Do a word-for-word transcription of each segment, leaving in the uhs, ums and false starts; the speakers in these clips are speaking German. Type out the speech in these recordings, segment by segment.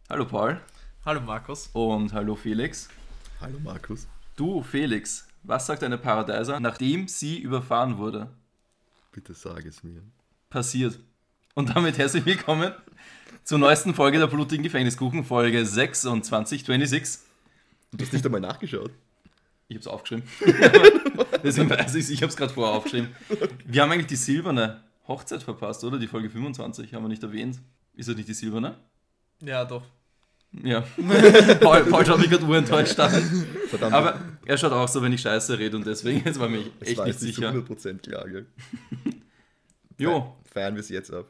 Hallo Paul. Hallo Markus. Und hallo Felix. Hallo Markus. Du Felix, was sagt eine Paradeiser, nachdem sie überfahren wurde? Bitte sag es mir. Passiert. Und damit herzlich willkommen zur neuesten Folge der blutigen Gefängniskuchen, Folge sechsundzwanzig, sechsundzwanzig. Du hast nicht einmal nachgeschaut? Ich hab's aufgeschrieben. Deswegen weiß ich's, ich hab's gerade vorher aufgeschrieben. Wir haben eigentlich die silberne Hochzeit verpasst, oder? Die Folge fünfundzwanzig haben wir nicht erwähnt. Ist das nicht die silberne? Ja, doch. Ja. Paul, Paul schaut mich gerade urenttäuscht an. Verdammt. Aber er schaut auch so, wenn ich Scheiße rede und deswegen jetzt war mir es echt war nicht jetzt nicht sicher. hundert Prozent klar, gell? Jo. Feiern wir es jetzt ab.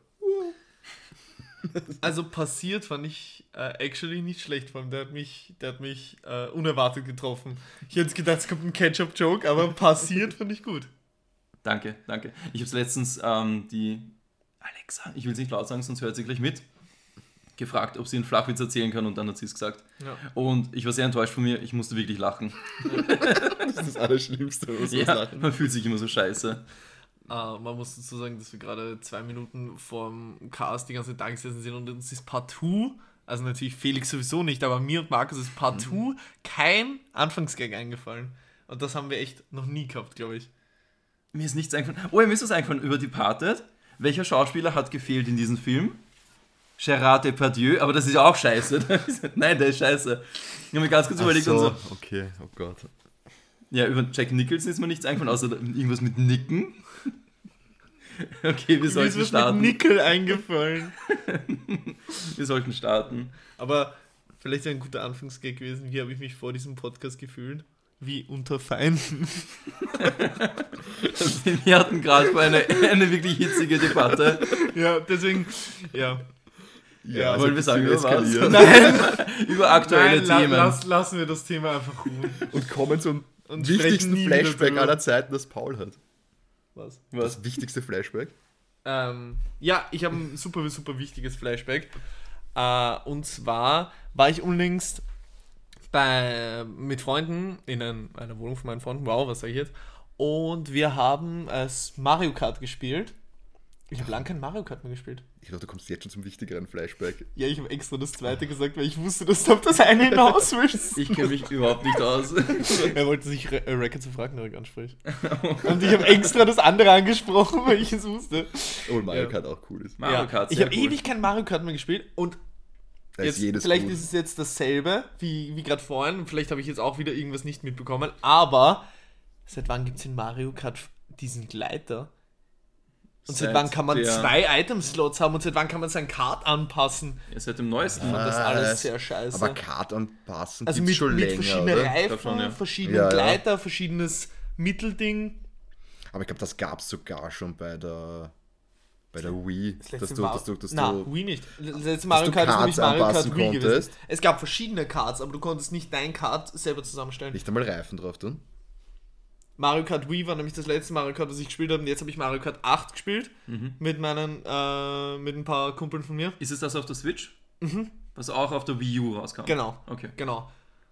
Also passiert fand ich äh, actually nicht schlecht, vor allem der hat mich, der hat mich äh, unerwartet getroffen. Ich hätte gedacht, es kommt ein Ketchup-Joke, aber passiert fand ich gut. Danke, danke. Ich habe letztens ähm, die Alexa, ich will es nicht laut sagen, sonst hört sie gleich mit, gefragt, ob sie einen Flachwitz erzählen kann und dann hat sie es gesagt. Ja. Und ich war sehr enttäuscht von mir, ich musste wirklich lachen. Das ist das Allerschlimmste, was wir Ja, lachen. man fühlt sich immer so scheiße. Uh, man muss dazu sagen, dass wir gerade zwei Minuten vorm Cast die ganze Zeit gesessen sind und uns ist partout, also natürlich Felix sowieso nicht, aber mir und Markus ist partout mhm. kein Anfangsgag eingefallen. Und das haben wir echt noch nie gehabt, glaube ich. Mir ist nichts eingefallen. Oh, mir ist was eingefallen über Departed. Welcher Schauspieler hat gefehlt in diesem Film? Gérard Depardieu, aber das ist ja auch scheiße. Nein, der ist scheiße. Ich habe mir ganz kurz Ach überlegt so, und so. Okay, oh Gott. Ja, über Jack Nicholson ist mir nichts eingefallen, außer irgendwas mit Nicken. Okay, wir sollten Mir ist starten. mit Nickel eingefallen. Wir sollten starten. Aber vielleicht ein guter Anfangsgag gewesen. Wie habe ich mich vor diesem Podcast gefühlt? Wie unter Feinden. Wir hatten gerade eine, eine wirklich hitzige Debatte. Ja, deswegen, ja. Ja, also wollen wir sagen, über was? Nein! Über aktuelle Nein, Themen. La- lass, lassen wir das Thema einfach ruhen. Und kommen zum Und wichtigsten sprechen nie wieder Flashback drüber. aller Zeiten, das Paul hat. Was? Was? Das wichtigste Flashback. Ähm, ja, ich habe ein super, super wichtiges Flashback. Äh, und zwar war ich unlängst bei, mit Freunden in ein, einer Wohnung von meinen Freunden. Wow, was sag ich jetzt? Und wir haben äh, Mario Kart gespielt. Ich habe lange kein Mario Kart mehr gespielt. Ich glaube, du kommst jetzt schon zum wichtigeren Flashback. Ja, ich habe extra das zweite gesagt, weil ich wusste, dass du auf das eine hinaus willst. Ich kenne mich überhaupt nicht aus. Er wollte sich Re- äh, Records of Ragnarok ansprechen. Und ich habe extra das andere angesprochen, weil ich es wusste. Obwohl Mario Ja. Kart auch cool ist. Mario Ja, Kart, ich sehr habe cool. ewig kein Mario Kart mehr gespielt und Da jetzt, ist jedes vielleicht gut. ist es jetzt dasselbe wie, wie gerade vorhin. Vielleicht habe ich jetzt auch wieder irgendwas nicht mitbekommen. Aber seit wann gibt es in Mario Kart diesen Gleiter? Und seit, Seit wann kann man der- zwei Item-Slots haben und seit wann kann man sein Kart anpassen? Ja, seit dem neuesten. Ich fand das Ah, alles das- sehr scheiße. Aber Kart anpassen also gibt's mit, schon mit länger, verschiedenen oder? Reifen, glaub schon, ja. verschiedenen Ja, ja. Gleiter, verschiedenes Mittelding. Aber ich glaube, das gab es sogar schon bei der bei der Wii. Das Dass letzte du, Mar- dass du, dass Na, du, Wii nicht. Das letzte Mario du Kart ist nämlich Karts Mario Kart anpassen Wii gewesen. konntest. Es gab verschiedene Karts, aber du konntest nicht dein Kart selber zusammenstellen. nicht einmal Reifen drauf tun. Mario Kart Wii war nämlich das letzte Mario Kart, was ich gespielt habe. Und jetzt habe ich Mario Kart acht gespielt. Mhm. Mit meinen, äh, mit ein paar Kumpeln von mir. Ist es das auf der Switch? Mhm. Was auch auf der Wii U rauskam? Genau. Okay. Genau.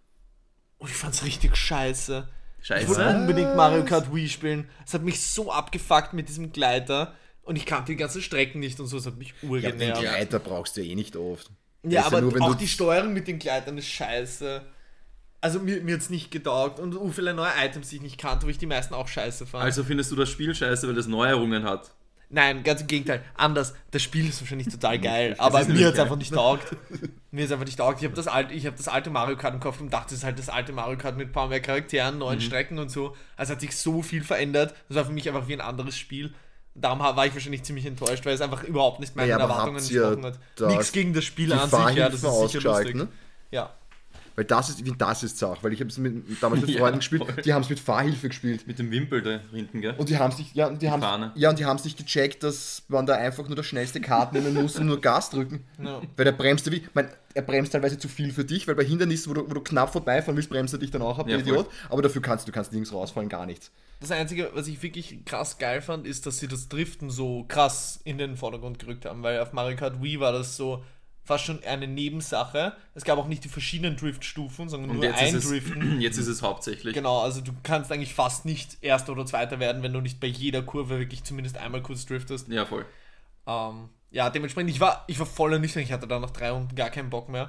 Und ich fand's richtig scheiße. Ich wollte Scheiße. unbedingt Mario Kart Wii spielen. Es hat mich so abgefuckt mit diesem Gleiter. Und ich kannte die ganzen Strecken nicht und so. Es hat mich Ja, den urgenervt. Ja, Gleiter brauchst du ja eh nicht oft. Das ja ist aber nur, wenn auch du- die Steuerung mit den Gleitern ist scheiße. Also mir, mir hat's nicht getaugt. Und so viele neue Items, die ich nicht kannte, wo ich die meisten auch scheiße fand. Also findest du das Spiel scheiße, weil es Neuerungen hat? Nein, ganz im Gegenteil. Anders. Das Spiel ist wahrscheinlich total geil, Das aber ist mir nämlich hat es geil. einfach nicht taugt. Mir hat es einfach nicht taugt. Ich habe das, alte, ich hab das alte Mario Kart im Kopf und dachte, es ist halt das alte Mario Kart mit ein paar mehr Charakteren, neuen Strecken und so. Also hat sich so viel verändert. Das war für mich einfach wie ein anderes Spiel. Darum war ich wahrscheinlich ziemlich enttäuscht, weil es einfach überhaupt nicht meinen Ja, aber Erwartungen habt ihr entsprochen hat. da Nichts gegen das Spiel die an sich, ja, das Fahrhilfen ist sicher lustig. ausgeschalten? Ja. Weil das ist, ich finde, das ist Sache, weil ich habe es mit, damals mit Ja, Freunden gespielt, voll. die haben es mit Fahrhilfe gespielt. Mit dem Wimpel da hinten, gell? Und die haben sich, ja, und die haben, Fahne. ja, und die haben sich gecheckt, dass man da einfach nur das schnellste Kart nehmen muss und nur Gas drücken. Ja. Weil der bremst, wie, mein, er bremst teilweise zu viel für dich, weil bei Hindernissen, wo du, wo du knapp vorbeifahren willst, bremst er dich dann auch ab, Ja, der voll. Idiot. Aber dafür kannst du kannst nirgends rausfallen, gar nichts. Das Einzige, was ich wirklich krass geil fand, ist, dass sie das Driften so krass in den Vordergrund gerückt haben, weil auf Mario Kart Wii war das so fast schon eine Nebensache. Es gab auch nicht die verschiedenen Driftstufen, sondern Und nur jetzt ein ist, es, Driften. jetzt ist es hauptsächlich. Genau, also du kannst eigentlich fast nicht Erster oder Zweiter werden, wenn du nicht bei jeder Kurve wirklich zumindest einmal kurz driftest. Ja, voll. Ähm, ja, dementsprechend, ich war, ich war voll ernüchtert, ich hatte da nach drei Runden gar keinen Bock mehr.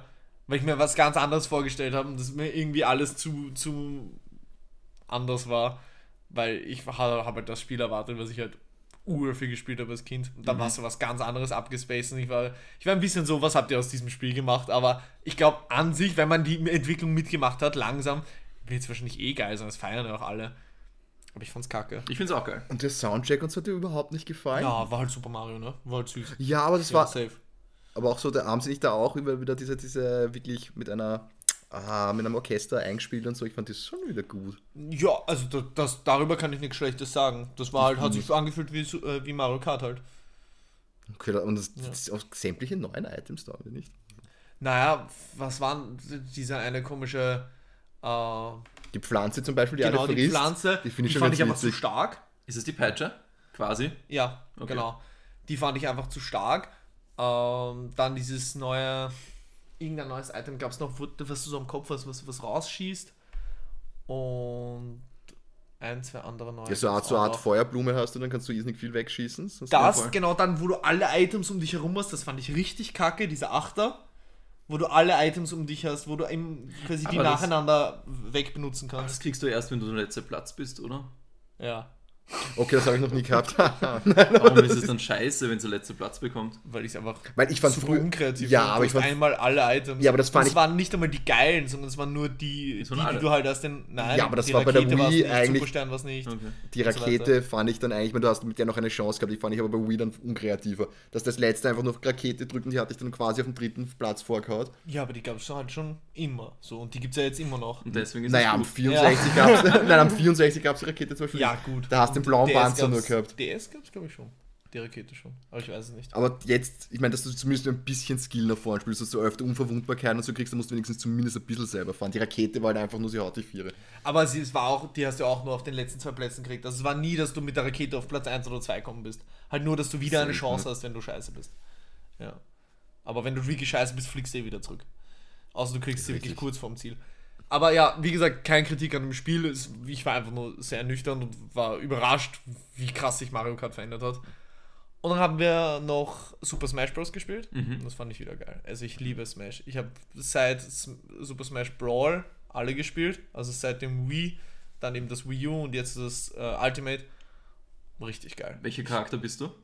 Weil ich mir was ganz anderes vorgestellt habe und das mir irgendwie alles zu, zu anders war. Weil ich habe halt das Spiel erwartet, was ich halt urviel gespielt habe als Kind. Und dann Mhm. war so was ganz anderes abgespaced und ich war, ich war ein bisschen so, was habt ihr aus diesem Spiel gemacht? Aber ich glaube an sich, wenn man die Entwicklung mitgemacht hat, langsam, wird es wahrscheinlich eh geil sein. Das feiern ja auch alle. Aber ich fand's kacke. Ich find's auch geil. Und der Soundtrack uns hat dir überhaupt nicht gefallen. Ja, war halt Super Mario, ne? War halt süß. Ja, aber das Ja, war. safe. Aber auch so, da haben sie nicht da auch über wieder diese, diese wirklich mit einer ah, mit einem Orchester eingespielt und so. Ich fand das schon wieder gut. Ja, also das, das, darüber kann ich nichts Schlechtes sagen. Das war halt, hat sich angefühlt wie, so- äh, wie Mario Kart halt. Okay, da- und das, das ist auch sämtliche neuen Items da, oder nicht? Naja, was waren diese eine komische, äh, Die Pflanze zum Beispiel, die genau, alle die frisst, Pflanze, die finde ich die schon fand ganz ich einfach zu witzig. stark. Ist es die Peitsche? Quasi. Ja, Okay. genau. Die fand ich einfach zu stark. Ähm, dann dieses neue, irgendein neues Item gab es noch, wo- was du so am Kopf hast, was, was rausschießt. Und ein, zwei andere neue. Ja, so eine Art, gab's so eine auch Art noch. Feuerblume hast du, dann kannst du irrsinnig viel wegschießen. Das, Das, voll- genau, dann, wo du alle Items um dich herum hast, das fand ich richtig kacke, dieser Achter, wo du alle Items um dich hast, wo du im, quasi die Aber das- nacheinander wegbenutzen Aber das kannst. kriegst du erst, wenn du der letzte Platz bist, oder? Ja, Okay, das habe ich noch nie gehabt. Warum ist es dann scheiße, wenn du der letzte Platz bekommt? weil ich es einfach Weil ich fand super früher- unkreativ Ja, fand. aber Du ich hast fand- einmal alle Items. Ja, aber das Und fand es ich- waren nicht einmal die geilen, sondern es waren nur die, die, waren die alle. du halt aus den... Nein, Ja, aber das die war bei der Rakete war's Wii nicht, eigentlich- Superstern war es nicht. Okay. Die und so Rakete fand ich dann eigentlich, ich meine, du hast mit der noch eine Chance gehabt, die fand ich aber bei Wii dann unkreativer. Dass das letzte einfach nur auf Rakete drücken, die hatte ich dann quasi auf dem dritten Platz vorgehaut. Ja, aber die gab es halt schon immer. So, und die gibt es ja jetzt immer noch. Und deswegen ist Naja, es am gut. vierundsechzig gab's nein, am vierundsechzig gab es die Rakete zum Beispiel. Ja, nicht. gut. Da hast du den Und blauen D S Panzer nur gab's- gehabt. D S gab es, glaube ich, schon. Die Rakete schon. Aber ich weiß es nicht. Aber jetzt, ich meine, dass du zumindest ein bisschen Skill nach vorne spielst, dass du öfter Unverwundbarkeit und so kriegst, dann musst du wenigstens zumindest ein bisschen selber fahren. Die Rakete war halt einfach nur, sie haut die Viere. Aber sie, es war auch, die hast du auch nur auf den letzten zwei Plätzen gekriegt. Also es war nie, dass du mit der Rakete auf Platz eins oder zwei kommen bist. Halt nur, dass du wieder eine Selten, Chance hast, wenn du scheiße bist. Ja. Aber wenn du wirklich scheiße bist, fliegst du eh wieder zurück. Außer du kriegst sie wirklich Richtig. kurz vorm Ziel. Aber ja, wie gesagt, keine Kritik an dem Spiel. Es- Ich war einfach nur sehr nüchtern und war überrascht, wie krass sich Mario Kart verändert hat. Und dann haben wir noch Super Smash Bros. Gespielt. Mhm. Und das fand ich wieder geil. Also ich liebe Smash. Ich habe seit S- Super Smash Brawl alle gespielt. Also seit dem Wii, dann eben das Wii U und jetzt das äh, Ultimate. Richtig geil. Welcher Charakter bist du?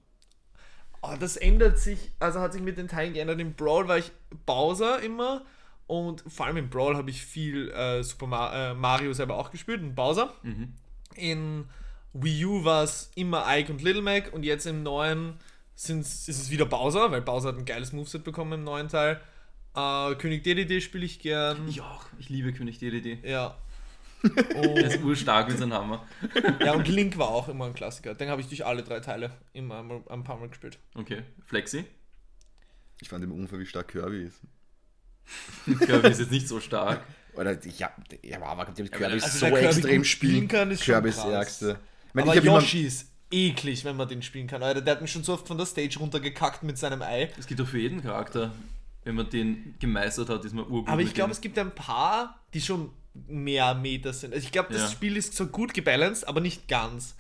Oh, das ändert sich, also hat sich mit den Teilen geändert. Im Brawl war ich Bowser immer und vor allem im Brawl habe ich viel äh, Super Ma äh, Mario selber auch gespielt und Bowser. Mhm. In Wii U war es immer Ike und Little Mac und jetzt im neuen sind's, ist es wieder Bowser, weil Bowser hat ein geiles Moveset bekommen im neuen Teil. Äh, König D D D spiele ich gern. Ich auch. Ich liebe König D D D. Ja. Er ist Und, urstark mit seinem Hammer. ja, und Link war auch immer ein Klassiker. Den habe ich durch alle drei Teile immer einmal, ein paar Mal gespielt. Okay. Flexi? Ich fand immer unfair, wie stark Kirby ist. Kirby ist jetzt nicht so stark. Oder ich hab, ja, aber der mit aber Kirby also so wer Kirby extrem gut spielen spielen kann, ist schon Kirby ist krass. das Ärgste. Ich meine, Aber ich hab immer, Yoshi ist eklig, wenn man den spielen kann. Alter, der hat mich schon so oft von der Stage runtergekackt mit seinem Ei. Es gibt doch für jeden Charakter, wenn man den gemeistert hat, ist man urgut. Aber ich mit glaube, dem. es gibt ein paar, die schon mehr Meter sind. Also ich glaube, das Ja. Spiel ist so gut gebalanced, aber nicht ganz.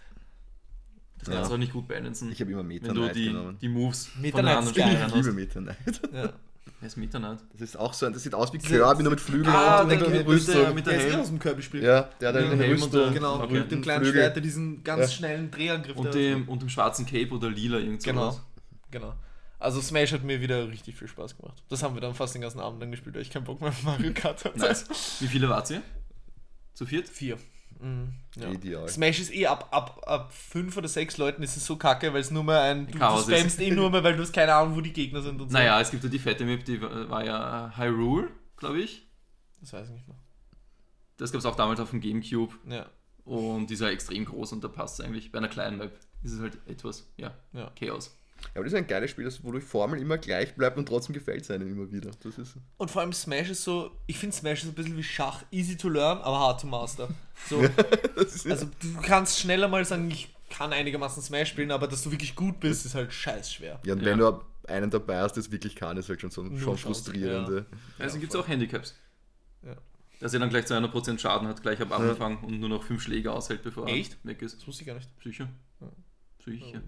Das kannst du auch nicht gut balancen. ich habe immer Meta wenn du Knight die, genommen. die Moves Meta von den Knight anderen ist geil. Spielern Ich liebe hast. Meta Knight. Ja. Wer ist Meta Knight? Das ist auch so, das sieht aus wie Kirby, nur mit Flügeln Ah, und der mit geht einer mit Rüstung. der- mit Der ist eh Helm. aus dem Kirby-Spiel. Ja, der hat Mit eine dem Helm und Rüstung. der- Genau, Okay. mit dem kleinen Flügel. Schwert, der diesen ganz Ja. schnellen Drehangriff Und da dem, und dem schwarzen Cape oder lila, irgend Genau, sowas. genau. Also Smash hat mir wieder richtig viel Spaß gemacht. Das haben wir dann fast den ganzen Abend dann gespielt, weil ich keinen Bock mehr auf Mario Kart hatte. Nice. Wie viele wart ihr? Zu viert? Vier. Mhm, ja. Ideal. Smash ist eh ab, ab, ab fünf oder sechs Leuten ist es so kacke, weil es nur mehr ein. Du, du Chaos ist. spammst eh nur mehr, weil du hast keine Ahnung, wo die Gegner sind und so. Naja, es gibt ja die fette Map, die war ja Hyrule, glaube ich. Das weiß ich nicht mehr. Das gab es auch damals auf dem Gamecube. Ja. Und die ist ja extrem groß und da passt es eigentlich. Bei einer kleinen Map ist es halt etwas, ja, Ja. Chaos. Ja, aber das ist ein geiles Spiel, das, wo die Formel immer gleich bleibt und trotzdem gefällt es einem immer wieder. Das ist Und vor allem Smash ist so, ich finde Smash ist ein bisschen wie Schach, easy to learn, aber hard to master. So, das ist also du kannst schneller mal sagen, ich kann einigermaßen Smash spielen, aber dass du wirklich gut bist, ist halt scheiß schwer. Ja, und Ja. wenn du einen dabei hast, das wirklich kann, ist halt schon so Nur schon Chance, frustrierende. Also Ja, gibt es voll. auch Handicaps. Ja. Dass er dann gleich zweihundert Prozent Schaden hat, gleich am Anfang und nur noch fünf Schläge aushält, bevor Echt? er weg ist. Das wusste ich gar nicht. Sicher. Ja. Sicher.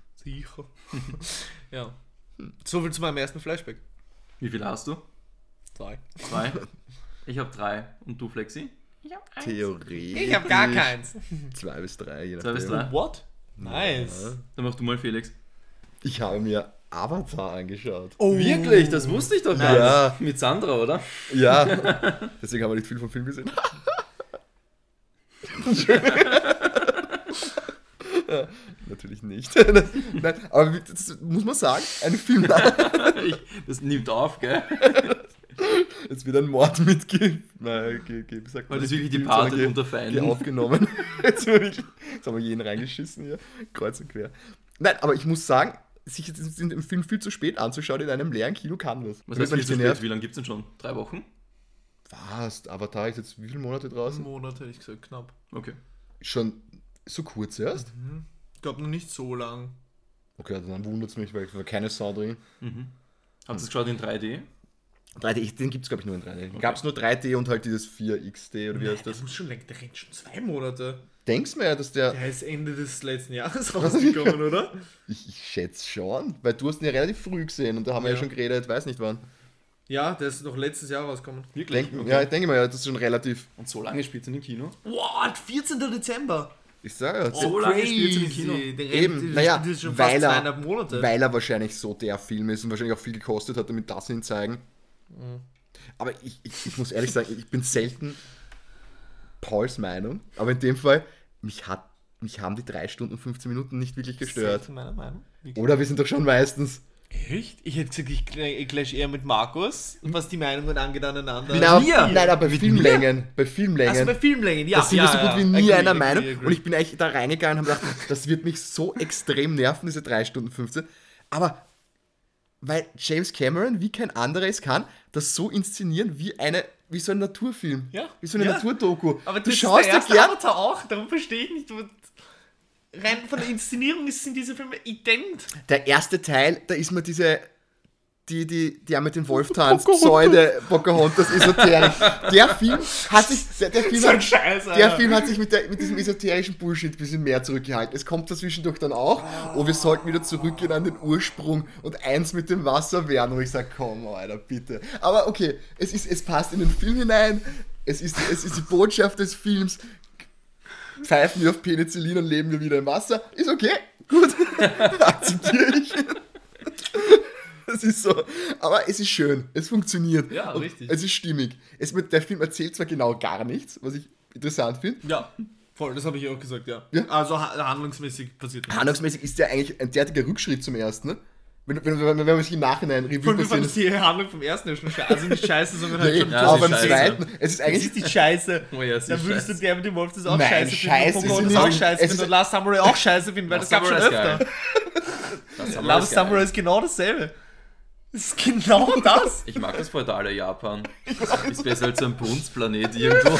Sicher. Ja. So viel zu meinem ersten Flashback. Wie viel hast du? Zwei. Zwei. Ich habe drei. Und du, Flexi? Theorie. Ich habe gar keins. Zwei bis drei, je Zwei bis nachdem. drei. What? Nice. Dann mach du mal, Felix. Ich habe mir Avatar angeschaut. Oh. Wirklich? Das wusste ich doch gar Ja. nicht. Mit Sandra, oder? Ja, deswegen haben wir nicht viel vom Film gesehen. Ja, natürlich nicht. Nein, aber das muss man sagen, ein Film. Ich, das nimmt auf, gell? Jetzt wird ein Mord mitge... Nein, ge, ge, wie sagt man Weil das wirklich die Ge- Party ge- unter ge- Feinden. aufgenommen. Jetzt, wirklich, jetzt haben wir jeden reingeschissen hier. Kreuz und quer. Nein, aber ich muss sagen, sich jetzt den Film viel zu spät anzuschauen in einem leeren Kino kann was. Was Da heißt wird man viel zu nicht spät? genervt. Wie lange gibt's denn schon? Drei Wochen? Was? Avatar ist jetzt wie viele Monate draußen? Monat hätte ich gesagt, knapp. Okay. Schon so kurz erst? Ich glaube noch nicht so lang. Okay, dann wundert es mich, weil da keine Sau drin. Mhm. Habt ihr es geschaut in drei D? drei D, den gibt es glaube ich nur in drei D. Gab es nur drei D und halt dieses vier X D oder wie heißt Das das? muss schon länger, der rennt schon zwei Monate. Denkst du mir, dass der... Der ist Ende des letzten Jahres rausgekommen, oder? Ich, ich schätze schon, weil du hast ihn ja relativ früh gesehen und da haben wir ja Ja. schon geredet, weiß nicht wann. Ja, der ist noch letztes Jahr rausgekommen. Wirklich? Denk, Ja, ich denke mal, ja, das ist schon relativ... Und so lange spielt es in dem Kino? Wow, vierzehnten Dezember. Ich sage ja, So lange spielt's im Kino. Der Eben, rennt, naja, das ist schon weil fast er- zweieinhalb Monate. weil er wahrscheinlich so der Film ist und wahrscheinlich auch viel gekostet hat, damit das ihn zeigen. Mhm. Aber ich, ich, ich muss ehrlich sagen, ich bin selten Pauls Meinung, aber in dem Fall, mich, hat, mich haben die drei Stunden und fünfzehn Minuten nicht wirklich gestört. Selten meiner Meinung. Wirklich. Oder wir sind doch schon meistens... Echt? Ich hätte gesagt, ich cl- clash eher mit Markus, was die Meinungen angeht aneinander. Nein, mir? nein, aber bei Mit Filmlängen, bei Filmlängen, Also bei Filmlängen, ja. da sind ja, wir so gut ja. wie nie Agree, einer agree, Meinung. agree. Und ich bin eigentlich da reingegangen und habe gedacht, das wird mich so extrem nerven, diese drei Stunden fünfzehn. Aber weil James Cameron, wie kein anderer es kann, das so inszenieren wie eine, wie so ein Naturfilm. Ja. Wie so eine Ja. Naturdoku. Aber du das schaust ist der dir erste gern. Avatar auch, darum verstehe ich nicht. wo- Rein von der Inszenierung ist- sind diese Filme ident. Der erste Teil, da ist mir diese, die, die, der mit dem Wolf tanzt, Pseudo, Pocahontas, esoterisch. Der Film hat sich, der, der Film So ein hat, Scheiß, der Alter. Film hat sich mit, der, mit diesem esoterischen Bullshit ein bisschen mehr zurückgehalten. Es kommt dazwischendurch dann auch, oh, wir sollten wieder zurückgehen an den Ursprung und eins mit dem Wasser werden, wo ich sage, komm, Alter, bitte. Aber okay, es, ist, es passt in den Film hinein, es ist, es ist die Botschaft des Films, pfeifen wir auf Penicillin und leben wir wieder im Wasser, ist okay, gut, akzeptiere ich. Das ist so. Aber es ist schön. Es funktioniert. Ja, Und richtig. Es ist stimmig. Es, wird- der Film erzählt zwar genau gar nichts, was ich interessant finde. Ja, voll, das habe ich auch gesagt, ja. Ja. Also ha- handlungsmäßig passiert nichts. Handlungsmäßig ist der eigentlich ein derartiger Rückschritt zum ersten. Ne? Wenn, wenn, wenn, wenn man sich im Nachhinein Revue Vor allem fand passiert. ich die Handlung vom ersten ja schon scheiße. Also nicht scheiße, sondern halt Nee, schon Ja, aber sie beim ist scheiße. zweiten, es ist Das eigentlich. ist die Scheiße. Oh ja, sie Dann ist würdest du scheiße. der mit dem Wolf das auch Nein, scheiße scheiße finden. ist Und sie auch nicht. scheiße Es finden ist- und Last Samurai auch scheiße finden, weil das gab schon Samurai ist öfter. geil. Das Samurai Last ist geil. Samurai ist genau dasselbe. Das ist genau das. Ich mag das feudale Japan. Ist besser als so ein Brunstplanet irgendwo.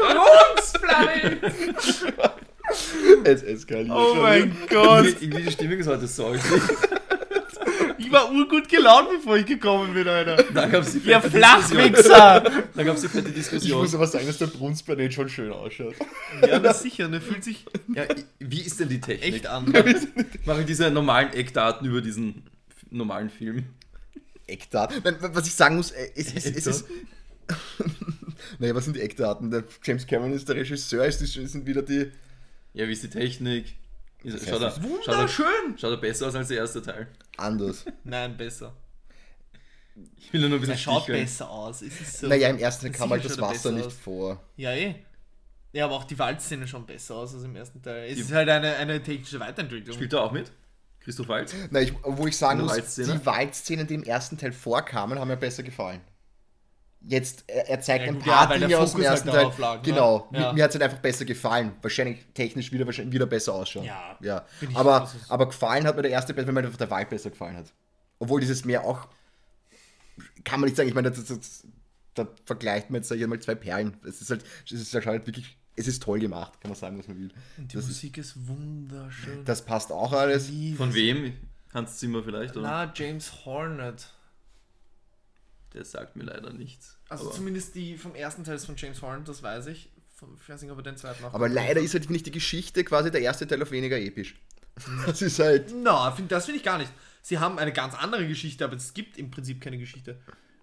Es eskaliert. Oh schon. mein Gott. Irgendwie irgendwie die Stimmung ist heute so. Ich war urgut gelaunt, bevor ich gekommen bin, Alter. Dann gab es die Ihr fette Diskussion. Flachwichser. Dann gab es die fette Ich Diskussion. muss aber sagen, dass der Brunstplanet schon schön ausschaut. Ja, das sicher. Und er fühlt sich Ja, wie ist denn die Technik? echt an. Mache ich diese normalen Eckdaten über diesen f- normalen Film? Eckdaten. Nein, was ich sagen muss, äh, es ist. Es ist naja, was sind die Eckdaten? Der James Cameron ist der Regisseur, es ist- es sind wieder die. Ja, wie ist die Technik? Ist, Das schaut, er, heißt, schaut, er, Wunderschön. schaut er besser aus als der erste Teil? Anders. Nein, besser. Ich will nur noch ein bisschen Er schaut sticheln. besser aus. Es ist so. Naja, im ersten Teil Sicher kam halt das schaut er Wasser besser nicht aus. vor. Ja, eh. Ja, aber auch die Waldszene schon besser aus als im ersten Teil. Es ist halt eine, eine technische Weiterentwicklung. Spielt er auch mit? Christoph Waltz? Na, ich, wo ich sagen Eine muss, Waldszene? die Waldszenen, die im ersten Teil vorkamen, haben mir besser gefallen. Jetzt, er, er zeigt Ja, ein gut, paar ja, weil der Dinge aus dem Fokus halt ersten Teil. darauf lag, ne? Genau, Ja. mir, mir hat es halt einfach besser gefallen. Wahrscheinlich technisch wieder, wahrscheinlich wieder besser ausschauen. Ja, ja. bin ich- Aber, das ist- aber gefallen hat mir der erste besser, weil mir einfach der Wald besser gefallen hat. Obwohl dieses Meer auch, kann man nicht sagen, ich meine, das, das, da vergleicht man jetzt sag ich mal zwei Perlen. Es ist halt, es ist halt wirklich, es ist toll gemacht, kann man sagen, was man will. Und die Das ist- Musik ist, wunderschön. Das passt auch alles. Liebe Von es. wem? Hans Zimmer vielleicht? Oder? Na, James Hornet. Der sagt mir leider nichts. Also Aber zumindest die vom ersten Teil ist von James Hornet, das weiß ich. Vom, ich weiß nicht, ob er den zweiten auch. Aber leider ist halt, finde ich, die Geschichte quasi der erste Teil auf weniger episch. Das ist halt. Na, find, das finde ich gar nicht. Sie haben eine ganz andere Geschichte, aber es gibt im Prinzip keine Geschichte.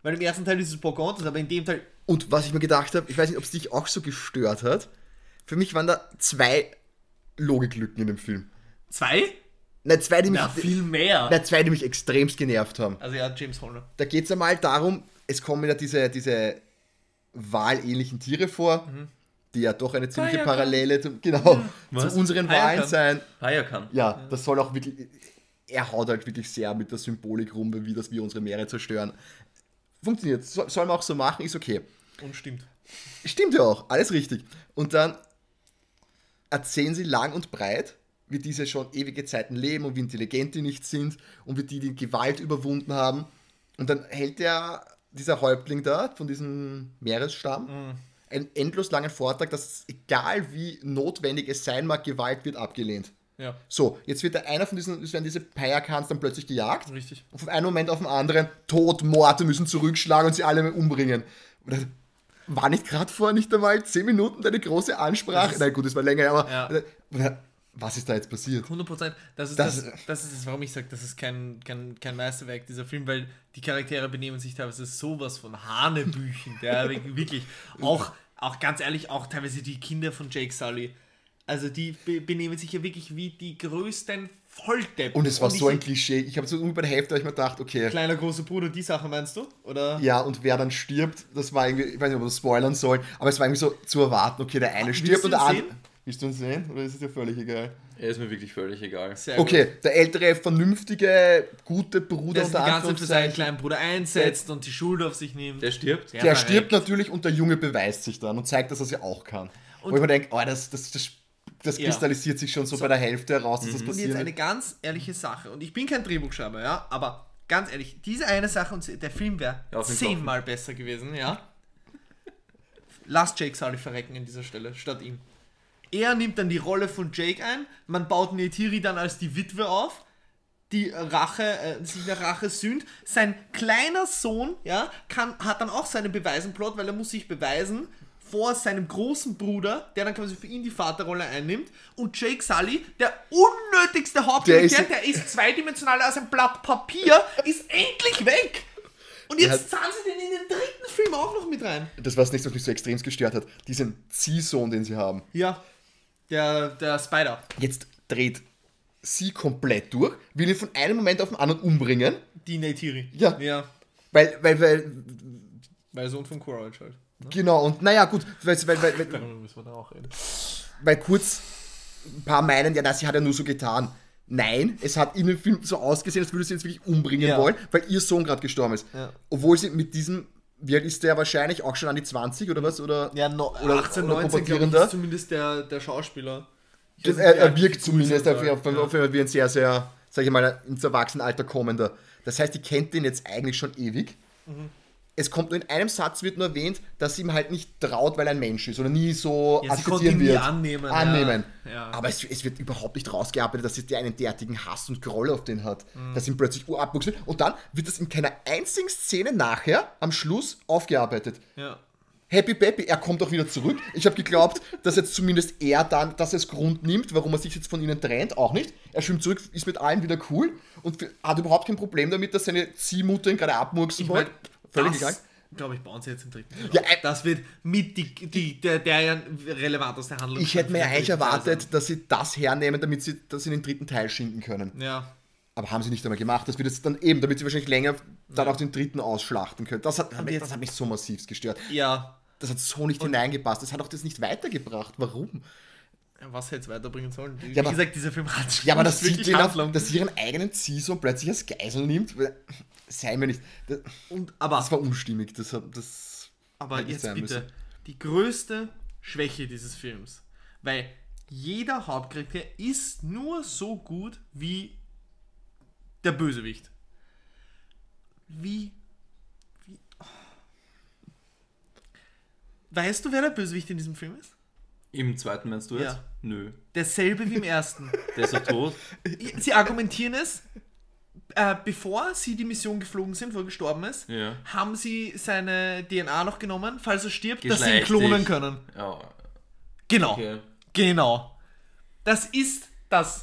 Weil im ersten Teil ist es Pocahontas, aber in dem Teil... Und was ich mir gedacht habe, ich weiß nicht, ob es dich auch so gestört hat, für mich waren da zwei Logiklücken in dem Film. Zwei? Nein, zwei, die mich, Na, viel mehr. nein, zwei, die mich extremst genervt haben. Also ja, James Horner. Da geht es einmal darum, es kommen ja diese, diese wahlähnlichen Tiere vor, Mhm. die ja doch eine ziemliche Hyakan. Parallele zu, genau, Was? zu unseren Hyakan. Wahlen sein. Hayakan. Ja, das soll auch wirklich, er haut halt wirklich sehr mit der Symbolik rum, wie das wir unsere Meere zerstören. Funktioniert, soll, soll man auch so machen, ist okay. Und stimmt. Stimmt ja auch, alles richtig. Und dann erzählen sie lang und breit, wie diese schon ewige Zeiten leben und wie intelligent die nicht sind und wie die die Gewalt überwunden haben. Und dann hält der, dieser Häuptling da von diesem Meeresstamm Mhm. einen endlos langen Vortrag, dass egal wie notwendig es sein mag, Gewalt wird abgelehnt. Ja, So, jetzt wird der einer von diesen, es werden diese Payakans dann plötzlich gejagt. richtig. Und von einem Moment auf den anderen, Tod, Mord, wir müssen zurückschlagen und sie alle umbringen. Und das war nicht gerade vor nicht einmal zehn Minuten deine große Ansprache? ist- Na gut, das war länger, aber Ja. was ist da jetzt passiert? hundert Prozent. Das ist Das- das, das, ist das, warum ich sage, das ist kein, kein, kein Meisterwerk, dieser Film, weil die Charaktere benehmen sich teilweise sowas von Hanebüchen. Ja, wirklich. Auch, auch ganz ehrlich, auch teilweise die Kinder von Jake Sully. Also die be benehmen sich ja wirklich wie die größten Volldeppen. Und es war so ich- ein Klischee. Ich habe so ungefähr bei der Hälfte hab ich mir gedacht, okay, Kleiner, großer Bruder, die Sache meinst du? Oder? ja, und wer dann stirbt, das war irgendwie, ich weiß nicht, ob wir das spoilern sollen, aber es war irgendwie so zu erwarten, okay, der eine Willst stirbt du und der ihn andere... sehen? Willst du ihn sehen? Oder ist es dir völlig egal? Er ist mir wirklich völlig egal. Sehr gut. Okay, der ältere, vernünftige, gute Bruder Der sich die unter ganze Zeit für seinen Anführungszeichen, kleinen Bruder einsetzt und die Schuld auf sich nimmt. Der stirbt? Der der verreckt. stirbt natürlich und der Junge beweist sich dann und zeigt, dass er sie auch kann. Und- Wo ich mir denke, oh, das, das, das, das Ja. kristallisiert sich schon so, bei der Hälfte heraus, dass das Und jetzt passiert. eine ganz ehrliche Sache. Und ich bin kein Drehbuchschreiber, ja, aber ganz ehrlich, diese eine Sache und der Film wäre Ja, auf den zehnmal besser gewesen, ja. Lass Jake Sully verrecken an dieser Stelle, statt ihm. Er nimmt dann die Rolle von Jake ein, man baut Neytiri dann als die Witwe auf, die Rache, äh, sich nach Rache sühnt. Sein kleiner Sohn, ja, kann, hat dann auch seinen Beweisenplot, weil er muss sich beweisen vor seinem großen Bruder, der dann quasi für ihn die Vaterrolle einnimmt. Und Jake Sully, der unnötigste Hauptcharakter, der ist- ist, zweidimensionaler als ein Blatt Papier, ist endlich weg. Und Er jetzt hat- zahlen sie den in den dritten Film auch noch mit rein. Das war das nächste, was mich so extrem gestört hat. Diesen Ziehsohn, den sie haben. Ja, der, der Spider, Jetzt dreht sie komplett durch, will ihn von einem Moment auf den anderen umbringen, die Neytiri. Ja. Ja, weil, weil, weil, weil Sohn von Courage halt. genau, und naja, gut, weil, weil, weil, weil, Darüber müssen wir dann auch reden. weil kurz ein paar meinen, ja, na, sie hat ja nur so getan. Nein, es hat in dem Film so ausgesehen, als würde sie jetzt wirklich umbringen Ja. wollen, weil ihr Sohn gerade gestorben ist. Ja. Obwohl sie mit diesem, wie alt ist der wahrscheinlich, auch schon an die zwanzig oder was? Oder? Ja, no, Oder- achtzehn, oder neunzehn, glaube ich, pubertierender. ist zumindest der, der Schauspieler. Ich Das, weiß nicht, er, wie er alt wirkt die zumindest Größe auf, ist, auf, auf, ja. auf, wie ein sehr, sehr, sag ich mal, ins Erwachsenenalter kommender. Das heißt, die kennt den jetzt eigentlich schon ewig. Mhm. Es kommt nur in einem Satz, wird nur erwähnt, dass sie ihm halt nicht traut, weil er ein Mensch ist oder nie so Ja, sie konnte akzeptieren ihn nie wird. annehmen, Annehmen. ja. Ja. Aber es, es wird überhaupt nicht rausgearbeitet, dass sie der einen derartigen Hass und Groll auf den hat, Mhm. dass ihm plötzlich urabwuchs wird. Und dann wird das in keiner einzigen Szene nachher am Schluss aufgearbeitet. Ja. Happy Peppy, er kommt auch wieder zurück. Ich habe geglaubt, dass jetzt zumindest er dann das als Grund nimmt, warum er sich jetzt von ihnen trennt. Auch nicht. Er schwimmt zurück, ist mit allen wieder cool und f- hat überhaupt kein Problem damit, dass seine Ziehmutter ihn gerade abmurksen Ich wollte. mein, Völlig das, egal. glaube ich, bauen sie jetzt im dritten Film Ja, auf. äh, Das wird mit die, die, der, der ja relevanteste Handlung. Ich hätte mir ja eigentlich für den dritten Teil erwartet, dass sie das hernehmen, damit sie das in den dritten Teil schinden können. sein. Ja. Aber haben sie nicht einmal gemacht. Das wird jetzt dann eben, damit sie wahrscheinlich länger dann auch den dritten ausschlachten können. Das hat, hat mich, jetzt- das hat mich so massiv gestört. Ja. Das hat so nicht hineingepasst. Das hat auch das nicht weitergebracht. Warum? Was hätte es weiterbringen sollen? Wie Ja, aber- gesagt, dieser Film hat Ja, aber dass sie, wirklich den auf, Handlung. dass sie ihren eigenen Ziehsohn plötzlich als Geisel nimmt, sei mir nicht. Das, Und, aber das war unstimmig. Das, hat- das Aber hätte nicht jetzt sein bitte, müssen. die größte Schwäche dieses Films, weil jeder Hauptcharakter ist nur so gut wie der Bösewicht. Wie, wie oh. Weißt du, wer der Bösewicht in diesem Film ist? Im zweiten meinst du jetzt? Ja. Nö. Derselbe wie im ersten. Der ist doch tot. Sie argumentieren es, äh, bevor sie die Mission geflogen sind, wo er gestorben ist, Ja. haben sie seine D N A noch genommen, falls er stirbt, dass sie ihn Geschleicht klonen dich. können. Ja. Genau. Okay. Genau. Das ist das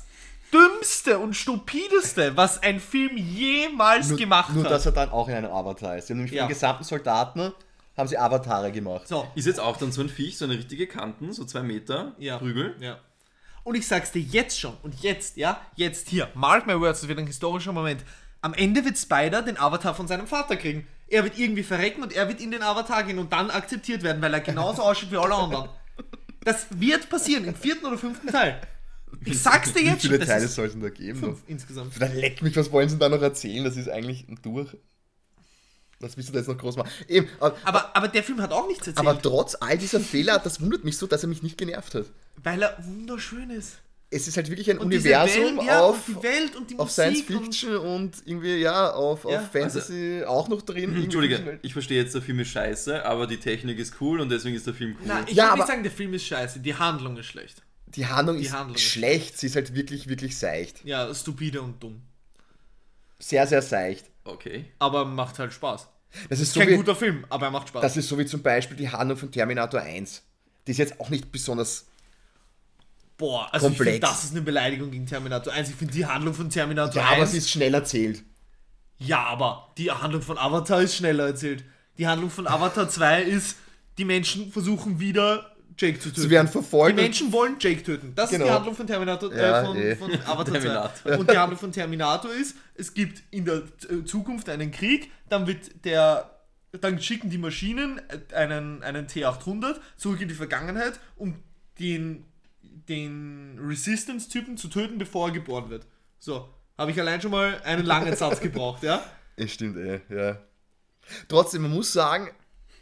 dümmste und stupideste, was ein Film jemals Nur, gemacht nur hat. dass er dann auch in einem Avatar ist. Sie haben nämlich Ja. für den gesamten Soldaten haben sie Avatare gemacht. So, Ist jetzt auch dann so ein Viech, so eine richtige Kanten, so zwei Meter ja. Prügel? Ja. Und ich sag's dir jetzt schon, und jetzt, ja, jetzt hier, mark my words, das wird ein historischer Moment. Am Ende wird Spider den Avatar von seinem Vater kriegen. Er wird irgendwie verrecken und er wird in den Avatar gehen und dann akzeptiert werden, weil er genauso aussieht wie alle anderen. Das wird passieren im vierten oder fünften Teil. Ich sag's dir Wie jetzt viele schon. das Teile ist soll es denn da geben? fünf insgesamt. Dann leck mich, was wollen sie da noch erzählen? Das ist eigentlich durch. Was willst du da jetzt noch groß machen? Eben, aber, Aber, aber der Film hat auch nichts erzählt, aber trotz all dieser Fehler, das wundert mich so, dass er mich nicht genervt hat. weil er wunderschön ist. Es ist halt wirklich ein Und diese Universum Welt, ja, auf, und die Welt und die auf Musik Science und Fiction und, irgendwie, ja, auf, Ja. auf Fantasy auch noch drin. irgendwie Entschuldige, Fiction- ich verstehe jetzt, der Film ist scheiße, aber die Technik ist cool und deswegen ist der Film cool. Nein, ich Ja, will aber- nicht sagen, der Film ist scheiße, die Handlung ist schlecht. Die Handlung Die ist Handlung ist schlecht, sie ist halt wirklich, wirklich seicht. Ja, stupide und dumm. Sehr, sehr seicht. Okay. Aber macht halt Spaß. Das ist so Kein wie, guter Film, aber er macht Spaß. das ist so wie zum Beispiel die Handlung von Terminator eins. Die ist jetzt auch nicht besonders... Boah, also ich komplex. finde, das ist eine Beleidigung gegen Terminator eins. Ich finde die Handlung von Terminator Ja, aber eins... sie ist schnell erzählt. ja, aber die Handlung von Avatar ist schneller erzählt. Die Handlung von Avatar zwei ist, die Menschen versuchen wieder Jake zu töten. Sie werden Die verfolgt. und- Menschen wollen Jake töten. Das ist Genau. die Handlung von Terminator, Ja, äh, von, eh. von Avatar Terminator. zwei. Und die Handlung von Terminator ist, es gibt in der äh, Zukunft einen Krieg, dann wird der, dann schicken die Maschinen einen, einen T achthundert zurück in die Vergangenheit, um den, den Resistance-Typen zu töten, bevor er geboren wird. So, habe ich allein schon mal einen langen Satz gebraucht, ja? Es stimmt, eh, ja. Trotzdem, man muss sagen,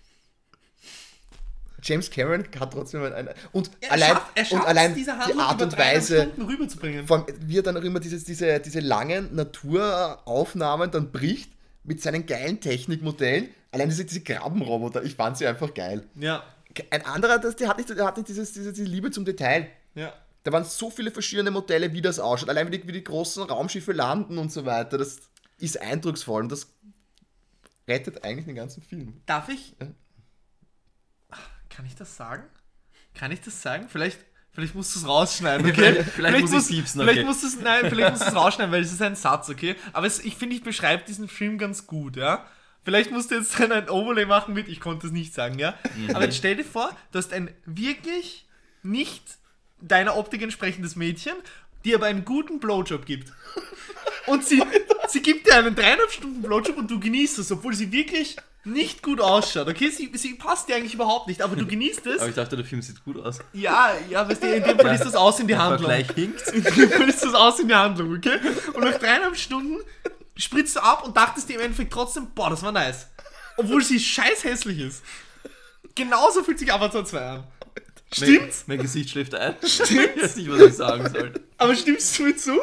James Cameron hat trotzdem ein... Und Er allein, schafft, er und schafft allein es, diese die Handlung Art über und dreieinhalb Weise... Stunden rüberzubringen. Vor allem, wie er dann auch immer dieses, diese, diese langen Naturaufnahmen dann bricht mit seinen geilen Technikmodellen. Allein diese, diese Krabbenroboter, ich fand sie einfach geil. Ja, Ein anderer, das, der hat nicht, der hat nicht dieses, diese, diese Liebe zum Detail. ja. Da waren so viele verschiedene Modelle, wie das ausschaut. Allein wie die, wie die großen Raumschiffe landen und so weiter. Das ist eindrucksvoll und das rettet eigentlich den ganzen Film. Darf ich? Ja. Kann ich das sagen? Kann ich das sagen? Vielleicht, vielleicht musst du es rausschneiden, okay? Vielleicht muss ich's piepsen, Vielleicht okay. musst du es, nein, vielleicht musst du es rausschneiden, weil es ist ein Satz, okay? Aber es, ich finde, ich beschreibe diesen Film ganz gut, ja? Vielleicht musst du jetzt dann ein Overlay machen mit, ich konnte es nicht sagen, ja? Aber jetzt stell dir vor, du hast ein wirklich nicht deiner Optik entsprechendes Mädchen, die aber einen guten Blowjob gibt. Und sie, sie gibt dir einen dreieinhalb Stunden Blowjob und du genießt es, obwohl sie wirklich nicht gut ausschaut, okay? Sie, sie passt dir eigentlich überhaupt nicht, aber du genießt es. Aber ich dachte, der Film sieht gut aus. Ja, ja, weißt du, in dem Fall ist das aus in die Der Handlung. Vergleich hinkt. In dem Fall ist das aus in die Handlung, okay? Und nach dreieinhalb Stunden spritzt du ab und dachtest dir im Endeffekt trotzdem, boah, das war nice. Obwohl sie scheiß hässlich ist. Genauso fühlt sich Avatar zwei an. Stimmt's? Mein, mein Gesicht schläft ein. Ich weiß nicht, was ich sagen soll. Aber stimmst du mir zu?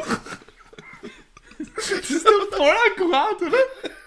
Das ist doch voll akkurat, oder?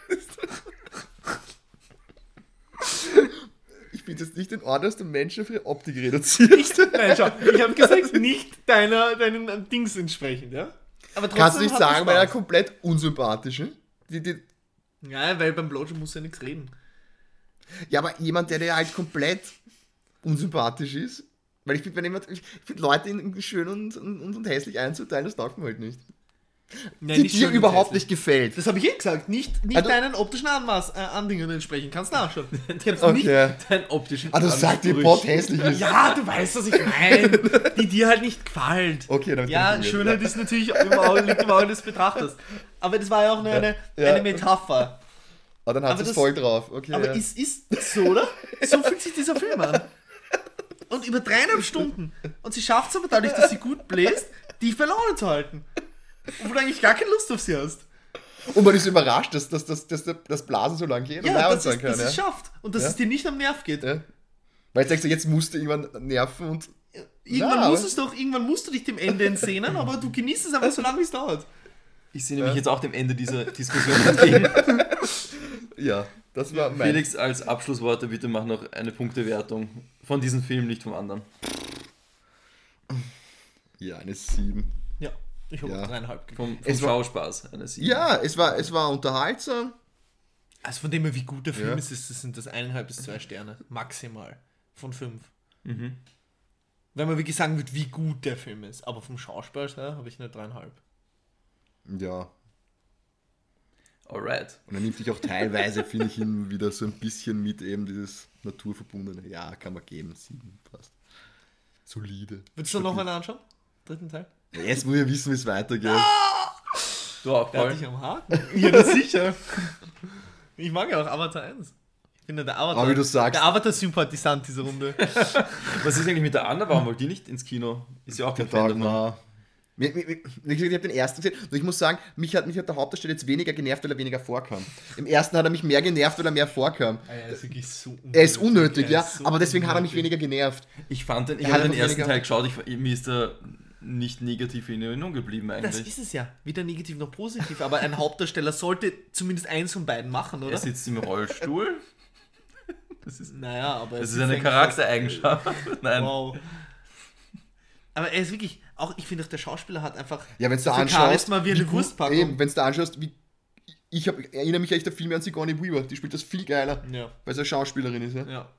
Ich finde es nicht in Ordnung, dass du Menschen auf ihre Optik reduzierst. Nein, schau, ich habe gesagt, nicht deiner, deinen Dings entsprechend, ja? Aber trotzdem Kannst du nicht hat er sagen, weil er Spaß. komplett unsympathisch ist? Die, die, Ja, weil beim Blowjob muss ja nichts reden. ja, aber jemand, der dir halt komplett unsympathisch ist, weil ich finde, wenn jemand, ich finde Leute in schön und, und, und hässlich einzuteilen, das taugt mir halt nicht. Nein, Die nicht dir schön und überhaupt hässlich. nicht gefällt. Das habe ich eh gesagt. Nicht, nicht Also- deinen optischen Anmaß, äh, Andingen entsprechen. Kannst nachschauen. Ich hab's nicht. Okay. Dein optischen Ah, du sagst, die Anstrich. Bot hässlich ist. Ja, du weißt, was ich meine. Die dir halt nicht gefällt. Okay, dann Ja, bin ich Schönheit ist natürlich im Auge, liegt im Auge des Betrachters. Aber das war ja auch nur eine, Ja. eine Metapher. Ah, dann hat Aber sie es das- voll drauf. Okay, Aber ja. ist, ist das so, oder? So fühlt sich dieser Film an. Und über dreieinhalb Stunden. Und sie schafft es aber dadurch, dass sie gut bläst, dich bei Laune zu halten. Obwohl du eigentlich gar keine Lust auf sie hast. Und man ist überrascht, dass, dass, dass, dass das Blasen so lang geht und Ja, leibend dass, sein es, kann. dass Ja. es schafft. Und dass Ja. es dir nicht am Nerv geht. Ja. Weil ich denke, jetzt musst du irgendwann nerven und. Irgendwann Ja, musst aber- es doch, irgendwann musst du dich dem Ende entsehnen, aber du genießt es einfach so lange, wie es dauert. Ich sehe nämlich jetzt auch dem Ende dieser Diskussion entgegen. Ja, das war mein. Felix, als Abschlussworte, bitte mach noch eine Punktewertung von diesem Film, nicht vom anderen. Ja, eine sieben. Ja, ich habe Ja. dreieinhalb gegeben. Vom, vom Es war- Schauspaß, eine sieben. Ja, es war, es war unterhaltsam. Also von dem her, wie gut der Film Ja. ist, ist, das sind das eineinhalb bis zwei Sterne. Maximal. Von fünf. Mhm. Wenn man wirklich sagen wird, wie gut der Film ist. Aber vom Schauspiel her habe ich eine dreieinhalb. Ja. Alright. Und er nimmt sich auch teilweise, finde ich, ihn wieder so ein bisschen mit eben dieses naturverbundene. Ja, kann man geben. Sieben, passt. Solide. Willst du noch mal anschauen? Dritten Teil? Jetzt muss ich wissen, wie es weitergeht. Du auch, Der hat Paul? dich am Haken. Ja, das sicher. Ich mag ja auch Avatar eins. Ich bin ja der Avatar. Aber wie du sagst- Der Avatar-Sympathisant dieser Runde. Was ist eigentlich mit der Anna? Warum wollt die nicht ins Kino? Ist ja auch kein Der Fan Tag, davon. na. Wie wie- wie- wie gesagt, ich habe den ersten gesehen und ich muss sagen, mich hat, mich hat der Hauptdarsteller jetzt weniger genervt, weil er weniger vorkam. Im ersten hat er mich mehr genervt, weil er mehr vorkam. Er ist wirklich so unnötig. Er ist unnötig, Er ja, ist so aber deswegen hat er mich unnötig. weniger genervt. Ich fand den, ich Er habe hat den einfach ersten weniger- Teil geschaut, ich, mir ist er nicht negativ in Erinnerung geblieben Das eigentlich. ist es ja. Weder negativ noch positiv. Aber ein Hauptdarsteller sollte zumindest eins von beiden machen, oder? Er sitzt im Rollstuhl. Das ist, Naja, aber das es ist eine eigentlich Charaktereigenschaft. Nein. Wow. Aber er ist wirklich, auch ich finde auch der Schauspieler hat einfach Ja, wenn du so da viel anschaust, Charisma wie eine gut- Wurstpackung. Eben, wenn du da anschaust, wie ich, hab, ich erinnere mich echt der Film an Sigourney Weaver, die spielt das viel geiler, Ja, weil sie eine Schauspielerin ist. Ja? ja.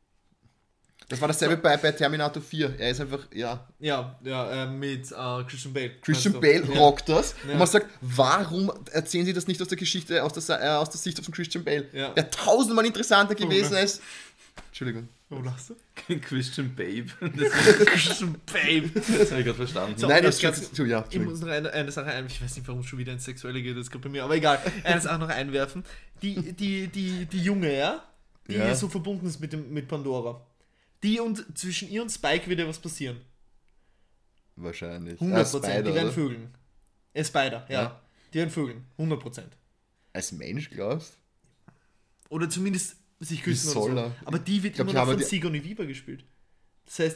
Das war dasselbe bei, bei Terminator vier. Er ist einfach, ja, Ja, ja, äh, mit äh, Christian Bale. Christian meinst du? Bale Ja. rockt das. Ja. Und man sagt, warum erzählen sie das nicht aus der Geschichte, aus der, Sa- äh, aus der Sicht von Christian Bale? Ja. Der tausendmal interessanter gewesen ja. ist. Entschuldigung. Wo lachst du? Christian Babe. Das, Christian Bale. das habe ich gerade verstanden. So, Nein, das das ganz- ist so, ja, Ich Entschuldigung. muss noch eine, eine Sache ein, ich weiß nicht, warum es schon wieder ins Sexuelle geht, das ist gerade bei mir, aber egal. Eine Sache noch einwerfen. Die, die, die, die Junge, ja? Die Ja. so verbunden ist mit, dem, mit Pandora. Die und zwischen ihr und Spike wird ja was passieren. Wahrscheinlich. hundert Ah, Prozent. Spider, Die werden oder? Vögeln. Äh, Spider, ja. Ja. Die werden Vögeln. hundert Prozent. Als Mensch, glaubst Oder zumindest sich küssen Wie soll oder er? so. Aber die wird Ich glaub, immer die noch haben von die- Sigourney Weaver gespielt. Das heißt,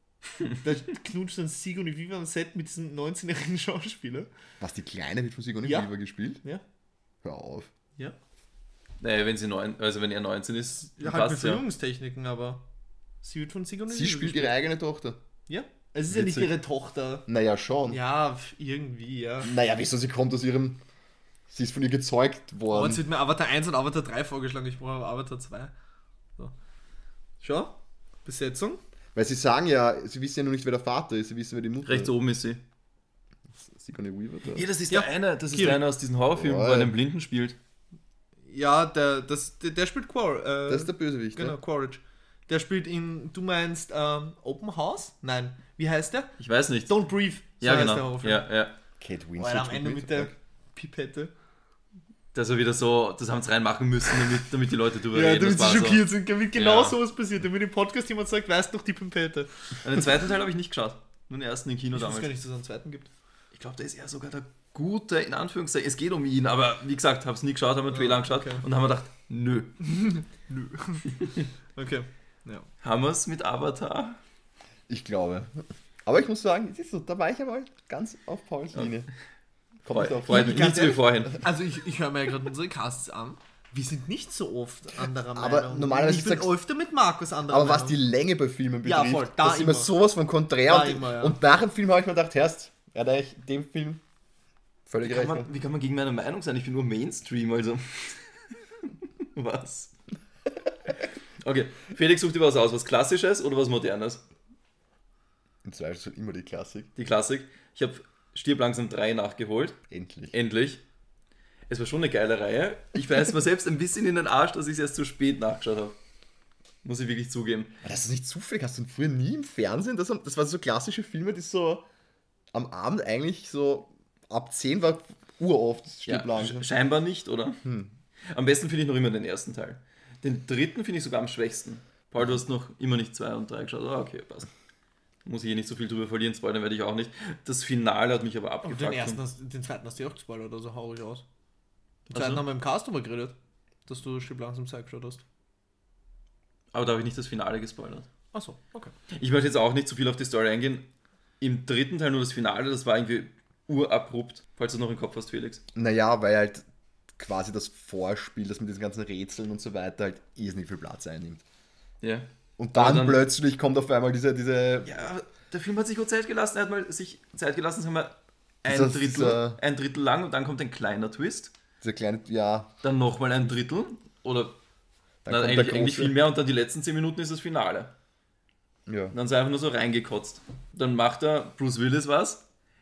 da knutscht dann Sigourney Weaver am Set mit diesem neunzehnjährigen Schauspieler. Was, die Kleine wird von Sigourney Ja. Weaver gespielt? Ja. Hör auf. Ja. Naja, wenn sie neun, also wenn er neunzehn ist, Ja, halt mit passt ja. Verjüngungstechniken, aber sie wird von Sigourney Sie spielt ihre eigene Tochter. Ja. Es ist ja nicht Witzig. ihre Tochter. Naja, schon. Ja, f- irgendwie, ja. Naja, wieso? Sie kommt aus ihrem... Sie ist von ihr gezeugt Aber worden. jetzt wird mir Avatar eins und Avatar drei vorgeschlagen, ich brauche Avatar zwei. So. Schau. Besetzung. Weil sie sagen ja, sie wissen ja nur nicht, wer der Vater ist, sie wissen, wer die Mutter Rechts ist. oben ist sie. Sigourney Weaver da. Ja, das ist Ja. der eine, das ist Kiri. der eine aus diesen Horrorfilmen, Oh, wo er ja. einen Blinden spielt. Ja, der, das, der, der spielt Quar. Äh, Das ist der Bösewicht, Genau, ne? Quaritch. Der spielt in, du meinst ähm, Open House? Nein. Wie heißt der? Ich weiß nicht. Don't Breathe. So ja, heißt genau. der Horrorfilm. Ja, ja. Kate Oh, Winslet. Alter, am spielt Ende mit der Fuck. Pipette. Dass er wieder so, das haben sie reinmachen müssen, damit, damit die Leute drüber Ja, reden. damit Das sie war schockiert sind, damit genau Ja. sowas passiert. Damit im Podcast jemand sagt, weißt du noch die Pipette? so. Den zweiten Teil habe ich nicht geschaut. Nur den ersten im Kino Ich weiß damals. gar nicht, dass es einen zweiten gibt. Ich glaube, der ist eher sogar der gute, in Anführungszeichen. Es geht um ihn, aber wie gesagt, habe es nie geschaut, haben einen Trailer Ah, angeschaut okay. und haben wir gedacht, nö. Nö. Okay. Ja. Haben wir es mit Avatar? Ich glaube. Aber ich muss sagen, siehst du, da war ich einmal ganz auf Pauls Linie. Kommt nicht Freut, auf. freut mich. Ganz Nichts wie ehrlich? vorhin. Also ich, ich höre mir ja gerade unsere Casts an. Wir sind nicht so oft anderer Aber Meinung. normalerweise ich bin sagst- öfter mit Markus anderer Aber was Meinung. die Länge bei Filmen Ja, betrifft, voll, da das ist immer immer. sowas von konträr. Da Und, immer, ja. und nach dem Film habe ich mir gedacht, Herst, ja, da ich dem Film völlig Wie kann, recht. man, wie kann man gegen meine Meinung sein? Ich bin nur Mainstream, also. Was? Okay, Felix sucht dir was aus. Was Klassisches oder was Modernes? Im Zweifel immer die Klassik. Die Klassik. Ich habe Stirb langsam drei nachgeholt. Endlich. Endlich. Es war schon eine geile Reihe. Ich weiß mir selbst ein bisschen in den Arsch, dass ich es erst zu spät nachgeschaut habe. Muss ich wirklich zugeben. Aber das ist nicht zufällig. Hast du früher nie im Fernsehen? Das, das waren so klassische Filme, die so am Abend eigentlich so ab zehn war uroft. Das Ja, Stirb langsam. sch- scheinbar nicht, oder? Hm. Am besten finde ich noch immer den ersten Teil. Den dritten finde ich sogar am schwächsten. Paul, du hast noch immer nicht zwei und drei geschaut. Ah, okay, passt. Muss ich hier nicht so viel drüber verlieren, spoilern werde ich auch nicht. Das Finale hat mich aber Aber abgefuckt. den ersten, hast, den zweiten hast du ja auch gespoilert, also hau ich aus. Den Ach zweiten so. haben wir im Cast drüber geredet, dass du Stirb langsam Zeit geschaut hast. Aber da habe ich nicht das Finale gespoilert. Achso, okay. Ich möchte jetzt auch nicht zu viel auf die Story eingehen. Im dritten Teil nur das Finale, das war irgendwie urabrupt, falls du es noch im Kopf hast, Felix. Naja, weil halt quasi das Vorspiel, das mit diesen ganzen Rätseln und so weiter halt irrsinnig viel Platz einnimmt. Ja. Und dann, Aber dann- plötzlich kommt auf einmal diese, diese Ja, aber der Film hat sich gut Zeit gelassen. Er hat mal sich Zeit gelassen, sagen wir, ein Dieser- Drittel, dieser- ein Drittel lang und dann kommt ein kleiner Twist. diese kleine, ja, Dann nochmal ein Drittel oder dann na, kommt eigentlich, der eigentlich große, viel mehr und dann die letzten zehn Minuten ist das Finale. ja. Und dann ist er einfach nur so reingekotzt. Dann macht er Bruce Willis was.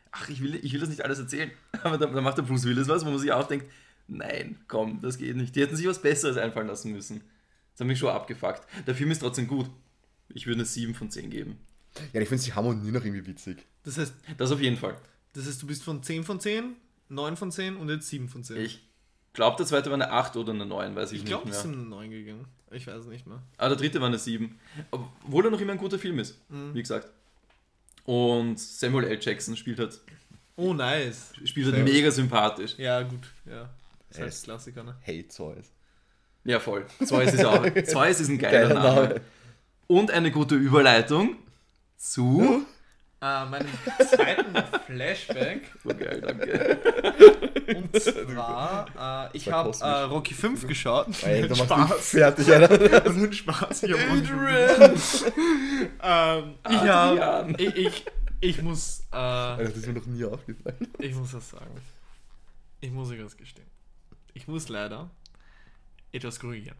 ach, ich will, ich will das nicht alles erzählen. Aber da, da macht der Bruce Willis was, wo man sich auch denkt, nein, komm, das geht nicht. Die hätten sich was Besseres einfallen lassen müssen. Das hat mich schon abgefuckt. Der Film ist trotzdem gut. Ich würde eine sieben von zehn geben. Ja, ich finde die Harmonie noch irgendwie witzig. Das heißt, Das auf jeden Fall. das heißt, du bist von zehn von zehn, neun von zehn und jetzt sieben von zehn. Ich glaube, der zweite war eine acht oder eine neun, weiß ich, Ich glaube, nicht es mehr. sind eine neun gegangen. Ich weiß es nicht mehr. Aber der dritte war eine sieben. Obwohl er noch immer ein guter Film ist, Mhm. wie gesagt. Und Samuel L. Jackson spielt halt, Oh, nice. spielt halt Sehr gut. mega sympathisch. Ja, gut. Ja. Das ist halt Es- Klassiker, ne? Hey, Zeus. Ja, voll. Zeus ist auch. Zeus ist ein geiler Geiler Name. Name. Und eine gute Überleitung zu. Äh, meinem zweiten Flashback. So geil, danke. Und zwar, äh, ich war habe kosmisch. äh, Rocky fünf geschaut. Ey, da machst du Spaß. fertig, Alter. Nur ein Spaß. Ich habe Adrian! ähm, ich, Adrian. hab, ich, ich, ich muss, äh, Alter, das ist mir noch nie aufgefallen. ich muss was sagen. Ich muss euch was gestehen. Ich muss leider etwas korrigieren.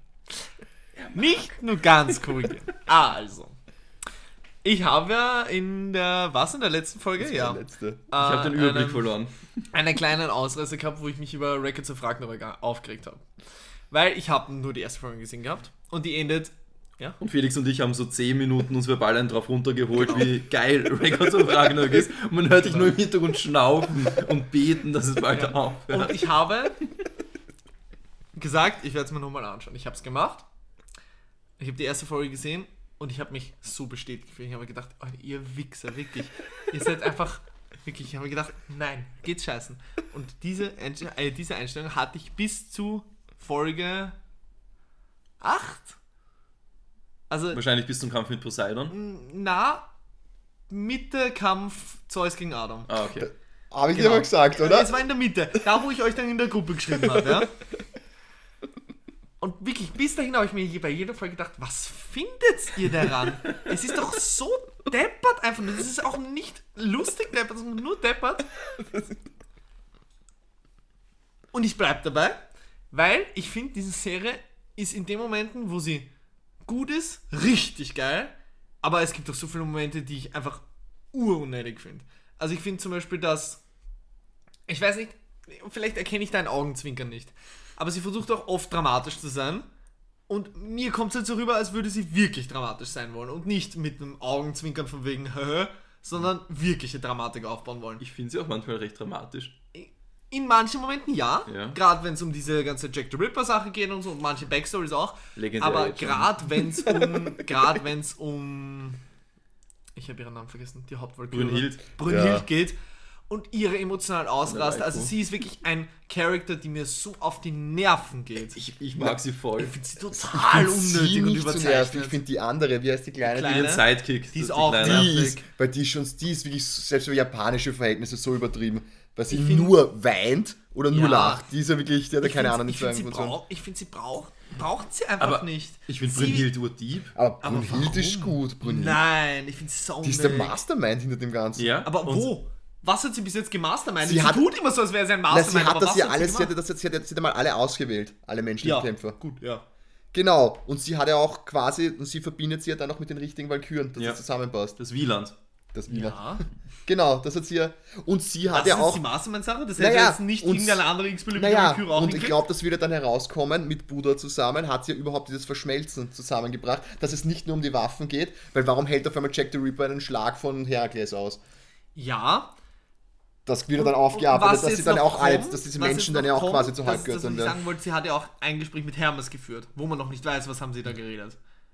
Nicht nur ganz korrigieren. Also, ich habe ja in der, was in der letzten Folge? Das war Ja. der letzte. Ich habe den Überblick einen, verloren. einen kleinen Ausreißer gehabt, wo ich mich über Records of Ragnarok aufgeregt habe. Weil ich habe nur die erste Folge gesehen gehabt und die endet, ja? Und Felix und ich haben so zehn Minuten uns verbal einen drauf runtergeholt, Genau. wie geil Records of Ragnarok ist. Und man hört dich nur im Hintergrund schnaufen und beten, dass es bald Ja. aufhört. Und ich habe gesagt, ich werde es mir nochmal anschauen. Ich habe es gemacht. Ich habe die erste Folge gesehen und ich habe mich so bestätigt gefühlt. Ich habe mir gedacht, oh, ihr Wichser, wirklich. Ihr seid einfach, wirklich, ich habe mir gedacht, nein, geht's scheißen. Und diese, Einst- äh, diese Einstellung hatte ich bis zu Folge acht. Also, Wahrscheinlich bis zum Kampf mit Poseidon. na, Mitte Kampf Zeus gegen Adam. Ah, okay. Habe ich Genau. dir aber gesagt, oder? Es war in der Mitte, da wo ich euch dann in der Gruppe geschrieben habe, ja. Und wirklich, bis dahin habe ich mir je- bei jeder Folge gedacht, was findet ihr daran? Es ist doch so deppert einfach nur. Das ist auch nicht lustig deppert, sondern nur deppert. Und ich bleibe dabei, weil ich finde, diese Serie ist in den Momenten, wo sie gut ist, richtig geil. Aber es gibt auch so viele Momente, die ich einfach urunnötig finde. Also ich finde zum Beispiel, dass, ich weiß nicht, vielleicht erkenne ich deinen Augenzwinkern nicht, aber sie versucht auch oft dramatisch zu sein. Und mir kommt es halt so rüber, als würde sie wirklich dramatisch sein wollen. Und nicht mit einem Augenzwinkern von wegen, hä, sondern wirkliche Dramatik aufbauen wollen. Ich finde sie auch manchmal recht dramatisch. In manchen Momenten ja, Ja. gerade wenn es um diese ganze Jack the Ripper Sache geht und so, und manche Backstories auch. Legendär Aber jetzt schon. gerade wenn es um, gerade wenn es um, ich habe ihren Namen vergessen, die Hauptwolke. Brünnhild. Brünnhild Ja. geht und ihre emotionalen Ausraster. Also Waifu. sie ist wirklich ein Charakter, die mir so auf die Nerven geht. Ich, ich mag sie voll. Ich finde sie total unnötig Sie und nicht zu nervig. überzeichnet. Ich finde die andere, wie heißt die kleine? Kleine. Ihren Sidekick. Die ist das auch Kleine. nervig. Die ist, weil die schon, die ist wirklich selbst für japanische Verhältnisse so übertrieben, weil sie Ich find- nur weint oder nur Ja. lacht. Die ist ja wirklich, die hat ja Ich keine find- Ahnung, ich nicht finde, sie, sagen von so. braucht, ich find, sie braucht, braucht sie einfach Aber nicht. ich finde Sie- Brünnhild urdieb. Aber Aber Brünnhild ist warum? gut, Brünnhild. Nein, ich finde sie so Die ist der unnötig. Mastermind hinter dem Ganzen. Ja. Aber und wo? Was hat sie bis jetzt gemastermindet? Sie Sie, hat- tut immer so, als wäre sie ein Na, Mastermind. sie hat aber das was ja hat alles, sie sie hat, gemacht? das, sie, hat, sie hat einmal alle ausgewählt, alle menschlichen Ja, Kämpfer. gut, ja. Genau, und sie hat ja auch quasi, und sie verbindet sie ja dann noch mit den richtigen Valkyren, dass Ja. das zusammenpasst. Das Wieland. Das Wiener. Ja. Genau, das hat sie ja. Und sie hat Das ja ist auch. die Mastermind-Sache? Das hätte Naja, jetzt nicht und- irgendeine andere x-beliebige Naja, Valkyrie auch und ich hinkriegt? glaube, das wird ja dann herauskommen, mit Buddha zusammen hat sie ja überhaupt dieses Verschmelzen zusammengebracht, dass es nicht nur um die Waffen geht, weil warum hält auf einmal Jack the Ripper einen Schlag von Herakles aus? Ja. Das wird ja dann Und aufgearbeitet, was dass sie jetzt dann noch auch alle, kommt, dass diese was Menschen jetzt dann ja noch auch kommt, quasi zu das- Halbgöttern Das, was ich werden. sagen wollte, sie hat ja auch ein Gespräch mit Hermes geführt, wo man noch nicht weiß, was haben sie da geredet.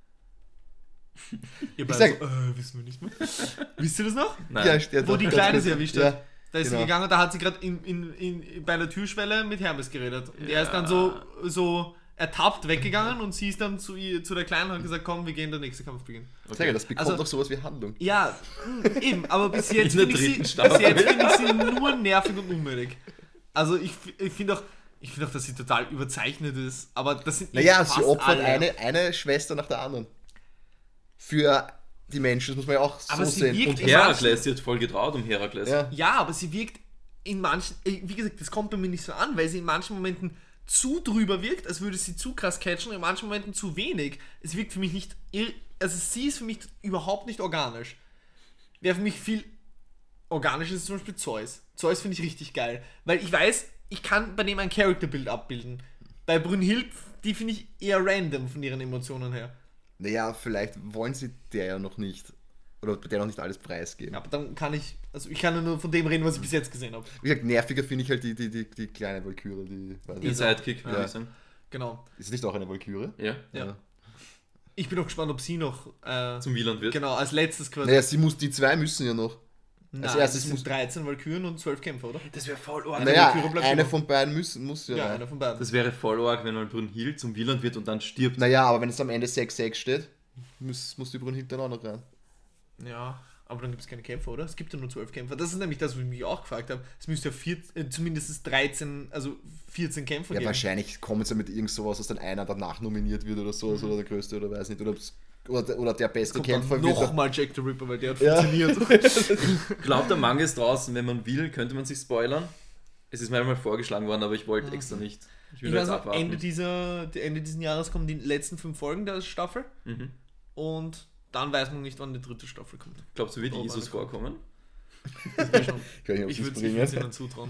Ihr beide sag- so, äh, wissen wir nicht mehr. Wisst ihr das noch? Nein. Ja, steht Wo doch die ganz Kleine kurz. sie erwischt Ja, hat. Da ist genau. sie gegangen und da hat sie gerade in, in, in, bei der Türschwelle mit Hermes geredet. Und er ist dann so, so ertappt weggegangen und sie ist dann zu, ihr, zu der Kleinen und hat gesagt, komm, wir gehen, der nächste Kampf beginnt. Sag ja, das bekommt Also- doch sowas wie Handlung. Ja, mh, eben, aber bis jetzt In der finde ich, sie- dritten bis Staffel. jetzt find ich sie nur nervig und unnötig. Also ich, ich finde auch, ich finde auch, dass sie total überzeichnet ist, aber das sind Naja, fast sie opfert alle. eine, eine Schwester nach der anderen. Für die Menschen, das muss man ja auch Aber so sie sehen. wirkt- Und in Herakles, sie hat voll getraut um Herakles. Ja. Ja, aber sie wirkt in manchen, äh, wie gesagt, das kommt bei mir nicht so an, weil sie in manchen Momenten zu drüber wirkt, als würde sie zu krass catchen, in manchen Momenten zu wenig. Es wirkt für mich nicht, ir- also sie ist für mich überhaupt nicht organisch. Wäre für mich viel organisch ist zum Beispiel Zeus. Zeus finde ich richtig geil. Weil ich weiß, ich kann bei dem ein Character-Bild abbilden. Bei Brünnhild, die finde ich eher random von ihren Emotionen her. Naja, vielleicht wollen sie der ja noch nicht. Oder der noch nicht alles preisgeben. Ja, aber dann kann ich, also ich kann nur von dem reden, was ich bis jetzt gesehen habe. Wie gesagt, nerviger finde ich halt die, die, die, die kleine Valkyrie. Die, weiß Die nicht. Sidekick, würde Ja. ich sagen. Genau. Ist nicht auch eine Valkyrie? Ja. Ja. Ich bin auch gespannt, ob sie noch äh, Zum Wieland wird. genau, als letztes quasi. Naja, sie muss, die zwei müssen ja noch. Nein, als erstes es sind muss- dreizehn Valkyren und zwölf Kämpfer, oder? Das wäre voll arg. Eine Naja, Valkyrie bleibt eine immer. von beiden müssen, muss ja. Ja, noch. einer von beiden. Das wäre voll arg, wenn mal Brünnhild zum Wieland wird und dann stirbt. Naja, aber wenn es am Ende sechs sechs steht, muss, muss die Brünnhild dann auch noch rein. Ja, aber dann gibt es keine Kämpfer, oder? Es gibt ja nur zwölf Kämpfer. Das ist nämlich das, was ich mich auch gefragt habe. Es müsste ja vier, äh, zumindest dreizehn, also vierzehn Kämpfer Ja, geben. wahrscheinlich kommen sie mit irgend sowas, dass dann einer danach nominiert wird oder so, oder der größte oder weiß nicht. Oder, oder, der- oder der beste Kommt Kämpfer dann wird. nochmal Jack the Ripper, weil der hat Ja. funktioniert. Glaubt, der Manga ist draußen. Wenn man will, könnte man sich spoilern. Es ist mir einmal vorgeschlagen worden, aber ich wollte extra nicht. Ich will Ich jetzt weiß noch, abwarten. Ende, dieser, Ende dieses Jahres kommen die letzten fünf Folgen der Staffel. Mhm. Und dann weiß man nicht, wann die dritte Staffel kommt. Glaubst du, wird Oh, Jesus warte. vorkommen? Das wär schon. Ich weiß nicht, ob Ich sie's würde bringen. es ihnen zutrauen.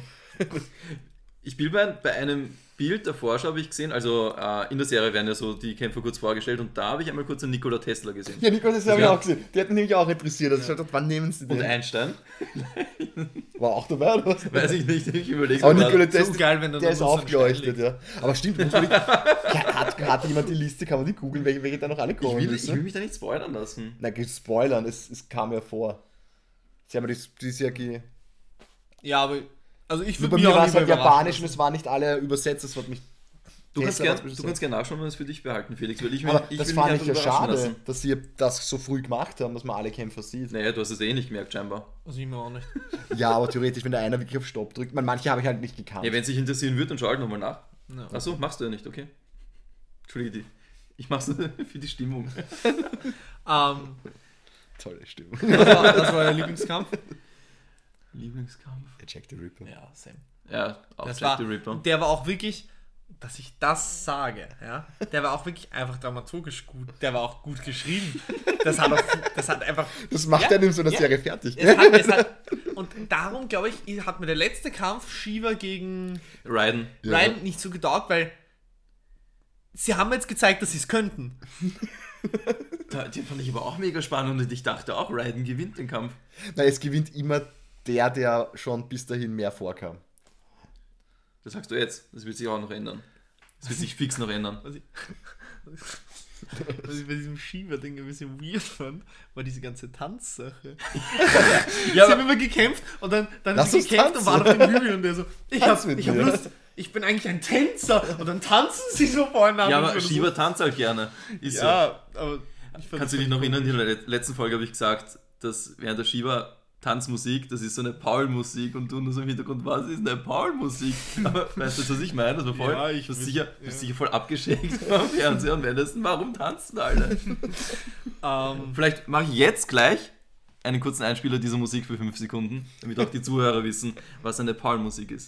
Ich bin bei, bei einem Bild der Vorschau, habe ich gesehen, also äh, in der Serie werden ja so die Kämpfer kurz vorgestellt und da habe ich einmal kurz einen Nikola Tesla gesehen. Ja, Nikolaus, das habe ich Ja. auch gesehen. Die hat mich nämlich auch interessiert. Also ich dachte, wann nehmen sie Und den? Einstein, War auch dabei, oder was? weiß ich nicht, ich überlege Aber mal. Nikola So Tesla, geil, wenn er der dann ist so einen aufgeleuchtet, Stein ja. Aber stimmt, muss man nicht, ja, hat, hat jemand die Liste, kann man die googeln, welche, welche da noch alle Ich kommen will, ich müssen? will mich da nicht spoilern lassen. Na, geht spoilern, es, es kam ja vor. Sie haben ja das, das ja ge... Ja, aber also ich Nur würde bei mich mir auch war es lieber halt überraschen Japanisch und lassen. es waren nicht alle übersetzt, das hat mich... Du kannst Tesla gerne war's du kannst gern nachschauen und es für dich behalten, Felix, weil ich, mich- Aber ich das will fand mich ich ja einfach überraschen schade, lassen. dass sie das so früh gemacht haben, dass man alle Kämpfer sieht. Naja, du hast es eh nicht gemerkt, scheinbar. Also ich mir auch nicht. Ja, aber theoretisch, wenn der einer wirklich auf Stopp drückt, man, manche habe ich halt nicht gekannt. Ja, wenn es dich interessieren wird, dann schau halt nochmal nach. Ja. Achso, machst du ja nicht, okay. Entschuldige, die- ich mach's für die Stimmung. Ähm, Tolle Stimmung. das, war, das war der Lieblingskampf. Lieblingskampf? Der Jack the Ripper. Ja, same. Ja, auch Das Jack war, the Ripper. Der war auch wirklich, dass ich das sage, ja, der war auch wirklich einfach dramaturgisch gut. Der war auch gut geschrieben. Das hat, auch, das hat einfach... Das macht Ja, einen in so einer ja. Serie fertig. Es hat, es hat, und darum, glaube ich, hat mir der letzte Kampf Shiva gegen Raiden. Ja. Ryan nicht so getaugt, weil sie haben jetzt gezeigt, dass sie es könnten. Da, den fand ich aber auch mega spannend und ich dachte auch, Raiden gewinnt den Kampf. Na, es gewinnt immer der, der schon bis dahin mehr vorkam. Das sagst du jetzt. Das wird sich auch noch ändern. Das wird sich fix noch ändern. Was ich, was ich bei diesem Shiva-Ding ein bisschen weird fand, war diese ganze Tanzsache. Ja, Sie haben immer gekämpft und dann, dann Lass haben sie uns gekämpft tanzen. und waren auf dem Hügel und der so, ich Tanz hab, mit ich hab mir. Lust, ich bin eigentlich ein Tänzer und dann tanzen sie so voreinander. ja Ich aber war so, Shiva tanzt halt gerne. Ist so. Ja, aber ich fand Kannst du das dich noch voll erinnern, in komisch. der le- letzten Folge habe ich gesagt, dass während der Shiva Tanzmusik, das ist so eine Paul-Musik und du nur so im Hintergrund, was ist eine Paul-Musik? Aber weißt du, was ich meine? Das war voll, Ja, ich du hast weiß- sicher, du ja. hast sicher voll abgeschickt am Fernseher und währenddessen, warum tanzen alle? Ähm, Vielleicht mache ich jetzt gleich einen kurzen Einspieler dieser Musik für fünf Sekunden, damit auch die Zuhörer wissen, was eine Paul-Musik ist.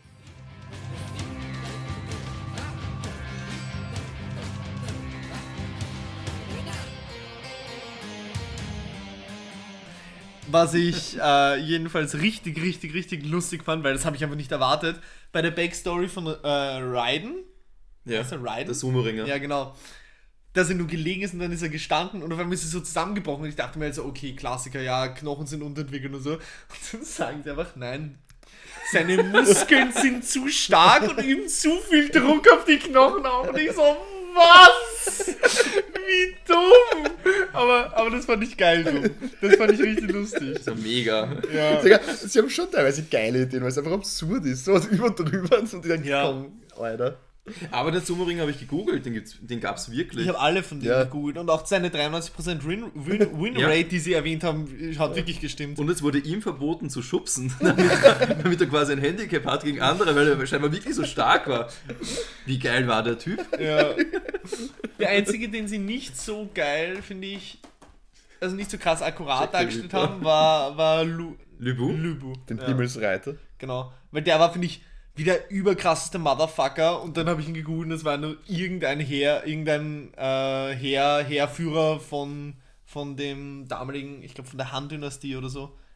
Was ich äh, jedenfalls richtig, richtig, richtig lustig fand, weil das habe ich einfach nicht erwartet, bei der Backstory von äh, Raiden, Ja, ist er Raiden? der Sumo-Ringer. Ja, genau. Dass er nur gelegen ist und dann ist er gestanden und auf einmal ist er so zusammengebrochen und ich dachte mir halt so, okay, Klassiker, ja, Knochen sind unterentwickelt und so. Und dann sagen sie einfach, nein, seine Muskeln sind zu stark und üben zu viel Druck auf die Knochen auf. Und ich so, was? Wie dumm! Aber, aber das fand ich geil dumm. Das fand ich richtig lustig. Das ist ja mega. Ja. Sogar, sie haben schon teilweise geile Ideen, weil es einfach absurd ist. So was über und drüber und die denken, Ja. komm, Alter. Aber den Sumo-Ringer habe ich gegoogelt, den, gibt's, den gab es wirklich. Ich habe alle von denen Ja. gegoogelt und auch seine dreiundneunzig Prozent Win- Win- Win-Rate, die sie erwähnt haben, hat wirklich gestimmt. Und es wurde ihm verboten zu schubsen, damit, damit er quasi ein Handicap hat gegen andere, weil er scheinbar wirklich so stark war. Wie geil war der Typ? Ja. Der einzige, den sie nicht so geil, finde ich, also nicht so krass akkurat Jack the dargestellt Ripper. haben, war, war Lu Lübu? Lübu. Den Ja, Himmelsreiter. genau. Weil der war, finde ich, wie der überkrasseste Motherfucker und dann habe ich ihn gegoogelt und das war nur irgendein Heer, irgendein äh, Heer, Heerführer von, von dem damaligen, ich glaube von der Han-Dynastie oder so.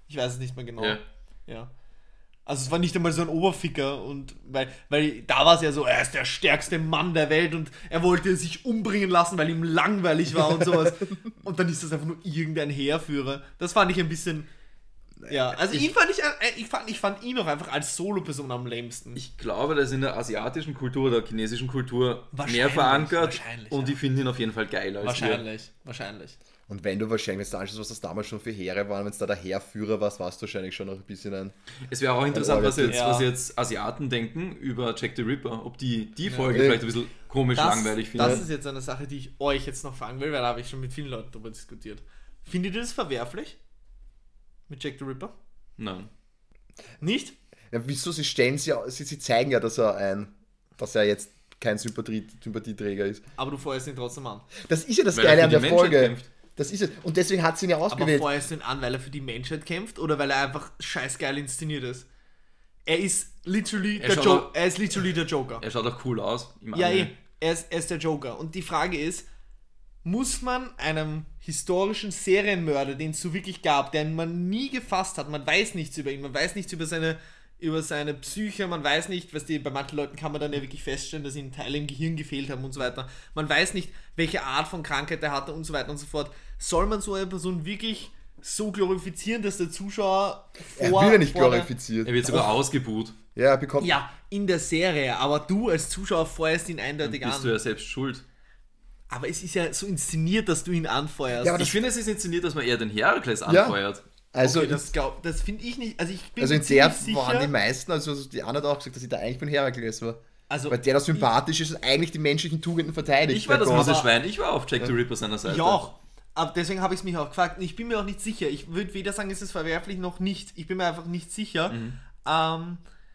Ich weiß es nicht mehr genau. Ja. Ja. Also es war nicht einmal so ein Oberficker und weil, weil da war es ja so, er ist der stärkste Mann der Welt und er wollte sich umbringen lassen, weil ihm langweilig war und sowas. Und dann ist das einfach nur irgendein Heerführer. Das fand ich ein bisschen... Ja, also Ich- ihn fand ich, äh, ich fand, ich fand ihn auch einfach als Solo-Person am lämsten. Ich glaube, das ist in der asiatischen Kultur oder chinesischen Kultur Wahrscheinlich, mehr verankert wahrscheinlich, und ja. ich finde ihn auf jeden Fall geiler als wahrscheinlich, wahrscheinlich. Und wenn du wahrscheinlich, wenn du anschaust, was das damals schon für Heere waren, wenn es da der Heerführer warst, warst du wahrscheinlich schon noch ein bisschen ein... wir. Es wäre auch interessant, was jetzt, Ja. was jetzt Asiaten denken über Jack the Ripper, ob die die Folge Ja. vielleicht ein bisschen komisch langweilig finden. das ist jetzt eine Sache, die ich euch jetzt noch fragen will, weil da habe ich schon mit vielen Leuten darüber diskutiert. Findet ihr das verwerflich? Mit Jack the Ripper? Nein. Nicht? Ja, wieso? Sie stellen es ja, sie, sie zeigen ja, dass er ein, dass er jetzt kein Sympathie, Sympathieträger ist. Aber du feuerst ihn trotzdem an. Das ist ja das Weil er Geile für an die der Menschheit Folge. kämpft. Das ist es. Und deswegen hat sie ihn ja Aber ausgewählt. feuerst du ihn an, weil er für die Menschheit kämpft oder weil er einfach scheißgeil inszeniert ist? Er ist literally, Er der, schaut jo- auch- er ist literally der Joker. Er schaut auch cool aus. Im Ja, Anime. eh. Er ist, er ist der Joker. Und die Frage ist, muss man einem historischen Serienmörder, den es so wirklich gab, den man nie gefasst hat, man weiß nichts über ihn, man weiß nichts über seine, über seine Psyche, man weiß nicht, was die, bei manchen Leuten kann man dann ja wirklich feststellen, dass ihnen Teile im Gehirn gefehlt haben und so weiter. Man weiß nicht, welche Art von Krankheit er hatte und so weiter und so fort. Soll man so eine Person wirklich so glorifizieren, dass der Zuschauer Er vor... wird ja nicht vor der- glorifiziert. Er wird sogar ausgebuht. Ja, er bekommt... Ja, in der Serie, aber du als Zuschauer feuerst ihn eindeutig Bist an. du ja selbst schuld. Aber es ist ja so inszeniert, dass du ihn anfeuerst. Ja, aber Ich finde, es ist inszeniert, dass man eher den Herakles Ja. anfeuert. Also, okay, das glaub, das finde ich nicht. Also ich bin also mir in der ziemlich waren die sicher. meisten, also die Anna hat auch gesagt, dass sie da eigentlich beim Herakles war. Also Weil der da sympathisch ist und eigentlich die menschlichen Tugenden verteidigt. Ich war Der das Gott. miese Schwein, ich war auf Jack the Ripper seiner Seite. ich auch. Aber deswegen habe ich es mich auch gefragt. Ich bin mir auch nicht sicher. Ich würde weder sagen, es ist verwerflich noch nicht. Ich bin mir einfach nicht sicher. Mhm. Ähm,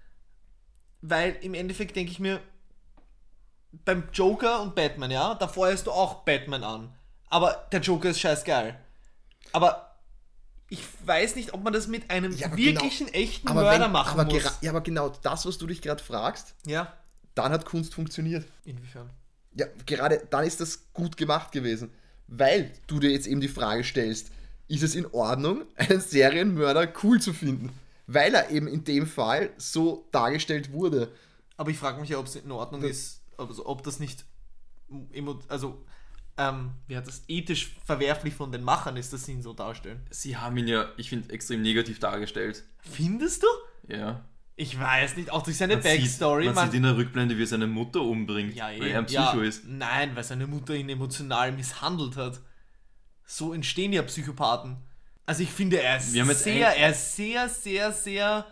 weil im Endeffekt denke ich mir, beim Joker und Batman, ja, da feuerst du auch Batman an. Aber der Joker ist scheißgeil. Aber ich weiß nicht, ob man das mit einem Ja, aber wirklichen, echten aber Mörder wenn, machen aber muss. gera- Ja, aber genau das, was du dich gerade fragst, Ja, dann hat Kunst funktioniert. inwiefern? Ja, gerade dann ist das gut gemacht gewesen. Weil du dir jetzt eben die Frage stellst, ist es in Ordnung, einen Serienmörder cool zu finden? Weil er eben in dem Fall so dargestellt wurde. Aber ich frage mich ja, ob es in Ordnung Das- ist, also, ob das nicht, emo- also, ähm, wie hat das ethisch verwerflich von den Machern ist, dass sie ihn so darstellen. Sie haben ihn ja, ich finde, extrem negativ dargestellt. Findest du? Ja. Ich weiß nicht, auch durch seine Man sieht, Backstory. man sieht in der Rückblende, wie er seine Mutter umbringt, ja, weil eh, er ein Psycho ja, ist. Nein, weil seine Mutter ihn emotional misshandelt hat. So entstehen ja Psychopathen. Also ich finde, er ist Wir haben jetzt sehr, ein- er ist sehr, sehr, sehr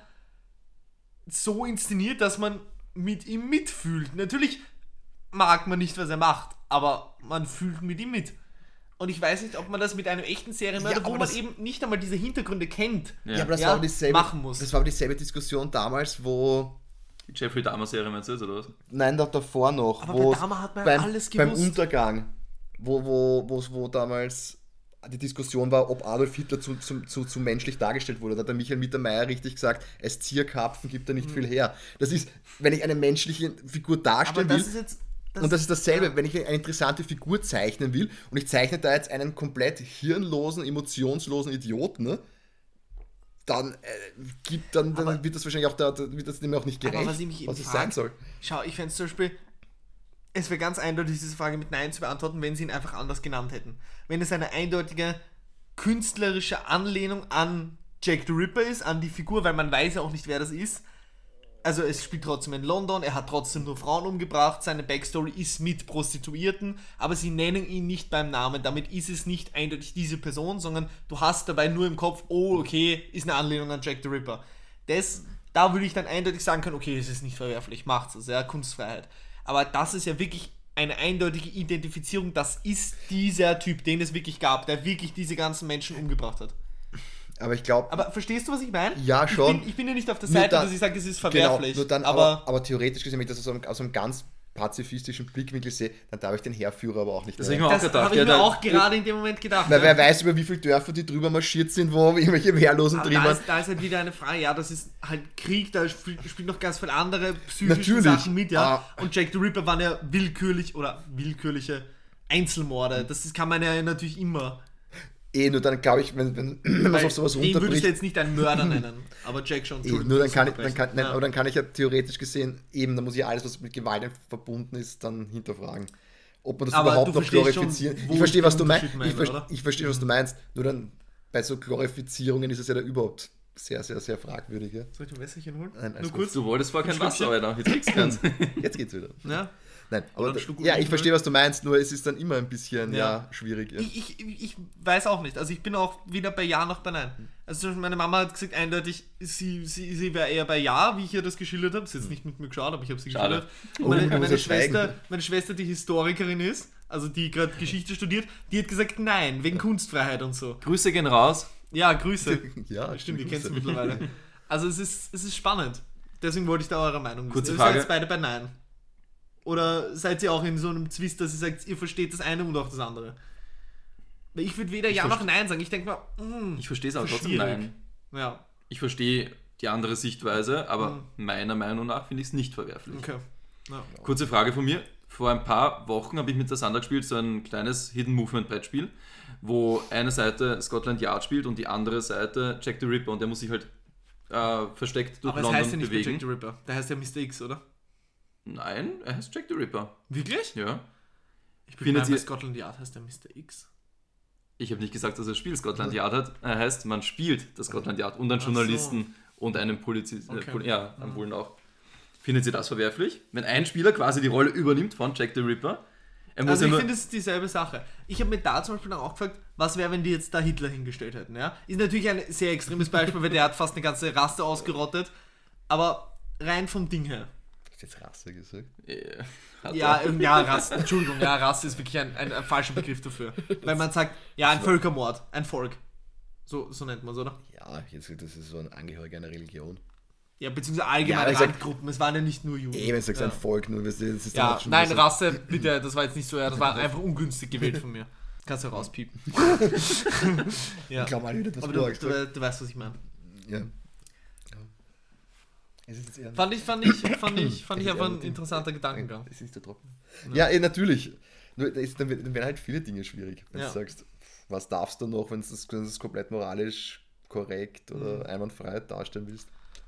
so inszeniert, dass man mit ihm mitfühlt. Natürlich mag man nicht, was er macht, aber man fühlt mit ihm mit. Und ich weiß nicht, ob man das mit einem echten Serienmörder, Ja, wo aber man das- eben nicht einmal diese Hintergründe kennt, Ja. Ja, aber das Ja, war aber dieselbe, machen muss. das war aber dieselbe Diskussion damals, wo... Die Jeffrey Dahmer-Serie meinst du jetzt, oder was? Nein, da, davor noch. Aber wo bei Dahmer hat man beim, alles beim gewusst. Untergang, wo, wo, wo, wo damals die Diskussion war, ob Adolf Hitler zu, zu, zu, zu menschlich dargestellt wurde. Da hat der Michael Mittermeier richtig gesagt, als Zierkarpfen gibt er nicht viel her. Das ist, wenn ich eine menschliche Figur Hm. aber darstellen das will, ist jetzt... und das ist dasselbe, ja. wenn ich eine interessante Figur zeichnen will und ich zeichne da jetzt einen komplett hirnlosen, emotionslosen Idioten, ne? Dann, äh, gibt, dann, dann Aber- wird das wahrscheinlich auch, da, da wird das dem auch nicht gerecht, Aber was ich mich eben was es frag- sein soll. Schau, ich fände es zum Beispiel, es wäre ganz eindeutig, diese Frage mit Nein zu beantworten, wenn sie ihn einfach anders genannt hätten. Wenn es eine eindeutige künstlerische Anlehnung an Jack the Ripper ist, an die Figur, weil man weiß ja auch nicht, wer das ist. Also es spielt trotzdem in London, er hat trotzdem nur Frauen umgebracht, seine Backstory ist mit Prostituierten, aber sie nennen ihn nicht beim Namen, damit ist es nicht eindeutig diese Person, sondern du hast dabei nur im Kopf, oh okay, ist eine Anlehnung an Jack the Ripper. Das, da würde ich dann eindeutig sagen können, okay, es ist nicht verwerflich, macht's, also ja, Kunstfreiheit. Aber das ist ja wirklich eine eindeutige Identifizierung, das ist dieser Typ, den es wirklich gab, der wirklich diese ganzen Menschen umgebracht hat. Aber ich glaube, Aber verstehst du, was ich meine? Ja, schon. Ich bin, ich bin ja nicht auf der Nur Seite, dann- dass ich sage, es ist genau, verwerflich. nur dann, aber, aber, aber theoretisch gesehen, wenn ich das aus einem, aus einem ganz pazifistischen Blickwinkel sehe, dann darf ich den Heerführer aber auch nicht Das mehr. hab ich mir auch das gedacht. habe ich ja, mir der- auch gerade in dem Moment gedacht. Weil ja. wer weiß, über wie viele Dörfer die drüber marschiert sind, wo irgendwelche Wehrlosen Aber drin da, waren. ist, da ist halt wieder eine Frage, ja, das ist halt Krieg, da spielt, spielt noch ganz viele andere psychische Natürlich. Sachen mit, ja. Ah. Und Jack the Ripper waren ja willkürlich oder willkürliche Einzelmorde. Das ist, kann man ja natürlich immer. Eh, nur dann glaube ich, wenn, wenn, wenn man es Weil auf sowas den würdest du runterbricht, jetzt nicht einen Mörder nennen, aber Jack schon. eh, nur dann kann, ich, dann, Unterbrechen. kann, nein, Ja. aber dann kann ich ja theoretisch gesehen, eben, dann muss ich alles, was mit Gewalt verbunden ist, dann hinterfragen. Ob man das Aber überhaupt du noch verstehst glorifizieren. schon, wo Ich verstehe, ich was den du meinst. Unterschied Ich, meine, ver oder? ich verstehe, was du meinst. Nur dann bei so Glorifizierungen ist es ja da überhaupt sehr, sehr, sehr fragwürdig. Ja? Soll ich ein Wässerchen holen? Nein, alles Nur gut. kurz. Du wolltest vorher kein Schlückchen? Wasser, Alter. Jetzt kriegst du keins. Jetzt geht's wieder. Ja. Nein, Oder aber ein Schluck ja, ich Olivenöl. verstehe, was du meinst, nur es ist dann immer ein bisschen, ja, Ja. schwierig. Ja. Ich, ich, ich weiß auch nicht. Also ich bin auch wieder bei Ja noch bei Nein. Also zum Beispiel meine Mama hat gesagt eindeutig, sie, sie, sie wäre eher bei Ja, wie ich ihr das geschildert habe. Sie hat jetzt nicht mit mir geschaut, aber ich habe sie Schade. geschildert. Oh, Und meine, du musst meine, ja schweigen. Schwester, meine Schwester, die Historikerin ist, also die gerade Geschichte studiert, die hat gesagt Nein, wegen Kunstfreiheit und so. Grüße gehen raus. Ja, Grüße. Ja, Stimmt, die Grüße. kennst du mittlerweile. Also es ist, es ist spannend. Deswegen wollte ich da eure Meinung wissen. Kurze Ihr Frage. seid beide bei Nein. Oder seid ihr auch in so einem Zwist, dass ihr sagt, ihr versteht das eine und auch das andere? Weil ich würde weder Ja noch Nein sagen. Ich denke mal, mm, Ich verstehe es aber trotzdem, schwierig. nein. Ja, Ich verstehe die andere Sichtweise, aber meiner Meinung nach finde ich es nicht verwerflich. okay. Ja. Kurze Frage von mir. Vor ein paar Wochen habe ich mit der Sandra gespielt, so ein kleines Hidden Movement Brettspiel, wo eine Seite Scotland Yard spielt und die andere Seite Jack the Ripper und der muss sich halt äh, versteckt durch Aber es London heißt ja nicht mehr bewegen. Jack the Ripper. Der heißt ja Mister X, oder? Nein, er heißt Jack the Ripper. Wirklich? Ja. Ich bin Findet bei ihr- Scotland Yard heißt der Mister X. Ich habe nicht gesagt, dass er das Spiel Scotland Yard hat. Er heißt, man spielt das Scotland Yard und einen Ach Journalisten und einen Polizisten. Okay. Äh, Pol ja, am Bullen auch. Findet ihr das verwerflich? Wenn ein Spieler quasi die Rolle übernimmt von Jack the Ripper, er muss Also ja ich nur... finde, es ist dieselbe Sache. Ich habe mir da zum Beispiel dann auch gefragt, was wäre, wenn die jetzt da Hitler hingestellt hätten, ja? Ist natürlich ein sehr extremes Beispiel, weil der hat fast eine ganze Rasse ausgerottet, aber rein vom Ding her. Hast du jetzt Rasse gesagt? Äh, hat Ja, er. ähm, ja, Rasse, Entschuldigung, ja, Rasse ist wirklich ein, ein, ein falscher Begriff dafür. Weil man sagt, ja, ein Völkermord, ein Volk. So, so nennt man es, oder? Ja, jetzt, das ist so ein Angehöriger einer Religion. Ja, beziehungsweise Ja, allgemeine aber ich sag- Randgruppen, es waren ja nicht nur Juden. Eh, wenn du sagst ja. ein Volk, nur das ist dann Ja, auch schon nein, so- Rasse, bitte, das war jetzt nicht so, ja, das war einfach ungünstig gewählt von mir. Kannst du rauspiepen. Ja. Ich glaube mal wieder, was Aber du du, gesagt hast. du, du weißt, was ich meine. Ja. Ja. Es ist jetzt eher Fand ich, fand ich, fand ich, fand Es ich ist einfach eher ein interessanter Gedankengang. Es ist der Trocken. Ja, eh, natürlich. Nur, da ist, dann, wird- dann werden halt viele Dinge schwierig. Wenn Ja. du sagst, was darfst du noch, wenn du das, wenn du das komplett moralisch korrekt oder Mhm. einwandfrei darstellen willst?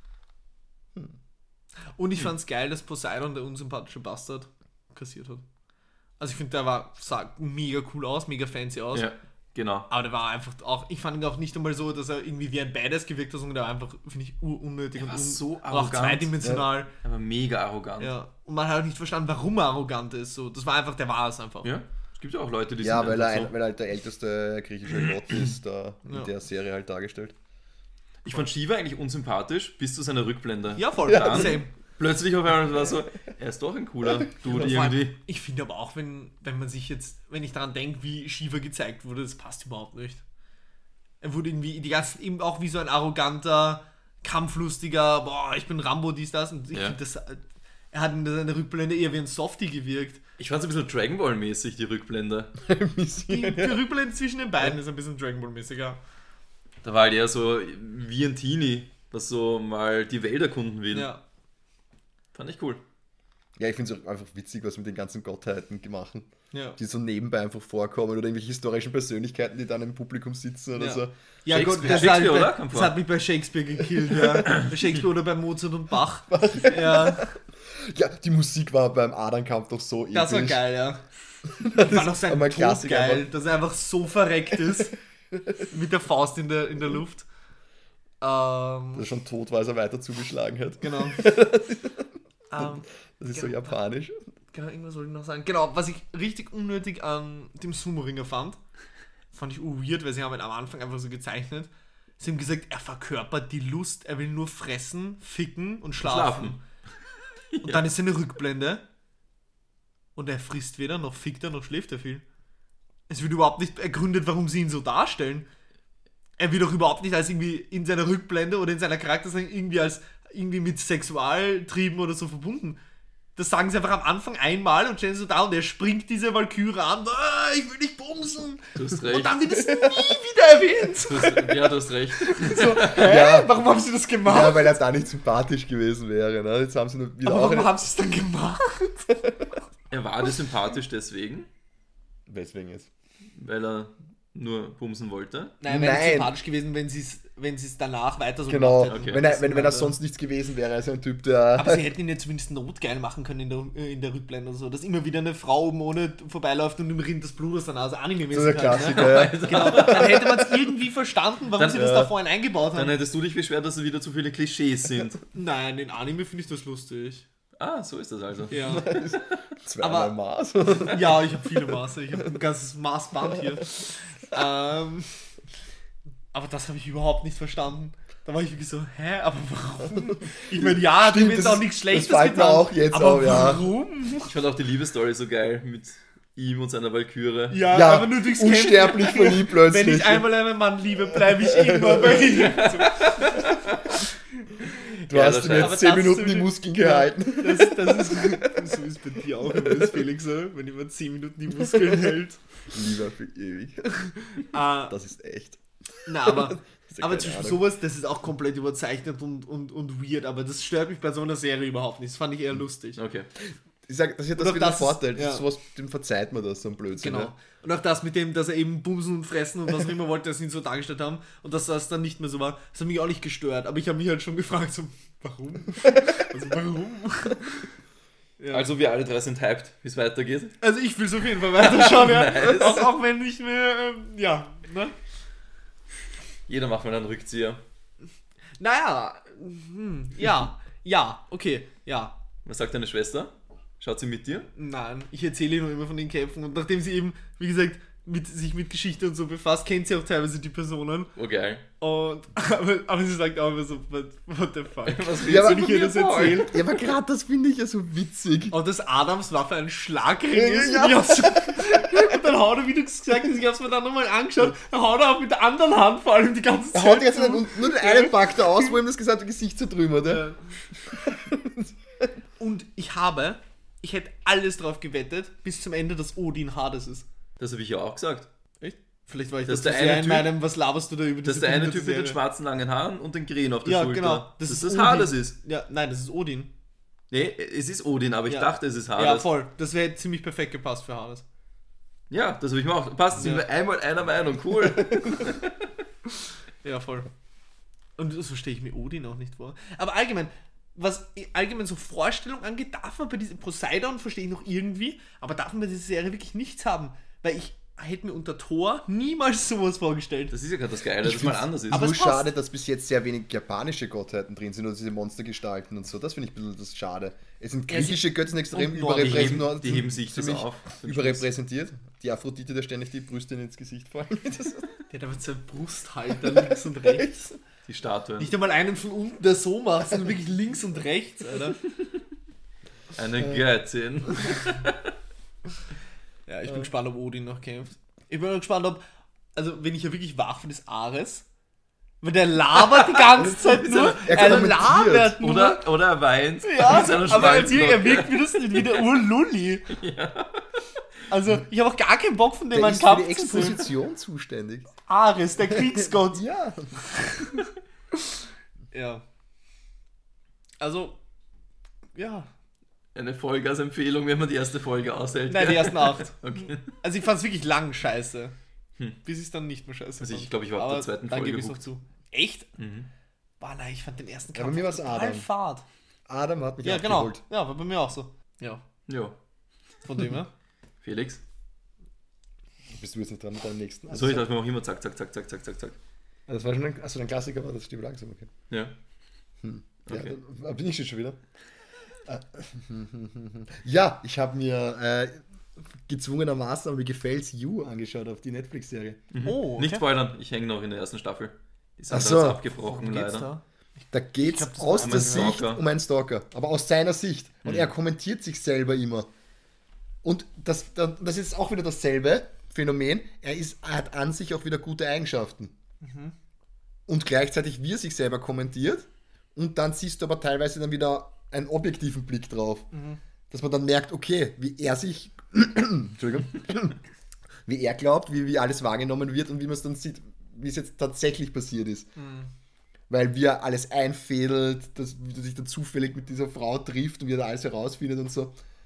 Und ich fand's geil, dass Poseidon, der unsympathische Bastard, kassiert hat. Also ich finde, der war, sah mega cool aus, mega fancy aus. Ja, genau. Aber der war einfach auch, ich fand ihn auch nicht einmal so, dass er irgendwie wie ein Badass gewirkt hat, sondern der war einfach, finde ich, urunnötig Der und war un so und auch arrogant. zweidimensional. Er war mega arrogant. Ja. Und man hat auch nicht verstanden, warum er arrogant ist. So, das war einfach, der war es einfach. Ja, es gibt ja auch Leute, die Ja, sind weil er, einfach ein, so. weil er halt der älteste griechische Gott ist, da Ja. in der Serie halt dargestellt. Ich fand Shiva eigentlich unsympathisch bis zu seiner Rückblende. Ja, voll. Dann Same. plötzlich auf einmal war so, er ist doch ein cooler Dude Und vor allem, irgendwie. ich finde aber auch, wenn, wenn man sich jetzt, wenn ich daran denke, wie Shiva gezeigt wurde, das passt überhaupt nicht. Er wurde irgendwie, die ganzen, eben auch wie so ein arroganter, kampflustiger, boah, ich bin Rambo, dies, das. Und ich Ja. finde das, er hat in seiner Rückblende eher wie ein Softie gewirkt. Ich fand es ein bisschen Dragon Ball mäßig, die Rückblende. Die, die Rückblende zwischen den beiden ist ein bisschen Dragon Ball mäßiger. Da war halt eher so wie ein Teenie, was so mal die Welt erkunden will. Ja. Fand ich cool. Ja, ich finde es auch einfach witzig, was mit den ganzen Gottheiten machen, Ja. die so nebenbei einfach vorkommen oder irgendwelche historischen Persönlichkeiten, die dann im Publikum sitzen oder Ja. so. Ja, Shakespeare- Gott, das, Shakespeare, hat mich oder? bei, Kam das vor. hat mich bei Shakespeare gekillt, ja. Bei Shakespeare oder bei Mozart und Bach. Ja, Ja, die Musik war beim Adernkampf doch so das war episch. geil, ja. Das war noch sein aber ein Tod Klassiker, geil, aber- dass er einfach so verreckt ist. Mit der Faust in der, in der Luft. Ähm, Dass er schon tot war, als er weiter zugeschlagen hat. genau. ähm, Das ist so Genau. japanisch. genau, irgendwas wollte ich noch sagen. Genau, was ich richtig unnötig an dem Sumo-Ringer fand, fand ich weird, weil sie haben ihn am Anfang einfach so gezeichnet. Sie haben gesagt, er verkörpert die Lust, er will nur fressen, ficken und schlafen. Schlafen. Und dann ist eine Rückblende und er frisst weder, noch fickt er, noch schläft er viel. Es wird überhaupt nicht ergründet, warum sie ihn so darstellen. Er wird doch überhaupt nicht als irgendwie in seiner Rückblende oder in seiner Charakterstellung irgendwie als irgendwie mit Sexualtrieben oder so verbunden. Das sagen sie einfach am Anfang einmal und stellen so da und er springt diese Valkyrie an. Ah, ich will dich bumsen. Du hast recht. Und dann wird es nie wieder erwähnt. Du hast, ja, du hast recht. So, hä? Ja. Warum haben sie das gemacht? Ja, weil er da nicht sympathisch gewesen wäre. Ne? Jetzt haben sie nur wieder Aber auch warum eine... haben sie es dann gemacht? Er war dir sympathisch deswegen, Weswegen jetzt? weil er nur bumsen wollte? Nein, wäre Nein. sympathisch gewesen, wenn sie es wenn sie's danach weiter so Genau, gemacht hätten. Okay. wenn, er, wenn, wenn er sonst nichts gewesen wäre, also ein Typ, der... Aber sie hätten ihn ja zumindest notgeil machen können in der, äh, in der Rückblende oder so, dass immer wieder eine Frau oben ohne vorbeiläuft und ihm rinnt das Blut aus der Nase. Anime-mäßig so der halt, ne? Klassiker, ja. Genau, dann hätte man es irgendwie verstanden, warum Dann- sie das ja. da vorhin eingebaut Dann haben. hättest du dich beschwert, dass es wieder zu viele Klischees sind. Nein, in Anime finde ich das lustig. Ah, so ist das also. Ja, Zweimal aber- Maß. ja ich habe viele Maße. Ich habe ein ganzes Maßband hier. ähm, aber das habe ich überhaupt nicht verstanden. Da war ich wirklich so, hä, aber warum? Ich meine, ja, Stimmt, dem jetzt das auch ist- nichts das Schlechtes fällt mir getan. auch jetzt aber auf, ja. warum? Ich fand auch die Liebesstory so geil mit ihm und seiner Valkyrie. Ja, Ja, aber nur durchs unsterblich Kämpfen. verliebt plötzlich. Wenn ich einmal einen Mann liebe, bleibe ich immer bei ihm. Du Ja, hast das ihm stimmt. jetzt Aber zehn das Minuten ist die so- Muskeln gehalten. Das, das ist, so ist bei dir auch immer das Felix so, wenn jemand zehn Minuten die Muskeln hält. Lieber für ewig. Ah, Das ist echt. na, aber, ist ja aber keine zwischen Ahnung. sowas, das ist auch komplett überzeichnet und, und, und weird, aber das stört mich bei so einer Serie überhaupt nicht. Das fand ich eher lustig. Okay. Ich sag, das ist ja das Und auch wieder ein das ist- Vorteil. Das ja. ist sowas, dem verzeiht man das, so ein Blödsinn. Genau. Ja. Und auch das mit dem, dass er eben bumsen und fressen und was auch immer wollte, dass sie ihn so dargestellt haben und dass das dann nicht mehr so war, das hat mich auch nicht gestört. Aber ich habe mich halt schon gefragt, so, warum? Also warum? Ja. Also wir alle drei sind hyped, wie es weitergeht. Also ich will es auf jeden Fall weiterschauen, ja. Nice. Auch, auch wenn ich mir, ähm, ja, ne? Jeder macht mal einen Rückzieher. Naja, hm, ja, ja, okay, ja. Was sagt deine Schwester? Schaut sie mit dir? Nein, ich erzähle ihr nur immer von den Kämpfen und nachdem sie eben, wie gesagt, mit, sich mit Geschichte und so befasst, kennt sie auch teilweise die Personen Oh geil. und, aber, aber sie sagt auch immer so, what, what the fuck. Was Ja, aber- Wenn ich ihr das erzähle. Ja, aber gerade das finde ich ja so witzig. Und dass Adams Waffe ein Schlagring Ja, ist. ja. Und, ich hab's- und dann haut er, wie du gesagt hast, ich hab's mir dann nochmal angeschaut, dann haut er auch mit der anderen Hand vor allem die ganze Er Zeit. haut jetzt zu. einen, nur den einen packt er aus, wo ihm das gesamte Gesicht zertrümmert. Ja? Ja. Und ich habe, ich hätte alles drauf gewettet, bis zum Ende, dass Odin Hades ist. Das habe ich ja auch gesagt. Echt? Vielleicht war ich Das das, ist zu der sehr eine in Typ- meinem, was laberst du da über Das ist diese der eine behinderte Typ mit den Serie? schwarzen langen Haaren und den Krähen auf der Ja, Schulter. genau. Das, ist das Odin. Hades ist. Ja, nein, das ist Odin. Nee, es ist Odin, aber ich Ja. dachte, es ist Ja, Hades. voll. Das wäre ziemlich perfekt gepasst für Hades. Ja, das habe ich mir auch. Passt, sind Ja. wir einmal einer Meinung. Cool. Ja, voll. Und so stelle ich mir Odin auch nicht vor. Aber allgemein, was allgemein so Vorstellung angeht, darf man bei diesem Poseidon, verstehe ich noch irgendwie, aber darf man bei dieser Serie wirklich nichts haben. Weil ich hätte mir unter Thor niemals sowas vorgestellt. Das ist ja gerade das Geile, dass es mal anders ist. Aber Nur es passt. schade, dass bis jetzt sehr wenig japanische Gottheiten drin sind oder diese Monstergestalten und so. Das finde ich ein bisschen das schade. Es sind Ja, sie- griechische Götzen extrem und die, überrepräsentiert. heben, die heben sich das ziemlich auf. überrepräsentiert. Die Aphrodite, der ständig die Brüste ins Gesicht fallen. Das- Der hat aber zwei Brusthalter links und rechts. Die Statuen. Nicht einmal einen von unten, der so macht, sondern wirklich links und rechts, Alter. Eine Äh. Göttin. Ja, ich bin gespannt, ob Odin noch kämpft. Ich bin auch gespannt, ob, also wenn ich ja wirklich wach bin, ist Ares. Weil der labert die ganze Zeit nur. Er Er kommentiert. labert nur. Oder, oder er weint ja, mit seiner aber er, Schmalzlocke. er wirkt wie, das, wie der Urlulli. Also, ich habe auch gar keinen Bock von dem Der einen ist für die Kampf zu sehen. Exposition zuständig. Ares, der Kriegsgott. Ja. Ja. Also, ja. Eine Folge als Empfehlung, wenn man die erste Folge aushält. Nein, die ersten acht. Okay. Also, ich fand es wirklich lang scheiße. Hm. Bis ich es dann nicht mehr scheiße Also ich fand. glaube, ich war ab Aber der zweiten dann Folge gebe ich es auch hooked. zu. Echt? Mhm. Boah, nein, ich fand den ersten Ja, Kampf bei mir war's total Adam. fad. Adam hat mich Ja, genau. abgeholt. Ja, war bei mir auch so. Ja, Ja. von dem her. Felix? Bist du jetzt nicht dran mit deinem nächsten? So, ich dachte mir auch immer zack, zack, zack, zack, zack, zack, zack. Das war schon ein, achso, ein Klassiker war das Stimme langsam, okay. Ja. Ja, Okay. dann bin ich jetzt schon wieder. Äh, ja, ich habe mir äh, gezwungenermaßen, aber mir gefällt's You angeschaut auf die Netflix-Serie. Mhm. Oh, okay. Nicht spoilern, ich hänge noch in der ersten Staffel. Die sind Ach so. jetzt abgebrochen, Worum geht's leider. da? Da geht's glaub, das aus war der ein Sicht Stalker. um einen Stalker, aber aus seiner Sicht. Und Mhm. er kommentiert sich selber immer. Und das, das ist auch wieder dasselbe Phänomen. Er, ist, er hat an sich auch wieder gute Eigenschaften. Und gleichzeitig, wie er sich selber kommentiert. Und dann siehst du aber teilweise dann wieder einen objektiven Blick drauf. Dass man dann merkt, okay, wie er sich, Entschuldigung, wie er glaubt, wie, wie alles wahrgenommen wird und wie man es dann sieht, wie es jetzt tatsächlich passiert ist. Weil wie er alles einfädelt, dass, wie er sich dann zufällig mit dieser Frau trifft und wie er da alles herausfindet und so.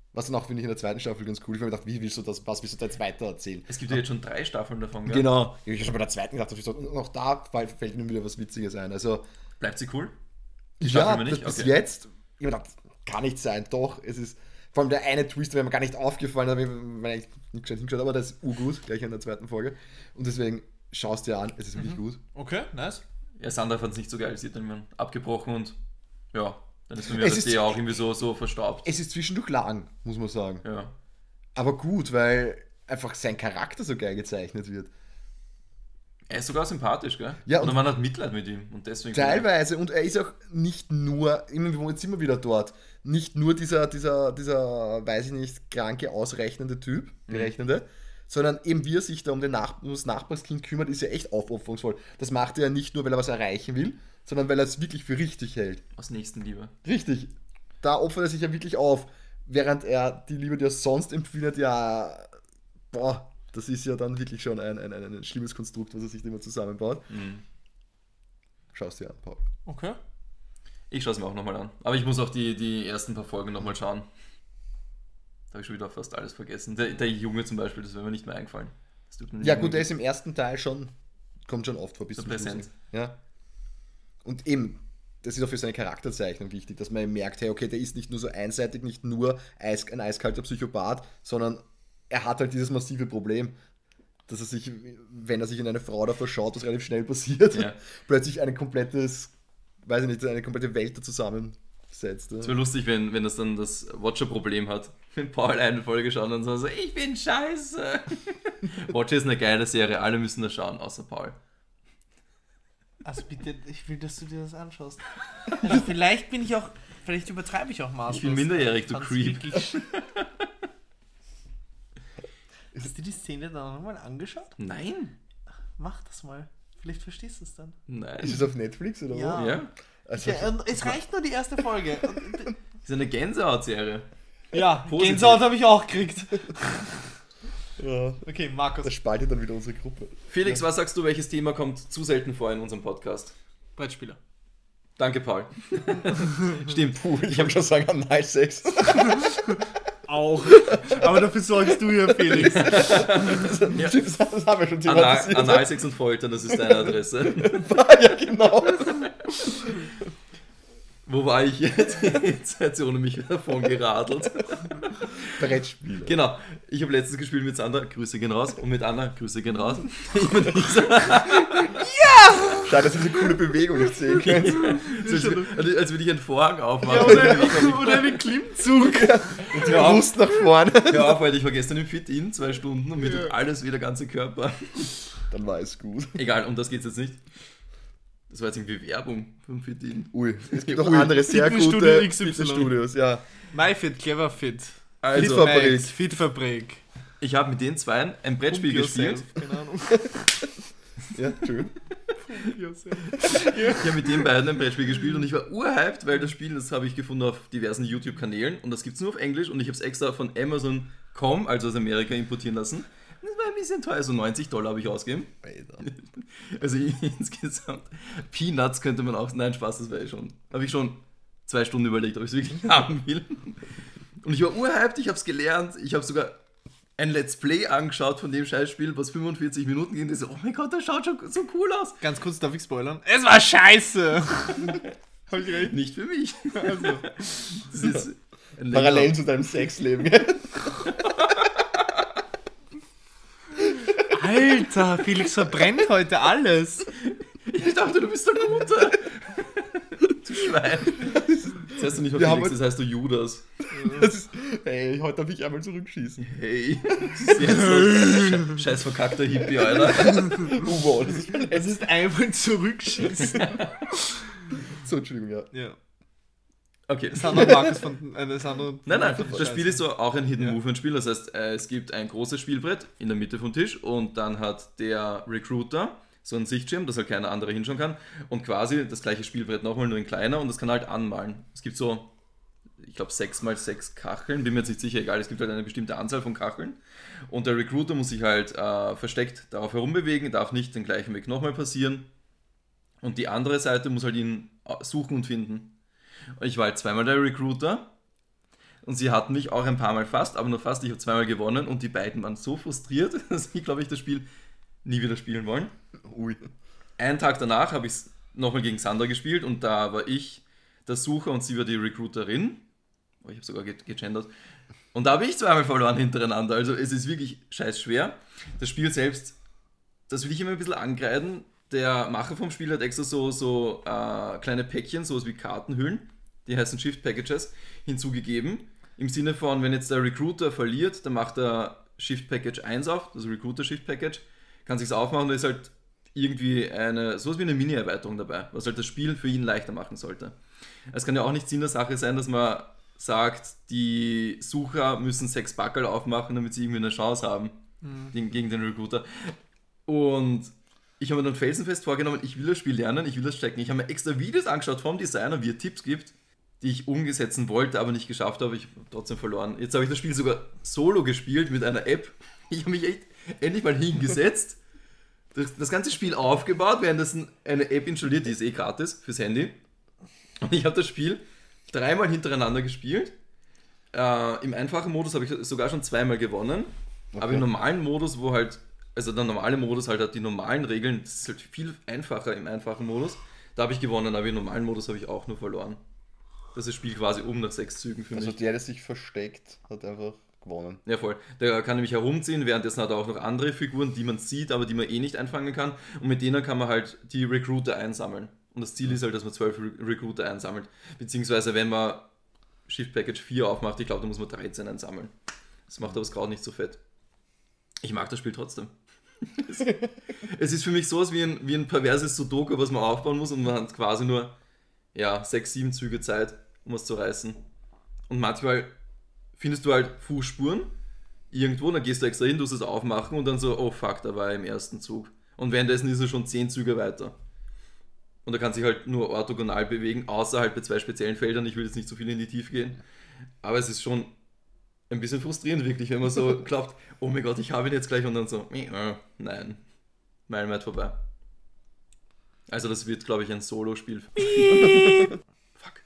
Was dann auch, finde ich, in der zweiten Staffel ganz cool. Ich habe mir gedacht, wie willst du das, was willst du da jetzt weiter erzählen? Es gibt ja jetzt schon drei Staffeln davon, gell? Genau. Ich habe schon bei der zweiten gedacht, ich so, und auch da fällt fällt mir wieder was Witziges ein. Also, Bleibt sie cool? ja, Staffel das, nicht? bis Okay. jetzt, ich habe gedacht, kann nicht sein, doch, es ist, vor allem der eine Twist, der mir gar nicht aufgefallen, da habe ich mir eigentlich nicht gescheit hingeschaut, aber das ist urgut, gleich in der zweiten Folge. Und deswegen, schaust dir an, es ist wirklich gut. Okay, nice. Ja, Sandra fand es nicht so geil, sie hat dann irgendwann abgebrochen und ja, dann ist bei mir Es das ist- D auch irgendwie so, so verstaubt. Es ist zwischendurch lang, muss man sagen. Ja. Aber gut, weil einfach sein Charakter so geil gezeichnet wird. Er ist sogar sympathisch, gell? Ja, und und- man hat Mitleid mit ihm und deswegen. Teilweise, und er ist auch nicht nur, immer, jetzt sind wir wieder dort, nicht nur dieser, dieser, dieser, weiß ich nicht, kranke, ausrechnende Typ, berechnende, sondern eben wie er sich da um, den Nach um das Nachbarskind kümmert, ist ja echt aufopferungsvoll. Das macht er ja nicht nur, weil er was erreichen will, sondern weil er es wirklich für richtig hält. Aus Nächstenliebe. Richtig. Da opfert er sich ja wirklich auf, während er die Liebe, die er sonst empfindet, ja, boah, das ist ja dann wirklich schon ein, ein, ein, ein schlimmes Konstrukt, was er sich da immer zusammenbaut. Mhm. Schau es dir an, Paul. Okay. Ich schaue es mir auch nochmal an. Aber ich muss auch die, die ersten paar Folgen nochmal schauen. Da habe ich schon wieder fast alles vergessen. Der, der Junge zum Beispiel, das wäre mir nicht mehr eingefallen. Das tut mir Ja nicht gut, der mehr ist im ersten Teil schon, kommt schon oft vor, bis So zum Schluss. präsent. Ja. Und eben, das ist auch für seine Charakterzeichnung wichtig, dass man merkt, hey, okay, der ist nicht nur so einseitig, nicht nur eis, ein eiskalter Psychopath, sondern er hat halt dieses massive Problem, dass er sich, wenn er sich in eine Frau da verschaut, was relativ schnell passiert, Ja. plötzlich ein komplettes, weiß ich nicht, eine komplette Welt da zusammensetzt. Es wäre lustig, wenn, wenn das dann das Watcher-Problem hat. Wenn Paul eine Folge schaut und so, ich bin scheiße. Watcher ist eine geile Serie, alle müssen das schauen, außer Paul. Also bitte, ich will, dass du dir das anschaust. Also vielleicht bin ich auch, vielleicht übertreibe ich auch maßlos. Ich bin minderjährig, du Fand's Creep. wirklich- Hast du die Szene dann nochmal angeschaut? Nein. Mach das mal. Vielleicht verstehst du es dann. Nein. Ist es auf Netflix oder Ja. wo? Ja. Also, Ja, und es reicht nur die erste Folge. Und- Das ist eine Gänsehaut-Serie. Ja, Positiv. Gänsehaut habe ich auch gekriegt. ja, Okay, Markus. das spaltet dann wieder unsere Gruppe. Felix, was sagst du, welches Thema kommt zu selten vor in unserem Podcast? Brettspieler. Danke, Paul. Stimmt. Puh, ich habe schon sagen, Analsex. Auch. Aber dafür sorgst du ja, Felix. Ja. Das haben wir schon Anal, thematisiert. Analsex und Foltern, das ist deine Adresse. Ja, genau. Wo war ich jetzt? Jetzt seid ihr ohne mich davon geradelt. Brettspiele. Genau, ich habe letztens gespielt mit Sandra, Grüße gehen raus, und mit Anna, Grüße gehen raus. Schade, dass ihr diese coole Bewegung nicht sehen könnt. So, als, als, als würde ich einen Vorhang aufmachen. Ja, oder, oder einen Klimmzug. Und die Hör auf. Brust nach vorne. Hör auf, weil ich war gestern im Fit-In, zwei Stunden, und mir tut alles wie der ganze Körper. Dann war es gut. Egal, um das geht es jetzt nicht. Das war jetzt irgendwie Werbung vom Fit-In. Ui, es gibt auch Ui, andere sehr Fitnessstudio gute X Y. Fitnessstudios, ja. MyFit, Clever Fit. Also, Fabrik. Max, Fit Fabrik. ich habe mit den zwei ein Brettspiel Pump gespielt. yourself, Keine Ahnung. Ja, schön. Ich habe mit den beiden ein Brettspiel gespielt und ich war urhyped, weil das Spiel, das habe ich gefunden auf diversen YouTube-Kanälen und das gibt es nur auf Englisch und ich habe es extra von Amazon Punkt com, also aus Amerika, importieren lassen. Das war ein bisschen teuer, so neunzig Dollar habe ich ausgegeben. Alter. Also insgesamt. Peanuts könnte man auch. Nein, Spaß, das wäre ich schon. Habe ich schon zwei Stunden überlegt, ob ich es wirklich haben will. Und ich war urhyped, ich habe es gelernt. Ich habe sogar ein Let's Play angeschaut von dem Scheißspiel, was fünfundvierzig Minuten ging. Ich so, oh mein Gott, das schaut schon so cool aus. Ganz kurz, darf ich spoilern? Es war scheiße! Hab ich recht? Nicht für mich. Also. Das ist ein Parallel länger- zu deinem Sexleben, gell? Alter, Felix verbrennt heute alles. Ich dachte, du bist eine Mutter. Du Schwein. Das heißt du nicht Wir mehr haben Felix, das heißt du Judas. Das ist, ey, heute darf ich einmal zurückschießen. Hey. Das ist jetzt so Sche- scheiß verkackter Hippie, Alter. Oh wow, das ist Es ist einfach zurückschießen. so, Entschuldigung, ja. Ja. Okay. Sandra Markus von äh, Sandra. Nein, nein, von das Spiel ist so auch ein Hidden Ja. Movement Spiel. Das heißt, äh, es gibt ein großes Spielbrett in der Mitte vom Tisch und dann hat der Recruiter so einen Sichtschirm, dass halt keiner andere hinschauen kann und quasi das gleiche Spielbrett nochmal nur in kleiner und das kann halt anmalen. Es gibt so, ich glaube, sechs mal sechs Kacheln, bin mir jetzt nicht sicher, egal, es gibt halt eine bestimmte Anzahl von Kacheln und der Recruiter muss sich halt äh, versteckt darauf herumbewegen, darf nicht den gleichen Weg nochmal passieren und die andere Seite muss halt ihn äh, suchen und finden. Und ich war halt zweimal der Recruiter. Und sie hatten mich auch ein paar Mal fast, aber nur fast. Ich habe zweimal gewonnen und die beiden waren so frustriert, dass ich, glaube ich, das Spiel nie wieder spielen wollen. Ui. Einen Tag danach habe ich es nochmal gegen Sandra gespielt und da war ich der Sucher und sie war die Recruiterin. Oh, ich habe sogar ge- gegendert. Und da habe ich zweimal verloren hintereinander. Also es ist wirklich scheiß schwer. Das Spiel selbst, das will ich immer ein bisschen angreifen. Der Macher vom Spiel hat extra so, so äh, kleine Päckchen, sowas wie Kartenhüllen, die heißen Shift Packages, hinzugegeben. Im Sinne von, wenn jetzt der Recruiter verliert, dann macht er Shift Package eins auf, das Recruiter Shift Package, kann sich's aufmachen, da ist halt irgendwie eine, sowas wie eine Mini-Erweiterung dabei, was halt das Spiel für ihn leichter machen sollte. Es kann ja auch nicht Sinn der Sache sein, dass man sagt, die Sucher müssen sechs Packerl aufmachen, damit sie irgendwie eine Chance haben mhm. gegen den Recruiter. Und ich habe mir dann felsenfest vorgenommen, ich will das Spiel lernen, ich will das checken. Ich habe mir extra Videos angeschaut vom Designer, wie er Tipps gibt, die ich umgesetzen wollte, aber nicht geschafft habe. Ich habe trotzdem verloren. Jetzt habe ich das Spiel sogar solo gespielt mit einer App. Ich habe mich echt endlich mal hingesetzt, das, das ganze Spiel aufgebaut, währenddessen eine App installiert, die ist eh gratis fürs Handy. Und ich habe das Spiel dreimal hintereinander gespielt. Äh, Im einfachen Modus habe ich sogar schon zweimal gewonnen. Okay. Aber im normalen Modus, wo halt, also der normale Modus halt hat die normalen Regeln, das ist halt viel einfacher im einfachen Modus. Da habe ich gewonnen, aber im normalen Modus habe ich auch nur verloren. Das ist das Spiel quasi um nach sechs Zügen für mich. Also der, der sich versteckt, hat einfach gewonnen. Ja, voll. Der kann nämlich herumziehen, währenddessen hat er auch noch andere Figuren, die man sieht, aber die man eh nicht einfangen kann. Und mit denen kann man halt die Recruiter einsammeln. Und das Ziel ist halt, dass man zwölf Re- Recruiter einsammelt. Beziehungsweise wenn man Shift Package vier aufmacht, ich glaube, da muss man dreizehn einsammeln. Das macht aber das Kraut nicht so fett. Ich mag das Spiel trotzdem. Es ist für mich sowas wie ein, wie ein perverses Sudoku, was man aufbauen muss und man hat quasi nur ja, sechs, sieben Züge Zeit, um es zu reißen. Und manchmal findest du halt Fußspuren irgendwo, dann gehst du extra hin, du musst es aufmachen und dann so, oh fuck, da war er im ersten Zug. Und währenddessen ist er schon zehn Züge weiter. Und er kann sich halt nur orthogonal bewegen, außer halt bei zwei speziellen Feldern. Ich will jetzt nicht so viel in die Tiefe gehen. Aber es ist schon ein bisschen frustrierend wirklich, wenn man so glaubt, oh mein Gott, ich habe ihn jetzt gleich und dann so, äh, nein, meilenweit vorbei. Also das wird, glaube ich, ein Solo-Spiel. Fuck.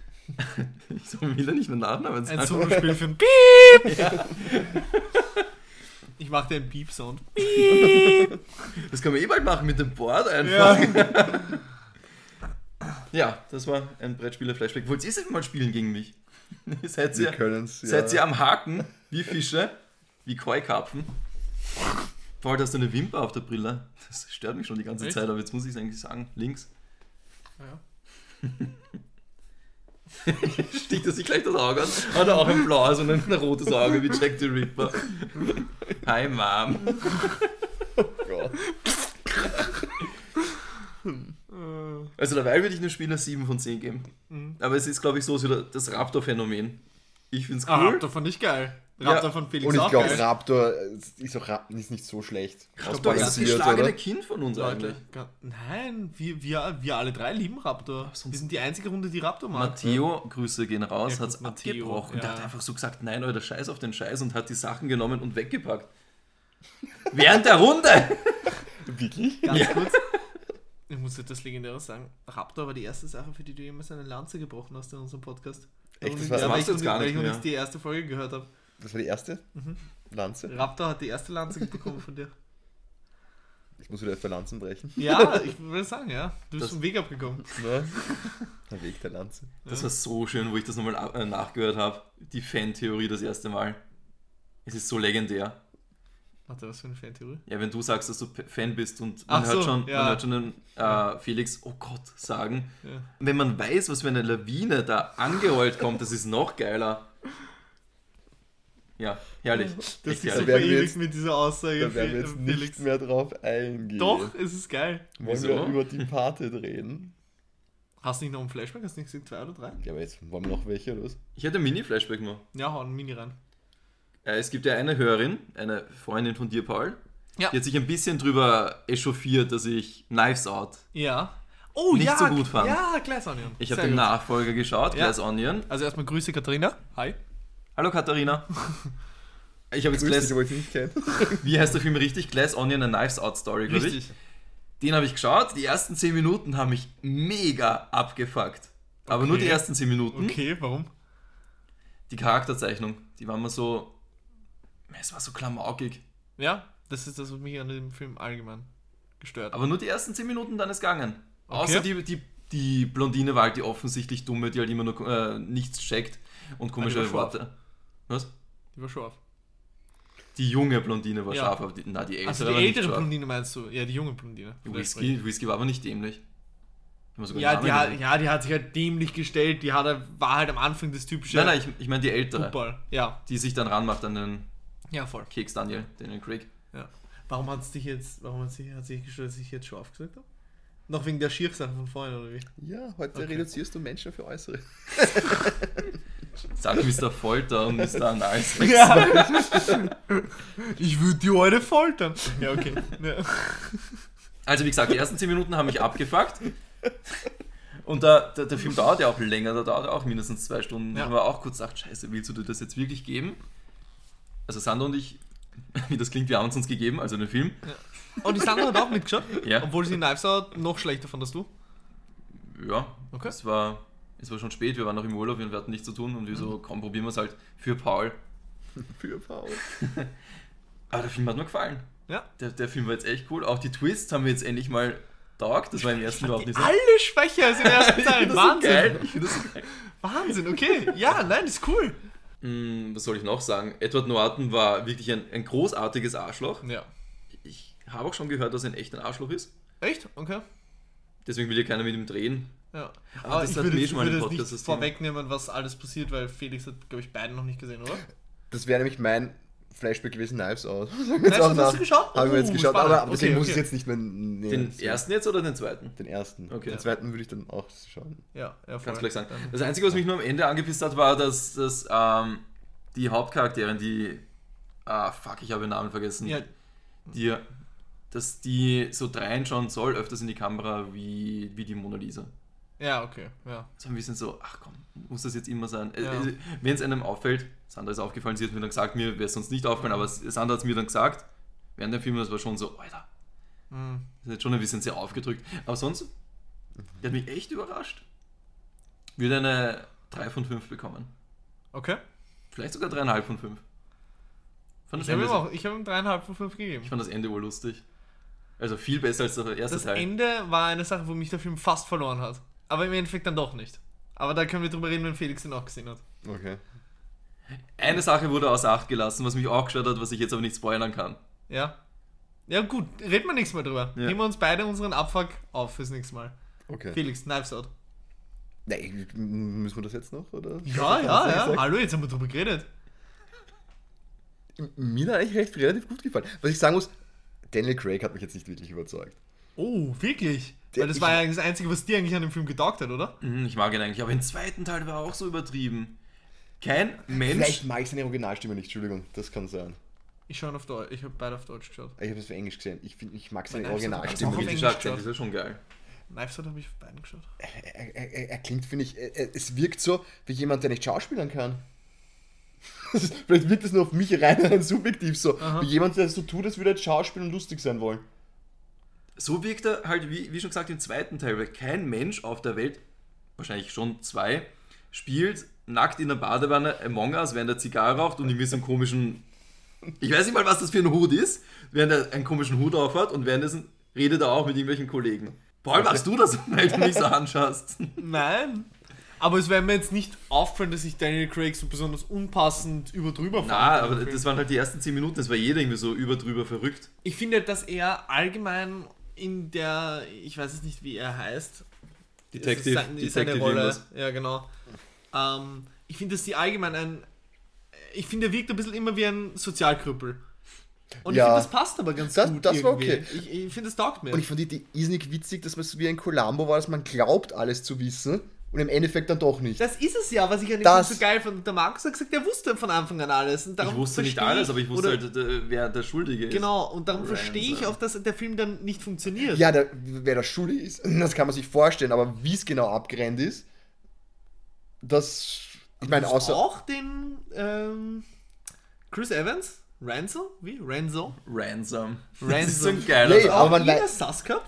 Ich soll wieder nicht mehr Nachnamen sagen. Ein Solo-Spiel für ein Piep! Ja. Ich mache dir einen Piep-Sound. Piep! Das kann man eh bald machen mit dem Board einfach. Ja, ja, das war ein Brettspieler-Flashback. Wollt ihr es mal spielen gegen mich? seid ihr, können's, ja. seid ihr am Haken, wie Fische, wie Koi-Karpfen? Paul, hast du eine Wimper auf der Brille? Das stört mich schon die ganze Echt? Zeit, aber jetzt muss ich es eigentlich sagen. Links. Ja. Sticht er sich gleich das Auge an? Hat er auch ein blaues und ein rotes Auge wie Jack the Ripper. Hi, Mom. Oh Gott. Also dabei würde ich einem Spieler sieben von zehn geben. Mhm. Aber es ist, glaube ich, so so das Raptor-Phänomen. Ich finde es cool. Ah, Raptor fand ich geil. Raptor Ja. von Felix Und ich auch glaube, geil. Raptor ist, auch, Ra- ist nicht so schlecht. Raptor ist das Balanciert, geschlagene oder? Kind von uns Leute, eigentlich. ga- nein, wir, wir, wir alle drei lieben Raptor. sonst- Wir sind die einzige Runde, die Raptor mag. Matteo, Grüße gehen raus, Ja, hat es gut, Matteo, abgebrochen. ja. Der hat einfach so gesagt, nein, Alter, scheiß auf den Scheiß und hat die Sachen genommen und weggepackt. Während der Runde! Wirklich? Ganz Ja. kurz. Ich muss jetzt das Legendäre sagen. Raptor war die erste Sache, für die du jemals eine Lanze gebrochen hast in unserem Podcast. Echt, das Ja, war- das weil machst ich du jetzt noch- gar weil nicht ich noch mehr. nicht die erste Folge gehört habe. Das war die erste Mhm. Lanze. Raptor hat die erste Lanze bekommen von dir. Ich muss wieder für Lanzen brechen. Ja, ich würde sagen, ja. Du bist Das- vom Weg abgekommen. Ne? Der Weg der Lanze. Das war so schön, wo ich das nochmal äh, nachgehört habe. Die Fan-Theorie das erste Mal. Es ist so legendär. Warte, was für eine Fantheorie? Ja, wenn du sagst, dass du P- Fan bist und Ach man hört so, schon, ja. man hört schon den äh, Felix, oh Gott, sagen. Ja. Wenn man weiß, was für eine Lawine da angerollt kommt, das ist noch geiler. Ja, herrlich. Das Echt ist Da so herrlich. werden wir verewigt jetzt- mit dieser Aussage, Da werden wir jetzt Felix. nicht mehr drauf eingehen. Doch, es ist geil. Wollen Wieso? wir über die Party reden? Hast du nicht noch einen Flashback? Hast du nicht gesagt zwei oder drei? Ja, aber jetzt wollen wir noch welche, oder was? Ich hätte ein Mini-Flashback noch. Ja, hau einen Mini rein. Äh, es gibt ja eine Hörerin, eine Freundin von dir, Paul, Ja. die hat sich ein bisschen drüber echauffiert, dass ich Knives Out Ja. Oh, nicht ja, so gut fand. Ja, Glass Onion. Ich habe Sehr den gut. Nachfolger geschaut, Ja. Glass Onion. Also erstmal Grüße, Katharina. Hi. Hallo Katharina. Ich habe jetzt Grüß dich, Glass, aber ich nicht kennen. wie heißt der Film richtig? Glass Onion, a Knives Out Story, glaube ich. Richtig. Den habe ich geschaut. Die ersten zehn Minuten haben mich mega abgefuckt. Aber nur Okay. die ersten zehn Minuten. Okay, warum? Die Charakterzeichnung, die war mir so, es war so klamaukig. Ja, das ist das, was mich an dem Film allgemein gestört hat. Aber nur die ersten zehn Minuten, dann ist gegangen. Okay. Außer die, die, die Blondine war halt die offensichtlich Dumme, die halt immer nur äh, nichts checkt und komische Ah, die war Worte. Was? Die war scharf. Die junge Blondine war Ja. scharf, aber die, na, die ältere Also die war nicht ältere scharf. Blondine meinst du? Ja, die junge Blondine. Whisky, Whisky war aber nicht dämlich. Haben wir sogar Ja den die, Namen hat, gesehen. ja, die hat sich halt dämlich gestellt. Die hat, halt- war halt am Anfang das typische Nein, nein, ich, ich meine die ältere, Football. Ja, die sich dann ranmacht an den ja, voll. Keks Daniel, Daniel Craig. Ja. Warum hat es dich jetzt, warum hat sich, hat sich gestört, dass ich jetzt scharf gesagt habe? Noch wegen der Schirchsache von vorhin, oder wie? Ja, heute Okay. reduzierst du Menschen für Äußere. Sagt Mister Folter und Mister Analsex. Ja. Ich würde die heute foltern. Ja, okay. Ja. Also wie gesagt, die ersten zehn Minuten haben mich abgefuckt. Und der, der, der Film dauert ja auch länger, da dauert er auch mindestens zwei Stunden. Ja. Ich habe auch kurz gedacht, scheiße, willst du dir das jetzt wirklich geben? Also Sandra und ich, wie das klingt, wir haben es uns gegeben, also den Film. Und die Sandra hat auch mitgeschaut, Ja. obwohl sie Knives Out noch schlechter fandest du. Ja, Okay. es, war, es war schon spät, wir waren noch im Urlaub und wir hatten nichts zu tun und wir so, komm, probieren wir es halt für Paul. Für Paul. Aber der Film hat mir gefallen. Ja. Der, der Film war jetzt echt cool. Auch die Twists haben wir jetzt endlich mal taugt. Das war im ersten überhaupt Die nicht so. alle schwächer als im ersten Ich Teil. finde das so Wahnsinn. geil. Ich finde das so geil. Wahnsinn, okay. Ja, nein, ist cool. Hm, was soll ich noch sagen? Edward Norton war wirklich ein, ein großartiges Arschloch. Ja. Ich habe auch schon gehört, dass er ein echt ein Arschloch ist. Echt? Okay. Deswegen will ja keiner mit ihm drehen. Ja. Aber Aber das ich hatten würde, wir eh ich schon mal im würde jetzt Podcast, nicht das Thema. vorwegnehmen, was alles passiert, weil Felix hat, glaube ich, beide noch nicht gesehen, oder? Das wäre nämlich mein Flashback gewesen, Knives Out. Knives Out hast du geschaut? Haben wir jetzt Oh, geschaut, spannend. aber deswegen Okay, muss ich okay. jetzt nicht mehr... Nee, Den das- ersten jetzt oder den zweiten? Den ersten. Okay. Den zweiten würde ich dann auch schauen. Ja, ja, voll. Kannst du gleich sagen. Dann- Das Einzige, was mich nur am Ende angepisst hat, war, dass, dass ähm, die Hauptcharakterin, die... Ah, fuck, ich habe den Namen vergessen. Ja, Die, dass die so reinschauen soll, öfters in die Kamera wie, wie die Mona Lisa. ja, okay, ja. So ein bisschen so, ach komm, muss das jetzt immer sein? Äh, Ja. äh, Wenn es einem auffällt, Sandra ist aufgefallen, sie hat mir dann gesagt, mir wäre es sonst nicht aufgefallen, aber Sandra hat es mir dann gesagt, während dem Film, das war schon so, Alter, Hm. das ist schon ein bisschen sehr aufgedrückt. Aber sonst, der hat mich echt überrascht. Würde eine drei von fünf bekommen. Okay. Vielleicht sogar drei Komma fünf von fünf. Fand Ich das habe Ende, ihm auch, ich habe ihm dreieinhalb von fünf gegeben. ich fand das Ende urlustig. Also viel besser als der erste Das Teil. Ende war eine Sache, wo mich der Film fast verloren hat. Aber im Endeffekt dann doch nicht. Aber da können wir drüber reden, wenn Felix ihn auch gesehen hat. Okay. Eine Sache wurde außer Acht gelassen, was mich auch gestört hat, was ich jetzt aber nicht spoilern kann. Ja? Ja gut, reden wir nichts mehr drüber. Ja. Nehmen wir uns beide unseren Abfuck auf fürs nächste Mal. Okay. Felix, Knives Out. Nee, müssen wir das jetzt noch, oder? Ja, ja, ja. Gesagt? Hallo, jetzt haben wir drüber geredet. Mir hat eigentlich recht relativ gut gefallen. Was ich sagen muss, Daniel Craig hat mich jetzt nicht wirklich überzeugt. Oh, wirklich? Der- Weil das ich- war ja das Einzige, was dir eigentlich an dem Film getaugt hat, oder? Mhm, Ich mag ihn eigentlich, aber im zweiten Teil war er auch so übertrieben. Kein Mensch. Vielleicht mag ich seine Originalstimme nicht, Entschuldigung, das kann sein. Ich schaue auf Deutsch. Ich habe beide auf Deutsch geschaut. Ich habe das für Englisch gesehen. Ich, find, ich mag seine Nein, ich hab's Originalstimme auch auf nicht. Englisch Englisch geschaut. das ist ja schon geil. Knives Out habe ich auf beiden geschaut. Er, er, er, er klingt, finde ich, er, es wirkt so wie jemand, der nicht schauspielern kann. Das ist, vielleicht wirkt es nur auf mich rein, rein subjektiv so. Aha. Wie jemand, der so tut, als würde er jetzt schauspielen und lustig sein wollen. So wirkt er halt, wie, wie schon gesagt, im zweiten Teil, weil kein Mensch auf der Welt, wahrscheinlich schon zwei, spielt nackt in der Badewanne Among Us, während er Zigarre raucht und ihm ist einen komischen, ich weiß nicht mal, was das für ein Hut ist, während er einen komischen Hut aufhat und währenddessen redet er auch mit irgendwelchen Kollegen. Paul, machst du das, weil du mich so anschaust? Nein. Aber es wäre mir jetzt nicht aufgefallen, dass ich Daniel Craig so besonders unpassend überdrüber fand. Na, aber das waren halt die ersten zehn Minuten, das war jeder irgendwie so überdrüber verrückt. Ich finde, dass er allgemein in der, ich weiß es nicht, wie er heißt. Detective, Das ist seine, Detective seine Rolle. irgendwas. Ja, genau. Ähm, ich finde, dass sie allgemein ein, ich finde, er wirkt ein bisschen immer wie ein Sozialkrüppel. Und Ja. ich finde, das passt aber ganz Das- gut das war irgendwie. okay. Ich, ich finde, das taugt mir. Und ich fand die Idee irrsinnig witzig, dass man so wie ein Columbo war, dass man glaubt, alles zu wissen und im Endeffekt dann doch nicht. Das ist es ja, was ich an dem Das- Film so geil fand. Und der Markus hat gesagt, der wusste von Anfang an alles. Und darum Ich wusste nicht verstehe alles, ich- aber ich wusste oder- halt, äh, wer der Schuldige ist. Genau, und darum Ryan verstehe ich Sam. auch, dass der Film dann nicht funktioniert. Ja, der, wer der schuldig ist, das kann man sich vorstellen, aber wie es genau abgerennt ist, das, ich meine, Du hast außer... auch den ähm, Chris Evans? Renzo? Wie? Renzo? Ransom. Ransom. Das ist so ein geiler Nee, Name. aber Auch man jeder weiß- Sass gehabt?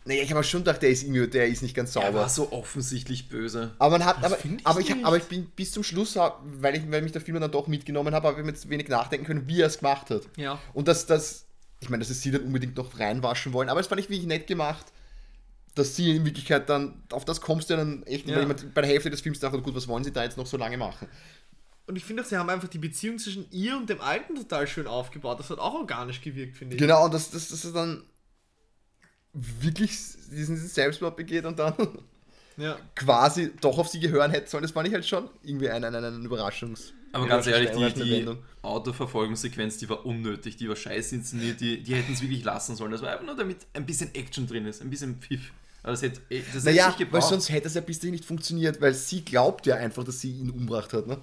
Naja, ich habe schon gedacht, der ist irgendwie, der ist nicht ganz Er sauber. war so offensichtlich böse. Aber man hat, aber, find ich aber, ich, nicht. aber ich bin bis zum Schluss, weil ich, weil mich der Film dann doch mitgenommen habe, habe ich mir jetzt wenig nachdenken können, wie er es gemacht hat. Ja. Und dass das, ich meine, dass es sie dann unbedingt noch reinwaschen wollen, aber es fand ich wirklich nett gemacht, dass sie in Wirklichkeit dann, auf das kommst du dann echt, Ja. weil jemand bei der Hälfte des Films dachte, gut, was wollen sie da jetzt noch so lange machen? Und ich finde auch, sie haben einfach die Beziehung zwischen ihr und dem Alten total schön aufgebaut. Das hat auch organisch gewirkt, finde ich. Genau, und dass das, das dann wirklich diesen Selbstmord begeht und dann Ja. quasi doch auf sie gehören hätte sollen, das fand ich halt schon irgendwie ein, ein, ein, ein Überraschungs... Aber ganz ehrlich, die, überraschende die Wendung. Autoverfolgungssequenz, die war unnötig, die war scheiße inszeniert, die, die hätten es wirklich lassen sollen. Das war einfach nur, damit ein bisschen Action drin ist, ein bisschen Pfiff. Aber das hätte, das hätte Naja, nicht weil gebraucht. sonst hätte es ja bis dahin nicht funktioniert, weil sie glaubt ja einfach, dass sie ihn umgebracht hat, ne?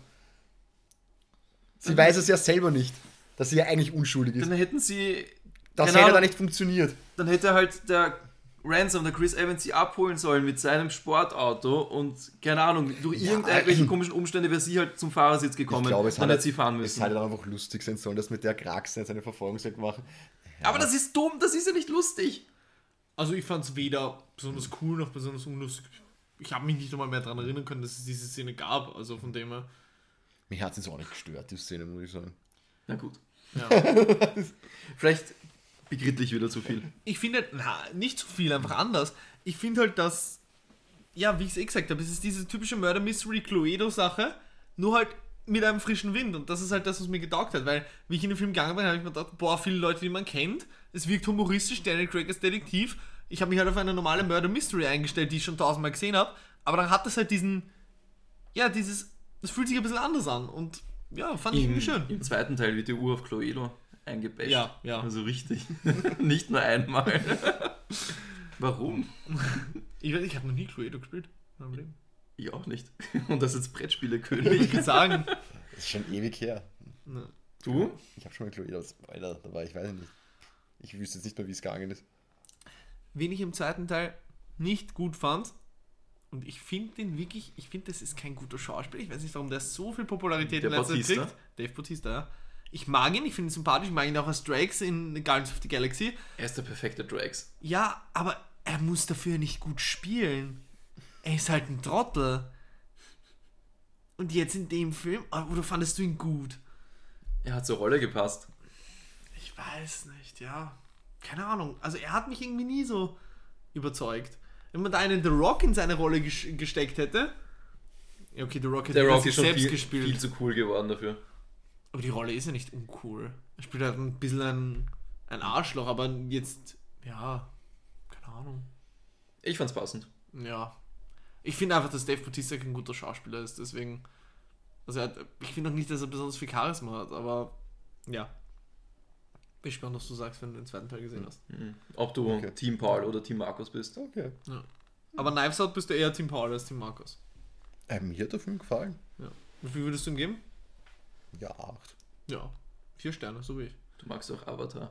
Sie weiß es ja selber nicht, dass sie ja eigentlich unschuldig ist. Dann hätten sie... Das keine hätte Ahnung, da nicht funktioniert. Dann hätte halt der Ransom, der Chris Evans, sie abholen sollen mit seinem Sportauto und, keine Ahnung, durch Ja, irgendwelche äh, komischen Umstände wäre sie halt zum Fahrersitz gekommen. Ich glaube, es dann hat hätte sie fahren Es müssen. hätte dann einfach lustig sein sollen, dass mit der Kraxe jetzt eine Verfolgungsjagd machen. Aber das ist dumm, das ist ja nicht lustig. Also ich fand es weder besonders cool noch besonders unlustig. Ich habe mich nicht einmal mehr daran erinnern können, dass es diese Szene gab. Also von dem her. Mich hat es jetzt auch nicht gestört, die Szene, muss ich sagen. Na gut. Ja. Vielleicht begrittlich ich wieder zu viel. Ich finde, na, nicht zu viel, einfach anders. Ich finde halt, dass, ja, wie ich es eh gesagt habe, es ist diese typische Murder-Mystery-Cluedo-Sache, nur halt mit einem frischen Wind. Und das ist halt das, was mir getaugt hat, weil, wie ich in den Film gegangen bin, habe ich mir gedacht, boah, viele Leute, die man kennt, es wirkt humoristisch, Daniel Craig als Detektiv. Ich habe mich halt auf eine normale Murder-Mystery eingestellt, die ich schon tausendmal gesehen habe, aber dann hat es halt diesen, ja, dieses, das fühlt sich ein bisschen anders an und, ja, fand ich Im, irgendwie schön. Im zweiten Teil wird die Uhr auf Cluedo eingebasht. Ja, ja. Also richtig. Nicht nur einmal. Warum? Ich, weiß, ich habe noch nie Cluedo gespielt in meinem Leben. Ich auch nicht. Und das ist jetzt Will Brettspiele-König. ich sagen. Das ist schon ewig her. Ne. Du? Ich habe schon mal Chloe aus Alter, da war ich, weiß nicht. Ich wüsste jetzt nicht mehr, wie es gegangen ist. Wen ich im zweiten Teil nicht gut fand, und ich finde den wirklich, ich finde, das ist kein guter Schauspieler. Ich weiß nicht, warum der so viel Popularität Der in letzter Zeit Bautista? kriegt. Dave Bautista, ja. Ich mag ihn, ich finde ihn sympathisch, ich mag ihn auch als Drakes in Guardians of the Galaxy. Er ist der perfekte Drax. Ja, aber er muss dafür nicht gut spielen. Er ist halt ein Trottel. Und jetzt in dem Film, oder fandest du ihn gut? Er hat zur Rolle gepasst. Ich weiß nicht, ja. Keine Ahnung. Also er hat mich irgendwie nie so überzeugt. Wenn man da einen The Rock in seine Rolle ges- gesteckt hätte. Ja, okay, The Rock hätte Der Rock sich ist schon selbst viel, gespielt. viel zu cool geworden dafür. Aber die Rolle ist ja nicht uncool. Er spielt halt ein bisschen ein, ein Arschloch, aber jetzt, ja, keine Ahnung. Ich fand's passend. Ja. Ich finde einfach, dass Dave Bautista kein guter Schauspieler ist, deswegen. Also er hat, ich finde auch nicht, dass er besonders viel Charisma hat, aber ja. Bin gespannt, was du sagst, wenn du den zweiten Teil gesehen hast. Mhm. Ob du Okay. Team Paul oder Team Markus bist. Okay. Ja. Aber Knives Out bist du eher Team Paul als Team Markus. Äh, mir hat der Film gefallen. Ja. Wie viel würdest du ihm geben? Ja, acht. Ja. Vier Sterne, so wie ich. Du magst auch Avatar.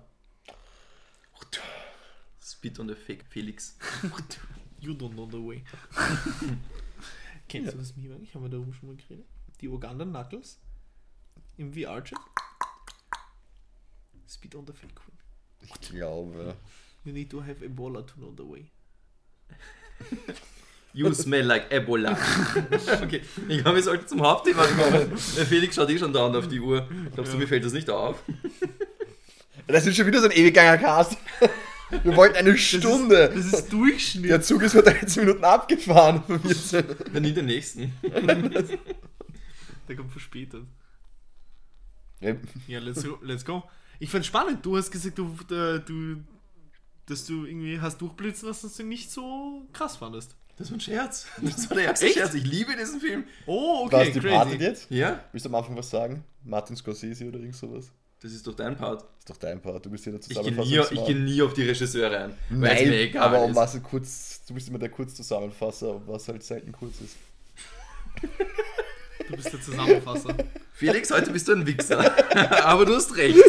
Spit on the Fake Felix. You don't know the way. Kennst du das Meme eigentlich? Haben wir da oben schon mal geredet? Die Ugandan Knuckles im V R-Chat. Speed on the fake one. Ich glaube. You need to have Ebola to know the way. You smell like Ebola. Okay, ich glaube, wir sollten zum Hauptthema kommen. Der Felix schaut eh schon dauernd auf die Uhr. Glaubst du, mir fällt das nicht auf? Das ist schon wieder so ein ewiger Cast. Wir wollten eine Stunde. Das ist Durchschnitt. Der Zug ist vor dreizehn Minuten abgefahren. Dann nie den nächsten. Der kommt verspätet. Ja, Ja, let's go. Let's go. Ich fand spannend. Du hast gesagt, du, äh, du, dass du irgendwie hast durchblitzen lassen, dass du ihn nicht so krass fandest. Das war ein Scherz. Das war der erste Echt? Scherz. Ich liebe diesen Film. Oh, okay, was, die Party crazy. jetzt? Ja? Willst du am Anfang was sagen? Martin Scorsese oder irgend sowas? Das ist doch dein Part. Ist doch dein Part. Du bist ja der Ich gehe nie, ich Zusammenfassungsmann. geh nie auf die Regisseure ein. Weil es Nein, mir egal aber um ist. was du kurz, du bist immer der Kurzzusammenfasser, was halt selten kurz ist. Du bist der Zusammenfasser. Felix, heute bist du ein Wichser. Aber du hast recht.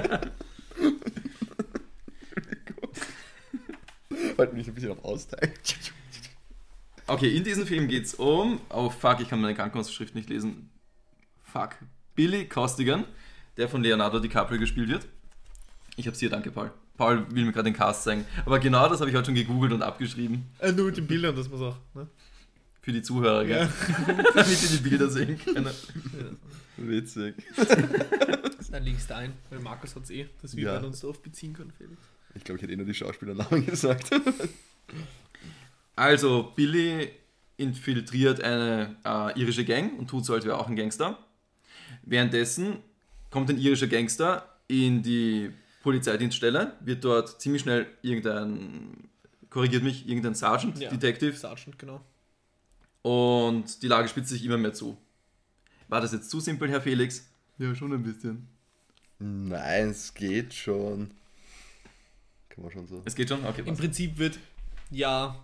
Heute bin ich ein bisschen auf Austeilen. Okay, in diesem Film geht's um... Oh fuck, ich kann meine Krankenhausschrift nicht lesen. Fuck. Billy Costigan, der von Leonardo DiCaprio gespielt wird. Ich hab's hier, danke Paul. Paul will mir gerade den Cast zeigen. Aber genau das habe ich heute schon gegoogelt und abgeschrieben. Äh, nur mit den Bildern, dass man es auch. Ne? Für die Zuhörer, gell? Damit sie die Bilder sehen können. Witzig. Dann liegst du ein, weil Markus hat es eh, dass wir Ja. uns darauf beziehen können, Felix. Ich glaube, ich hätte eh nur die Schauspielernamen gesagt. Also, Billy infiltriert eine äh, irische Gang und tut so, als wäre er auch ein Gangster. Währenddessen kommt ein irischer Gangster in die Polizeidienststelle, wird dort ziemlich schnell irgendein, korrigiert mich, irgendein Sergeant, Ja. Detective, Sergeant, genau. und die Lage spitzt sich immer mehr zu. War das jetzt zu simpel, Herr Felix? Ja, schon ein bisschen. Nein, es geht schon. Kann man schon so. Es geht schon? Okay, Im passt. Prinzip wird ja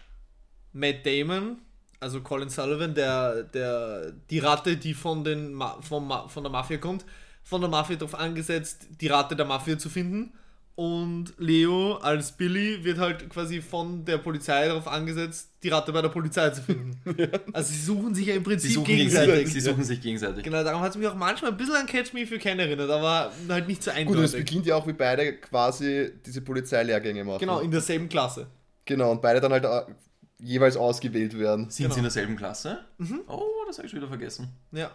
Matt Damon, also Colin Sullivan, der, der, die Ratte, die von, den Ma- vom Ma- von der Mafia kommt, von der Mafia darauf angesetzt, die Ratte der Mafia zu finden. Und Leo als Billy wird halt quasi von der Polizei darauf angesetzt, die Ratte bei der Polizei zu finden. Also sie suchen sich ja im Sie Prinzip suchen, gegenseitig. gegenseitig. Sie suchen sich gegenseitig. Genau, darum hat es mich auch manchmal ein bisschen an Catch Me If You Can erinnert, aber halt nicht so Gut, und es eindeutig. beginnt ja auch, wie beide quasi diese Polizeilehrgänge machen. Genau, in derselben Klasse. Genau, und beide dann halt äh, jeweils ausgewählt werden. Sind Genau. sie in derselben Klasse? Oh, das habe ich schon wieder vergessen. Ja.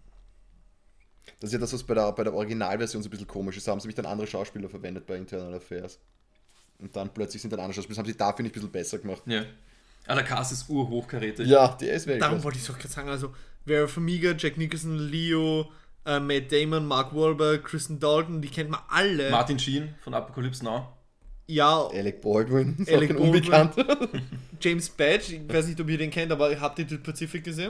Das ist ja das, was bei der, bei der Originalversion so ein bisschen komisch ist. Da haben sie mich dann andere Schauspieler verwendet bei Internal Affairs. Und dann plötzlich sind dann andere Schauspieler. Das haben sie da, finde ich, ein bisschen besser gemacht. Ja. Ah, der Cast ist urhochkarätig. Ja, der ist wirklich. Darum wollte ich doch gerade sagen, also Vera Farmiga, Jack Nicholson, Leo, äh, Matt Damon, Mark Wahlberg, Kristen Dalton, die kennt man alle. Martin Sheen von Apocalypse Now. Ja, Alec Baldwin, ist Alec auch ein Unbekannter. James Badge, ich weiß nicht, ob ihr den kennt, aber habt ihr The Pacific gesehen?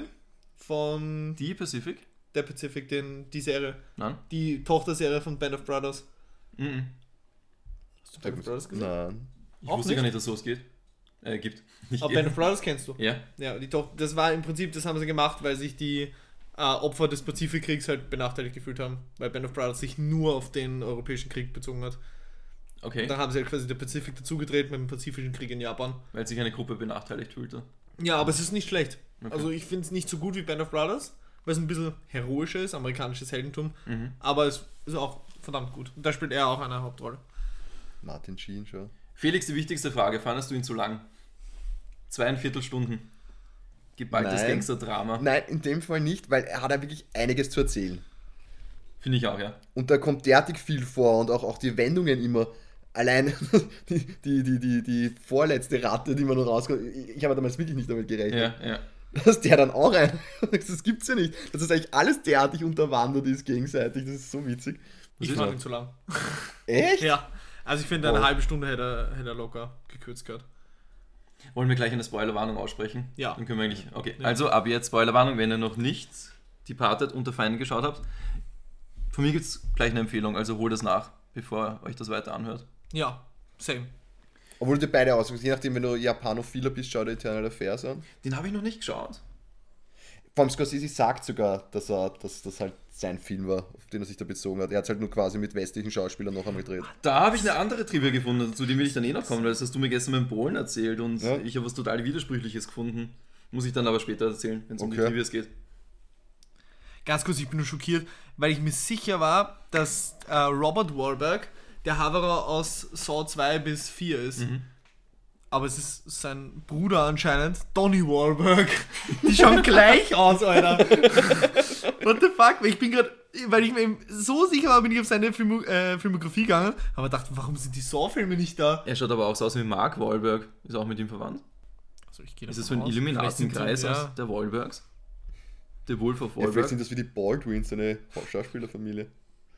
Von Die Pacific? der Pacific, den, die Serie. Nein. Die Tochterserie von Band of Brothers. Mhm. Hast du Band of Brothers gesehen? Nein. Ich Auch wusste nicht? gar nicht, dass sowas geht. Äh, gibt. Nicht Aber Band of Brothers kennst du? Ja. Ja, die Tochter, das war im Prinzip, das haben sie gemacht, weil sich die äh, Opfer des Pazifikkriegs halt benachteiligt gefühlt haben, weil Band of Brothers sich nur auf den Europäischen Krieg bezogen hat. Okay. Und dann haben sie halt quasi der Pazifik dazugedreht mit dem Pazifischen Krieg in Japan. Weil sich eine Gruppe benachteiligt fühlte. Ja, aber es ist nicht schlecht. Okay. Also ich finde es nicht so gut wie Band of Brothers, weil es ein bisschen heroischer ist, amerikanisches Heldentum, Mhm. aber es ist auch verdammt gut. Und da spielt er auch eine Hauptrolle. Martin Sheen schon. Felix, die wichtigste Frage. Fandest du ihn zu lang? Zweieinviertel Stunden. Geballtes Nein. Gangster-Drama. Nein, in dem Fall nicht, weil er hat ja wirklich einiges zu erzählen. Finde ich auch, ja. Und da kommt derartig viel vor und auch, auch die Wendungen immer. Allein die, die, die, die, die vorletzte Ratte, die man noch rauskommt. Ich, ich habe damals wirklich nicht damit gerechnet. Ja, ja. Dass der dann auch ein. Das gibt's ja nicht. Dass das eigentlich alles derartig unterwandert ist gegenseitig. Das ist so witzig. Ich ist fand er? ihn zu lang. Echt? Ja, also ich finde, eine Oh. halbe Stunde hätte er, hätte er locker gekürzt gehabt. Wollen wir gleich eine Spoilerwarnung aussprechen? Ja. Dann können wir eigentlich. Okay, Ja. also ab jetzt Spoilerwarnung, wenn ihr noch nicht Departed unter Feinden geschaut habt. Von mir gibt es gleich eine Empfehlung, also holt das nach, bevor ihr euch das weiter anhört. Ja, same. Obwohl du dir beide aussuchst. Je nachdem, wenn du Japanophiler bist, schau dir Eternal Affairs an. Den habe ich noch nicht geschaut. Vor allem Scorsese sagt sogar, dass er, dass das halt sein Film war, auf den er sich da bezogen hat. Er hat es halt nur quasi mit westlichen Schauspielern noch einmal gedreht. Da habe ich eine andere Trivia gefunden, zu dem will ich dann eh noch kommen, weil das hast du mir gestern beim Polen erzählt und Ja. ich habe was total Widersprüchliches gefunden. Muss ich dann aber später erzählen, wenn es um die Okay. Trivias geht. Ganz kurz, ich bin nur schockiert, weil ich mir sicher war, dass äh, Robert Wahlberg der Haverer aus Saw zwei bis vier ist. Mhm. Aber es ist sein Bruder anscheinend, Donny Wahlberg. Die schauen gleich aus, Alter. What the fuck? Ich bin gerade, weil ich mir eben so sicher war, bin ich auf seine Filmo äh, Filmografie gegangen, aber dachte, warum sind die Saw-Filme nicht da? Er schaut aber auch so aus wie Mark Wahlberg. Ist auch mit ihm verwandt. Also ich gehe Ist es so ein Illuminatenkreis ja. aus der Wahlbergs? Der Wolf of Ja, vielleicht Wahlberg? sind das wie die Baldwins, eine Schauspielerfamilie.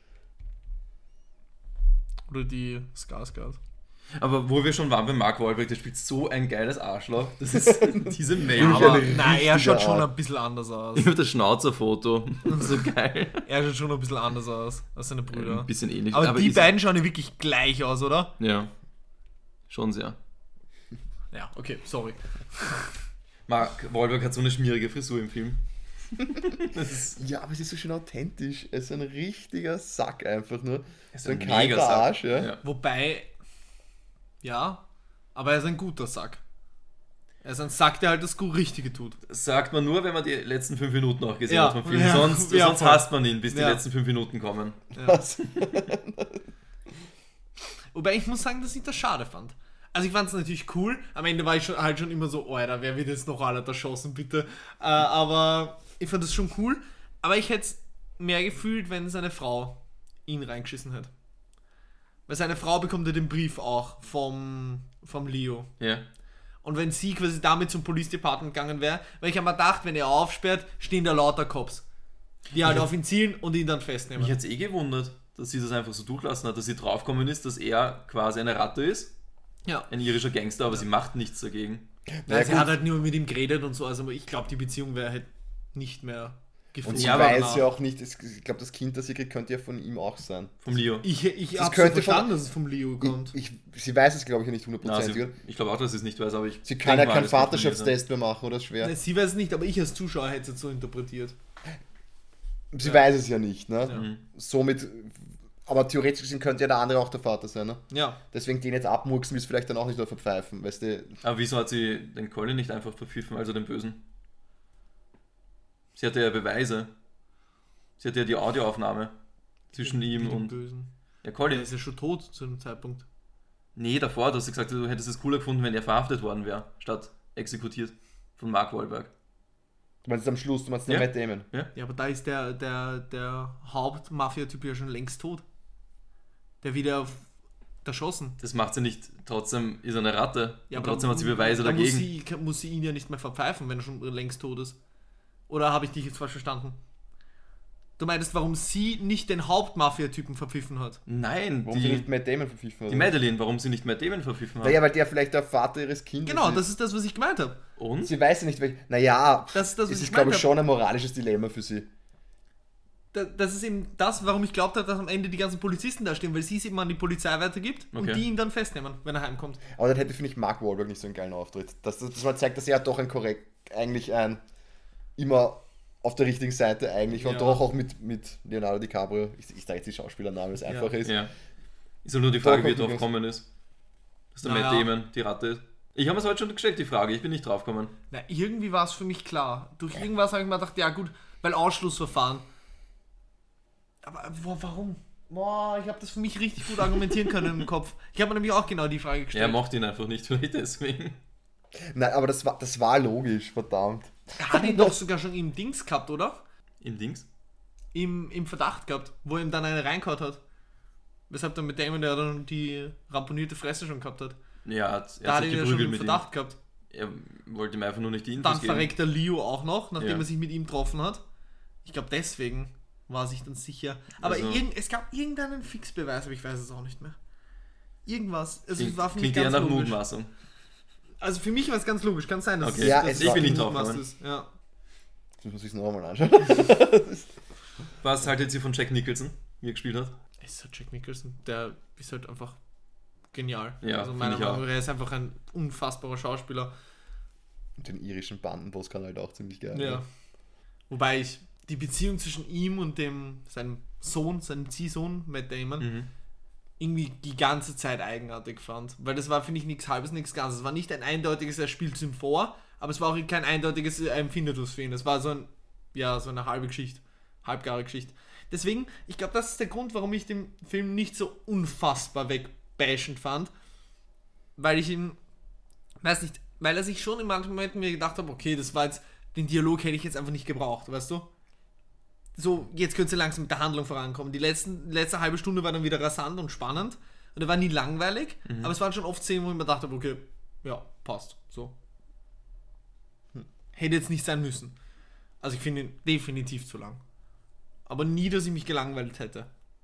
Oder die Skarsgård. Aber wo wir schon waren bei Mark Wahlberg, der spielt so ein geiles Arschloch. Das ist diese Mail. Ja, Aber eine nein, er richtige schaut schon Art. ein bisschen anders aus. Ich habe das Schnauzerfoto. So geil. Er schaut schon ein bisschen anders aus als seine Brüder. Ein bisschen ähnlich. Aber, die ist- beiden schauen ja wirklich gleich aus, oder? Ja. Schon sehr. Ja, okay, sorry. Mark Wahlberg hat so eine schmierige Frisur im Film. Das ist, Ja, aber es ist so schön authentisch. Er ist ein richtiger Sack einfach nur. ist So ein mega kalter Sack. Arsch, ja. Ja. Wobei, ja, aber er ist ein guter Sack. Er ist ein Sack, der halt das gut Richtige tut. Das sagt man nur, wenn man die letzten fünf Minuten auch gesehen Ja, hat vom Film. ja, sonst ja, sonst voll. hasst man ihn, bis die Ja. letzten fünf Minuten kommen. Was? Wobei ich muss sagen, dass ich das schade fand. Also ich fand es natürlich cool. Am Ende war ich schon, halt schon immer so, oh Alter, wer wird jetzt noch alle erschossen, bitte. Äh, aber ich fand das schon cool. Aber ich hätte es mehr gefühlt, wenn seine Frau ihn reingeschissen hätte. Weil seine Frau bekommt ja den Brief auch vom, vom Leo. Ja. Und wenn sie quasi damit zum Police Department gegangen wäre, weil ich habe mir gedacht, wenn er aufsperrt, stehen da lauter Cops. Die halt Ich auf ihn zielen und ihn dann festnehmen. Mich hat es eh gewundert, dass sie das einfach so durchlassen hat, dass sie draufgekommen ist, dass er quasi eine Ratte ist. Ja. Ein irischer Gangster, aber sie macht nichts dagegen. Nein, sie gut. hat halt nur mit ihm geredet und so, also ich glaube, die Beziehung wäre halt nicht mehr Und gefunden. sie Ja, aber weiß danach. ja auch nicht, es- ich glaube, das Kind, das sie kriegt, könnte ja von ihm auch sein. Vom Leo. Ich, ich Das habe so könnte verstanden, von- dass es vom Leo kommt. Ich, ich, sie weiß es, glaube ich, ja nicht Na, hundertprozentig. sie, ich glaube auch, dass sie es nicht weiß, aber ich Sie kann denk ja mal, keinen das wird von ihr sein. Vaterschaftstest mehr machen, oder? Schwer. Nein, sie weiß es nicht, aber ich als Zuschauer hätte es jetzt so interpretiert. Sie Ja. weiß es ja nicht, ne? Ja. Mhm. Somit, aber theoretisch gesehen könnte ja der andere auch der Vater sein, ne? Ja. Deswegen den jetzt abmurksen, ist vielleicht dann auch nicht nur verpfeifen, weißt du? Aber wieso hat sie den Colin nicht einfach verpfiffen, also den Bösen? Sie hatte ja Beweise. Sie hatte ja die Audioaufnahme zwischen ihm Wie den und... Bösen. Ja, Der Colin. ist ja schon tot zu dem Zeitpunkt. Nee, davor, du hast gesagt, du hättest es cooler gefunden, wenn er verhaftet worden wäre, statt exekutiert von Mark Wahlberg. Du meinst am Schluss, du meinst den Ja. Matt Damon. Ja, aber da ist der, der, der Haupt-Mafia-Typ ja schon längst tot. Der wieder auf- erschossen. Das macht sie nicht, trotzdem ist er eine Ratte. Ja, und aber trotzdem hat sie Beweise dann dagegen. Muss sie, kann- muss sie ihn ja nicht mehr verpfeifen, wenn er schon längst tot ist. Oder habe ich dich jetzt falsch verstanden? Du meintest, warum sie nicht den Haupt-Mafia-Typen verpfiffen hat? Nein, Warum sie die, nicht Matt Damon verpfiffen hat. die Madeline, warum sie nicht Matt Damon verpfiffen hat. Naja, weil der vielleicht der Vater ihres Kindes Genau, ist. das ist das, was ich gemeint habe. Und? Sie weiß ja nicht, welch... Naja, Das ist das, was es ich ist, glaube gemeint ich, habe. schon ein moralisches Dilemma für sie. Da- Das ist eben das, warum ich glaubt habe, dass am Ende die ganzen Polizisten da stehen, weil sie es eben an die Polizei weitergibt und Okay. die ihn dann festnehmen, wenn er heimkommt. Aber dann hätte, finde ich, Mark Wahlberg nicht so einen geilen Auftritt. Dass, dass, dass man zeigt, dass er doch ein korrekt, eigentlich ein, immer auf der richtigen Seite eigentlich und Ja. doch auch mit, mit Leonardo DiCaprio, ich, ich sage jetzt die Schauspielernamen, weil es Ja. einfach ist. Ja. Ist ja nur die Frage, wie er Doch, drauf gekommen ist. Dass der Naja. Matt Damon die Ratte ist. Ich habe mir es heute schon gestellt, die Frage. Ich bin nicht drauf gekommen. Na, irgendwie war es für mich klar. Durch irgendwas habe ich mir gedacht, ja gut, weil Ausschlussverfahren. Aber wo, warum? Boah, ich habe das für mich richtig gut argumentieren können im Kopf. Ich habe mir nämlich auch genau die Frage Er gestellt. mochte ihn einfach nicht, vielleicht deswegen. Nein, aber das war, das war logisch, verdammt. Er hat ihn doch sogar schon im Dings gehabt, oder? Im Dings? Im, Im Verdacht gehabt, wo er ihm dann eine reingehauen hat. Weshalb dann mit Damon, der dann die ramponierte Fresse schon gehabt hat. Ja, er hat, Da er hat hat er sich ihn ja schon geprügelt im mit ihm. Verdacht gehabt. Er wollte ihm einfach nur nicht die Infos Dann geben. verreckt der Leo auch noch, nachdem Ja. er sich mit ihm getroffen hat. Ich glaube, deswegen war sich dann sicher. Aber Also- irgend, es gab irgendeinen Fixbeweis, aber ich weiß es auch nicht mehr. Irgendwas. Also es Klingt, war für mich klingt eher ganz nach logisch. Mutmaßung. Also für mich war es ganz logisch. Kann sein, dass Okay. es Ja, dass es es war- Ich bin nicht gemutmaßt drauf ist. Ja. Das muss man sich nochmal anschauen. Was haltet ihr von Jack Nicholson, wie er gespielt hat? Es ist halt Jack Nicholson. Der ist halt einfach genial. Ja, also find meiner ich Meinung auch. nach, er ist einfach ein unfassbarer Schauspieler. Und den irischen Bandenboss kann halt auch ziemlich geil. Ja. Wobei ich die Beziehung zwischen ihm und dem seinem Sohn, seinem Ziehsohn, Matt Damon, Mhm. irgendwie die ganze Zeit eigenartig fand. Weil das war, finde ich, nichts Halbes, nichts Ganzes. Es war nicht ein eindeutiges, er spielt es ihm vor, aber es war auch kein eindeutiges, er empfindet was für ihn. Es war so ein, ja, so eine halbe Geschichte. Halbgare Geschichte. Deswegen, ich glaube, das ist der Grund, warum ich den Film nicht so unfassbar wegbashend fand. Weil ich ihn, weiß nicht, weil er sich schon in manchen Momenten mir gedacht habe, okay, das war jetzt, den Dialog hätte ich jetzt einfach nicht gebraucht, weißt du? So, jetzt könnt ihr langsam mit der Handlung vorankommen. Die letzten, letzte halbe Stunde war dann wieder rasant und spannend. Und er war nie langweilig, aber es waren schon oft Szenen, wo ich mir dachte, okay, ja, passt. So. Hm. Hätte jetzt nicht sein müssen. Also ich finde ihn definitiv zu lang. Aber nie, dass ich mich gelangweilt hätte.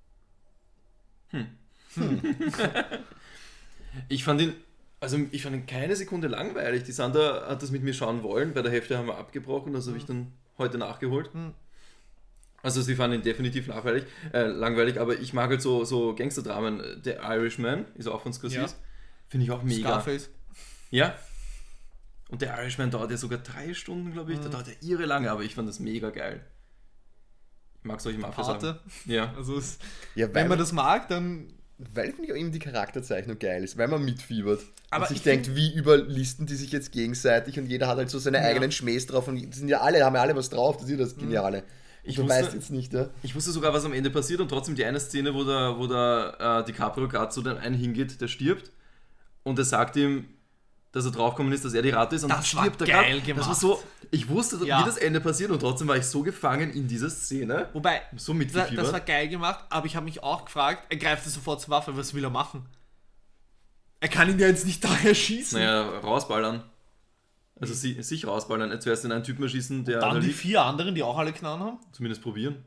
Ich fand ihn, also ich fand ihn keine Sekunde langweilig. Die Sandra hat das mit mir schauen wollen, bei der Hälfte haben wir abgebrochen, das habe ich dann heute nachgeholt. Mhm. Also sie fanden ihn definitiv langweilig, äh, langweilig, aber ich mag halt so, so Gangsterdramen. Der Irishman ist auch von Scorsese. Ja. Finde ich auch mega. Scarface. Ja. Und der Irishman dauert ja sogar drei Stunden, glaube ich. Mhm. Da dauert er irre lange, aber ich fand das mega geil. Ich mag solche Mafia sagen. Pate. Ja. Also es, Ja, weil, wenn man das mag, dann weil finde ich auch eben die Charakterzeichnung geil ist, weil man mitfiebert. Aber und sich ich denkt, wie überlisten die sich jetzt gegenseitig und jeder hat halt so seine Ja. eigenen Schmähs drauf und die sind ja alle, haben ja alle was drauf, das ist ja das Geniale. Ich du wusste, weißt jetzt nicht, ja? ich wusste sogar, was am Ende passiert und trotzdem die eine Szene, wo der, wo der äh, DiCaprio gerade zu dem einen hingeht, der stirbt und er sagt ihm, dass er draufgekommen ist, dass er die Ratte ist und Das dann war stirbt er geil grad. Das war gemacht. so, ich wusste, Ja. wie das Ende passiert und trotzdem war ich so gefangen in dieser Szene. Wobei, So das, mitgefiebert. das war geil gemacht, aber ich habe mich auch gefragt, er greift sofort zur Waffe, was will er machen? Er kann ihn ja jetzt nicht daher schießen. Naja, rausballern. Also sie, sich rausballern. Äh, Zuerst in einen Typen erschießen, der da Dann die liegt. vier anderen, die auch alle Knarren haben. Zumindest probieren.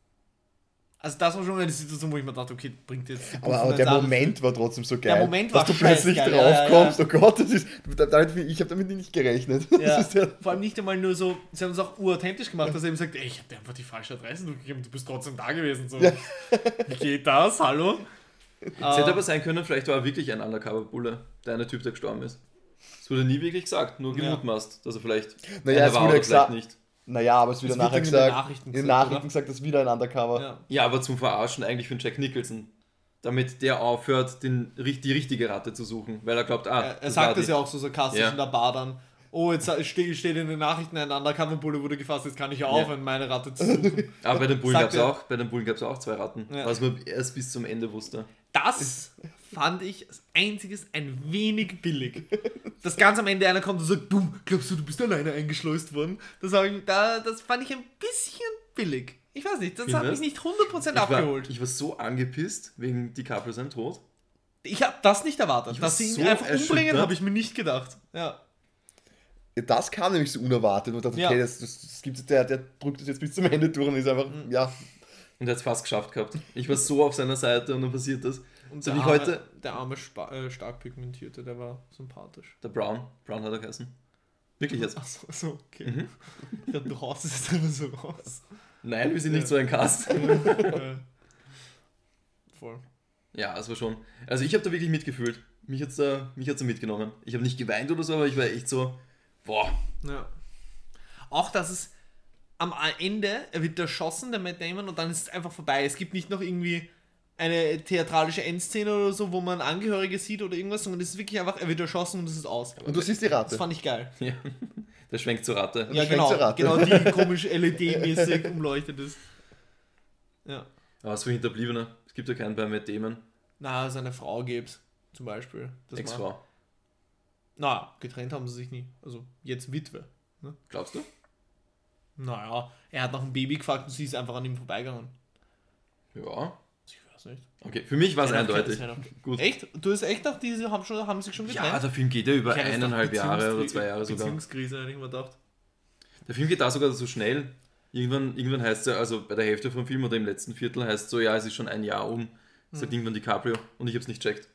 Also das war schon eine Situation, wo ich mir dachte, okay, bringt jetzt... die Aber, Buffen aber jetzt der an. Moment war trotzdem so geil. Der Moment war dass du plötzlich scheißgeil, ja, draufkommst. ja, Oh Gott, das ist. Damit, ich habe damit nicht gerechnet. Ja, Das ist ja, vor allem nicht einmal nur so, sie haben es auch urauthentisch gemacht, dass er eben sagt, ey, ich hab dir einfach die falsche Adresse durchgegeben, du bist trotzdem da gewesen. So. Ja. Wie geht das? Hallo? Es hätte aber sein können, vielleicht war er wirklich ein Undercover-Bulle, der eine Typ, der gestorben ist. Das wurde nie wirklich gesagt, nur Ja. gemutmaßt, dass er vielleicht Naja, einer es war wurde oder gesagt- vielleicht nicht. naja, aber es wird Das nachher wird in den gesagt. Nachrichten in den gesagt, Nachrichten oder? gesagt, das ist wieder ein Undercover. Ja. Ja, aber zum Verarschen eigentlich für den Jack Nicholson. Damit der aufhört, den, die richtige Ratte zu suchen. Weil er glaubt, ah, Er, er das sagt war das die. ja auch so sarkastisch Ja. in der Bar dann. Oh, jetzt steht, steht in den Nachrichten, ein Undercover-Bulle wurde gefasst, jetzt kann ich ja aufhören, meine Ratte zu suchen. Aber bei den Bullen Sagt gab es er. auch, bei den Bullen gab's auch zwei Ratten, Ja. was man erst bis zum Ende wusste. Das fand ich als einziges ein wenig billig. Dass ganz am Ende einer kommt und sagt, du, glaubst du, du bist alleine eingeschleust worden? Das, hab ich, da, das fand ich ein bisschen billig. Ich weiß nicht, das hat Findest? mich nicht hundert Prozent Ich abgeholt. war, ich war so angepisst wegen DiCaprio seinem Tod. Ich habe das nicht erwartet. Ich war Dass sie ihn so einfach umbringen, erschüttert. habe ich mir nicht gedacht. Ja. Ja, das kam nämlich so unerwartet und dachte, Ja. okay, das, das, das gibt's, der, der drückt das jetzt bis zum Ende durch und ist einfach, Mhm. ja. Und er hat es fast geschafft gehabt. Ich war so auf seiner Seite und dann passiert das. Und So der wie arme, heute- der arme Spa äh, stark pigmentierte, der war sympathisch. Der Brown, Brown hat er geheißen. Wirklich jetzt? Achso, so, okay. Mhm. Ich dachte, du haust es jetzt einfach so raus. Nein, wir sind nicht so ein Cast. Äh, Voll. Ja, es war schon. Also ich habe da wirklich mitgefühlt. Mich hat's da, mich hat's da mitgenommen. Ich habe nicht geweint oder so, aber ich war echt so, boah. Ja. Auch, dass es am Ende, er wird erschossen, der Matt Damon, und dann ist es einfach vorbei. Es gibt nicht noch irgendwie eine theatralische Endszene oder so, wo man Angehörige sieht oder irgendwas, sondern es ist wirklich einfach, er wird erschossen und es ist aus. Und du siehst die Das Ratte. fand ich geil. Ja. Der schwenkt zur Ratte. Ja, schwenkt genau, zur Ratte. genau, die komisch L E D-mäßig umleuchtet ist. Ja. Aber was für Hinterbliebene? Es gibt ja keinen bei Matt Damon. Na, seine Frau gibt's, zum Beispiel. Das Ex-Frau. war- Na, getrennt haben sie sich nie. Also, jetzt Witwe. Glaubst du? Naja, er hat nach dem Baby gefragt und sie ist einfach an ihm vorbeigegangen. Ja. Ich weiß nicht. Okay, für mich war es Keiner- eindeutig. keiner- Gut. Echt? Du hast echt gedacht, die haben, schon, haben sich schon getrennt? Ja, der Film geht ja über Keiner ist doch eineinhalb Jahre oder Beziehungskri- zwei Jahre sogar. Beziehungskrise, hätte ich mir gedacht. Der Film geht da sogar so schnell. Irgendwann, irgendwann heißt es ja, also bei der Hälfte vom Film oder im letzten Viertel heißt es so, ja, es ist schon ein Jahr um. Sagt irgendwann DiCaprio und ich hab's nicht checkt.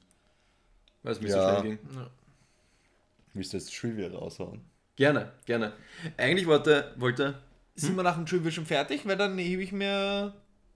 Weil es mir so Ja. schnell ging. Ja. Willst du jetzt Trivia raushauen? Gerne, gerne. Eigentlich wollte, wollte Sind wir nach dem Trivia schon fertig? Weil dann hebe ich mir...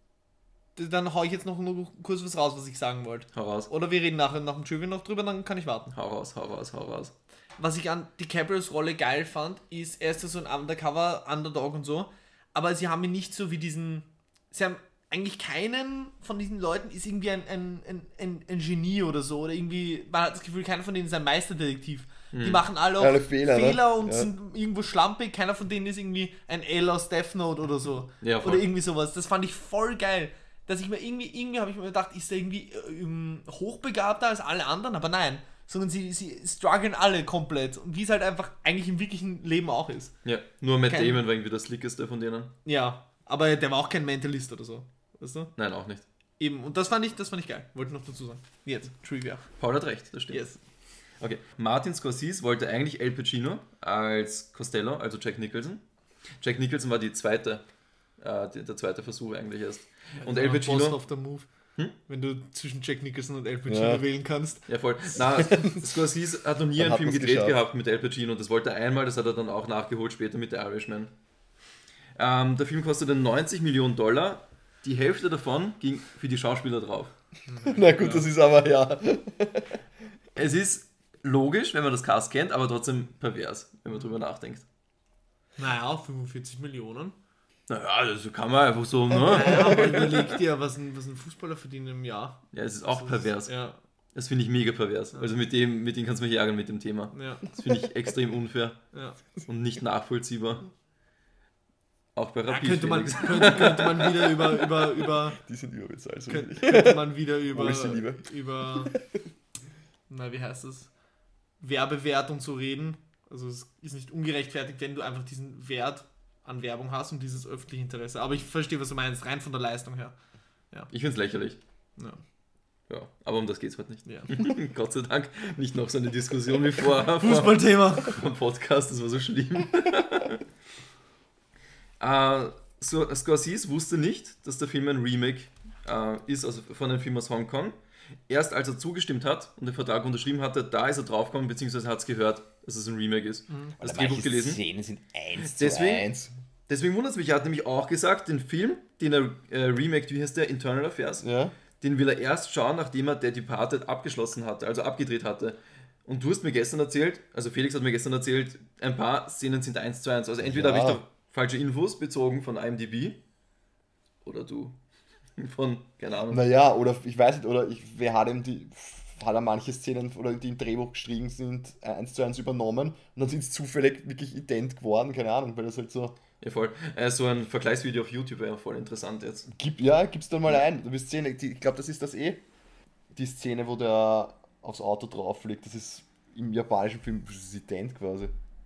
Dann hau ich jetzt noch nur kurz was raus, was ich sagen wollte. hau raus, Oder wir reden nachher nach dem Trivia noch drüber, dann kann ich warten. hau raus, hau raus, hau raus. Was ich an DiCaprios Rolle geil fand, ist, er ist ja so ein Undercover-Underdog und so, aber sie haben ihn nicht so wie diesen... Sie haben eigentlich keinen von diesen Leuten ist irgendwie ein, ein, ein, ein, ein Genie oder so, oder irgendwie, man hat das Gefühl, keiner von denen ist ein Meisterdetektiv. Die machen alle auch Alle Fehler, ne? und Ja. sind irgendwo schlampig, keiner von denen ist irgendwie ein L aus Death Note oder so. Ja, voll. Oder irgendwie sowas. Das fand ich voll geil. Dass ich mir irgendwie, irgendwie habe ich mir gedacht, ist er irgendwie ähm, hochbegabter als alle anderen, aber nein. Sondern sie, sie strugglen alle komplett. Und wie es halt einfach eigentlich im wirklichen Leben auch ist. Ja, nur Matt Kein- Damon war irgendwie der slickeste von denen. Ja, aber der war auch kein Mentalist oder so. Weißt du? Nein, auch nicht. Eben, und das fand ich, das fand ich geil. Wollte noch dazu sagen. Jetzt, Trivia. Paul hat recht, das stimmt. Yes. Okay, Martin Scorsese wollte eigentlich Al Pacino als Costello, also Jack Nicholson. Jack Nicholson war die zweite, äh, die, der zweite Versuch eigentlich erst. Und Al Boss Pacino... of the Move. Hm? Wenn du zwischen Jack Nicholson und Al Pacino Ja. wählen kannst. Ja, voll. Na, Scorsese hat noch nie Dann einen hat Film man's gedreht geschafft. gehabt mit Al Pacino und das wollte er einmal, das hat er dann auch nachgeholt später mit The Irishman. Ähm, der Film kostete neunzig Millionen Dollar, die Hälfte davon ging für die Schauspieler drauf. Na gut, das ist aber, ja. Es ist logisch, wenn man das Cast kennt, aber trotzdem pervers, wenn man drüber nachdenkt. Naja, fünfundvierzig Millionen. Naja, das kann man einfach so, ne? Ja, aber überleg dir, was ein, was ein Fußballer verdient im Jahr. Ja, es ist auch Das ist- pervers. Ja, Das finde ich mega pervers. Also mit dem, mit dem kannst du mich ärgern mit dem Thema. ja, Das finde ich extrem unfair ja. und nicht nachvollziehbar. Auch bei Ja, Rapid. könnte, man, Felix. könnte, könnte man wieder über, über, über, Die sind überbezahlt. So könnte, wirklich. könnte man wieder über, Wo ich sie liebe. über, na, wie heißt das, Werbewert und so reden. Also es ist nicht ungerechtfertigt, wenn du einfach diesen Wert an Werbung hast und dieses öffentliche Interesse. Aber ich verstehe, was du meinst, rein von der Leistung her. Ich finde es lächerlich. Ja. Ja, aber um das geht es heute nicht. Ja. Gott sei Dank nicht noch so eine Diskussion wie vorher vor Fußballthema. vom Podcast, das war so schlimm. äh, so, Scorsese wusste nicht, dass der Film ein Remake äh, ist, also von einem Film aus Hongkong. Erst als er zugestimmt hat und den Vertrag unterschrieben hatte, da ist er draufgekommen, beziehungsweise hat es gehört, dass es ein Remake ist. Mhm. Das Drehbuch gelesen. Szenen sind eins Deswegen- zu eins. Deswegen wundert es mich, er hat nämlich auch gesagt, den Film, den er äh, remaked, wie heißt der, Internal Affairs, Ja. den will er erst schauen, nachdem er The Departed abgeschlossen hatte, also abgedreht hatte. Und du hast mir gestern erzählt, also Felix hat mir gestern erzählt, ein paar Szenen sind eins zu eins. Also entweder Ja. habe ich da falsche Infos bezogen von I M D B oder du von, keine Ahnung. Naja, oder ich weiß nicht, oder ich, wer hat ihm die, hat er manche Szenen, oder die im Drehbuch geschrieben sind, eins zu eins übernommen und dann sind es zufällig wirklich ident geworden, keine Ahnung, weil das halt so Ja, voll. Äh, so ein Vergleichsvideo auf YouTube wäre voll interessant jetzt. gibt. Ja, gib's dann mal ein. Du wirst sehen, die, ich glaube, das ist das eh, die Szene, wo der aufs Auto drauf fliegt, das ist im japanischen Film, das ist ident quasi.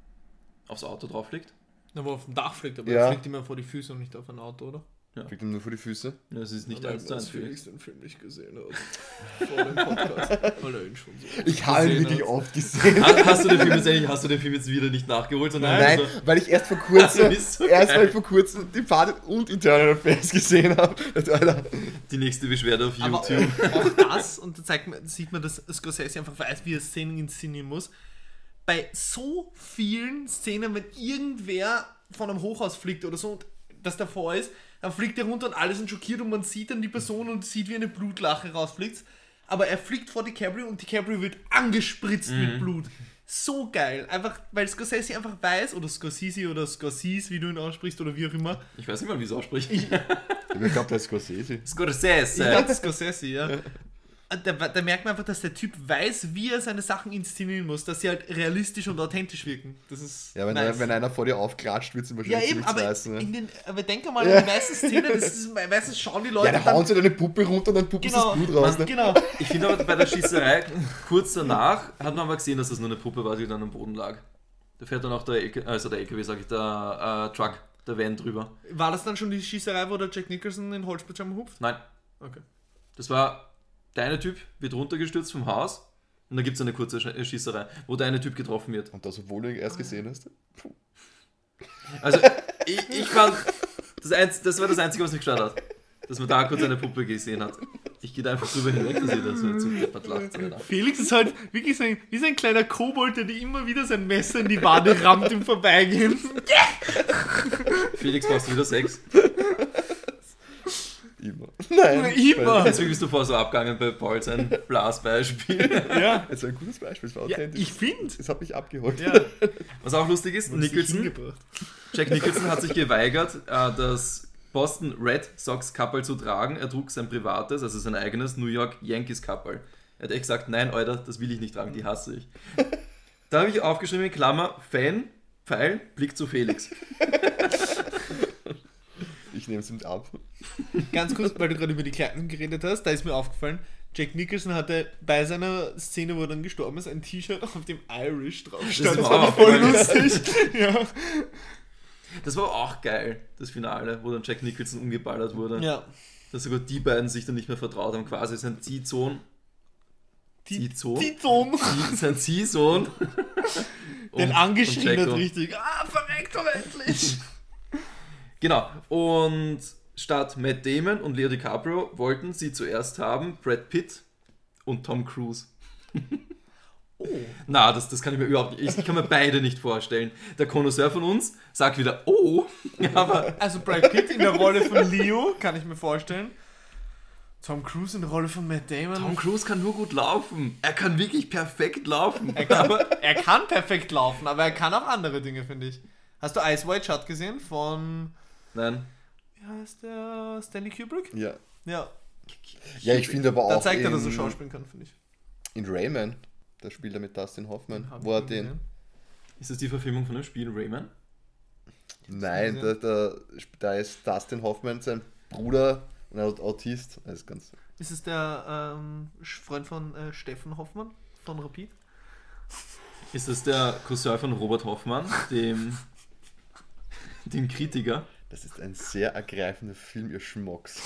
Aufs Auto drauf liegt. Na, wo er auf dem Dach fliegt, aber Ja. er fliegt immer vor die Füße und nicht auf ein Auto, oder? Fliegt ihm nur vor die Füße. Ja, das ist nicht Nein, eins zu eins. dass Felix den Film nicht gesehen hat. Vor dem Podcast. Weil er ihn schon so Ich habe ihn gesehen wirklich hat. oft gesehen. Ha- Hast du den Film jetzt eigentlich, hast du den Film jetzt wieder nicht nachgeholt, sondern Nein, also, weil ich erst vor kurzem, Das ist so erst geil. weil ich vor kurzem die Party und Internal Affairs gesehen habe. Alter. die nächste Beschwerde auf Aber YouTube. auch das, und da zeigt man, sieht man, dass Scorsese einfach weiß, wie er Szenen inszenieren muss. Bei so vielen Szenen, wenn irgendwer von einem Hochhaus fliegt oder so, und das davor ist, dann fliegt er runter und alle sind schockiert und man sieht dann die Person und sieht, wie eine Blutlache rausfliegt. Aber er fliegt vor DiCaprio und DiCaprio wird angespritzt Mhm. mit Blut. So geil. Einfach, weil Scorsese einfach weiß, oder Scorsese oder Scorsese, wie du ihn aussprichst, oder wie auch immer. Ich weiß nicht mal, wie es ausspricht. Ich glaube, der ist Scorsese. Ich Scorsese. glaube, Scorsese, ja. Da, da merkt man einfach, dass der Typ weiß, wie er seine Sachen inszenieren muss, dass sie halt realistisch und authentisch wirken. Das ist Ja, wenn, nice. er, wenn einer vor dir aufklatscht, wird es ihm ja, wahrscheinlich eben, nichts aber, reißen. Ne? in den, aber denk mal an die meisten Szenen, das ist, meistens schauen die Leute Ja, da dann, hauen sie deine Puppe runter und dann puppen sie Genau, das Blut raus. Ne? genau. Ich finde aber bei der Schießerei, kurz danach, hat man aber gesehen, dass das nur eine Puppe war, die dann am Boden lag. Da fährt dann auch der, L K, also der L K W, sag ich, der äh, Truck, der Van drüber. War das dann schon die Schießerei, wo der Jack Nicholson in Holzpyjama hupft? Nein, Okay. das war, der eine Typ wird runtergestürzt vom Haus und dann gibt es eine kurze Sch- Schießerei, wo der eine Typ getroffen wird. Und das, obwohl du ihn erst gesehen hast. Also, ich, ich fand, das, Einz, das war das Einzige, was mich gestört hat. Dass man da kurz eine Puppe gesehen hat. Ich gehe da einfach drüber hinweg, dass ihr das so zu deppert lacht. Alter. Felix ist halt wirklich so ein, wie so ein kleiner Kobold, der immer wieder sein Messer in die Wade rammt im Vorbeigehen. Felix, machst du wieder Sex? Immer. Nein. Immer. Deswegen bist du vorher so abgegangen bei Paul sein Blasbeispiel. Ja, Es war ein gutes Beispiel, es war ja authentisch. ich finde. Es hat mich abgeholt. Ja, Was auch lustig ist, Nicholson, hingebracht. Jack Nicholson hat sich geweigert, äh, das Boston Red Sox Kappel zu tragen. Er trug sein privates, also sein eigenes New York Yankees Kappel. Er hat echt gesagt, nein, Alter, das will ich nicht tragen, die hasse ich. Da habe ich aufgeschrieben in Klammer, Fan, Pfeil, Blick zu Felix. Ich nehme es mit ab. Ganz kurz, weil du gerade über die Kleidung geredet hast, da ist mir aufgefallen, Jack Nicholson hatte bei seiner Szene, wo er dann gestorben ist, ein T-Shirt, auf dem Irish drauf stand. ist Das mir war auch voll aufgefallen. lustig. Ja. Das war auch geil, das Finale, wo dann Jack Nicholson umgeballert wurde. ja. Dass sogar die beiden sich dann nicht mehr vertraut haben, quasi sein Ziehsohn. Ziehsohn? Die Tom, Zieh- Sein Ziehsohn. den Und- angeschrien und hat Jacko. richtig. Ah, verreckt doch endlich. Genau. Und statt Matt Damon und Leo DiCaprio wollten sie zuerst haben Brad Pitt und Tom Cruise. Oh. Na, das, das kann ich mir überhaupt nicht. Ich kann mir beide nicht vorstellen. Der Connoisseur von uns sagt wieder, oh, aber Also Brad Pitt in der Rolle von Leo, kann ich mir vorstellen. Tom Cruise in der Rolle von Matt Damon. Tom Cruise kann nur gut laufen. Er kann wirklich perfekt laufen. Er kann, er kann perfekt laufen, aber er kann auch andere Dinge, finde ich. Hast du Ice White Shut gesehen von, Nein. wie heißt der, Stanley Kubrick? Ja. Ja, Ja, ich finde aber da auch zeigt er, in, dass er schauspielen kann, finde ich. in Rayman, da spielt er mit Dustin Hoffman, Hab wo er ich den... gesehen. Ist das die Verfilmung von dem Spiel Rayman? Nein, da, da, da ist Dustin Hoffman, sein Bruder, ein Autist. Das ist ganz. Ist es der ähm, Freund von äh, Steffen Hoffmann von Rapid? Ist das der Cousin von Robert Hoffmann, dem, dem Kritiker? Das ist ein sehr ergreifender Film, ihr Schmocks.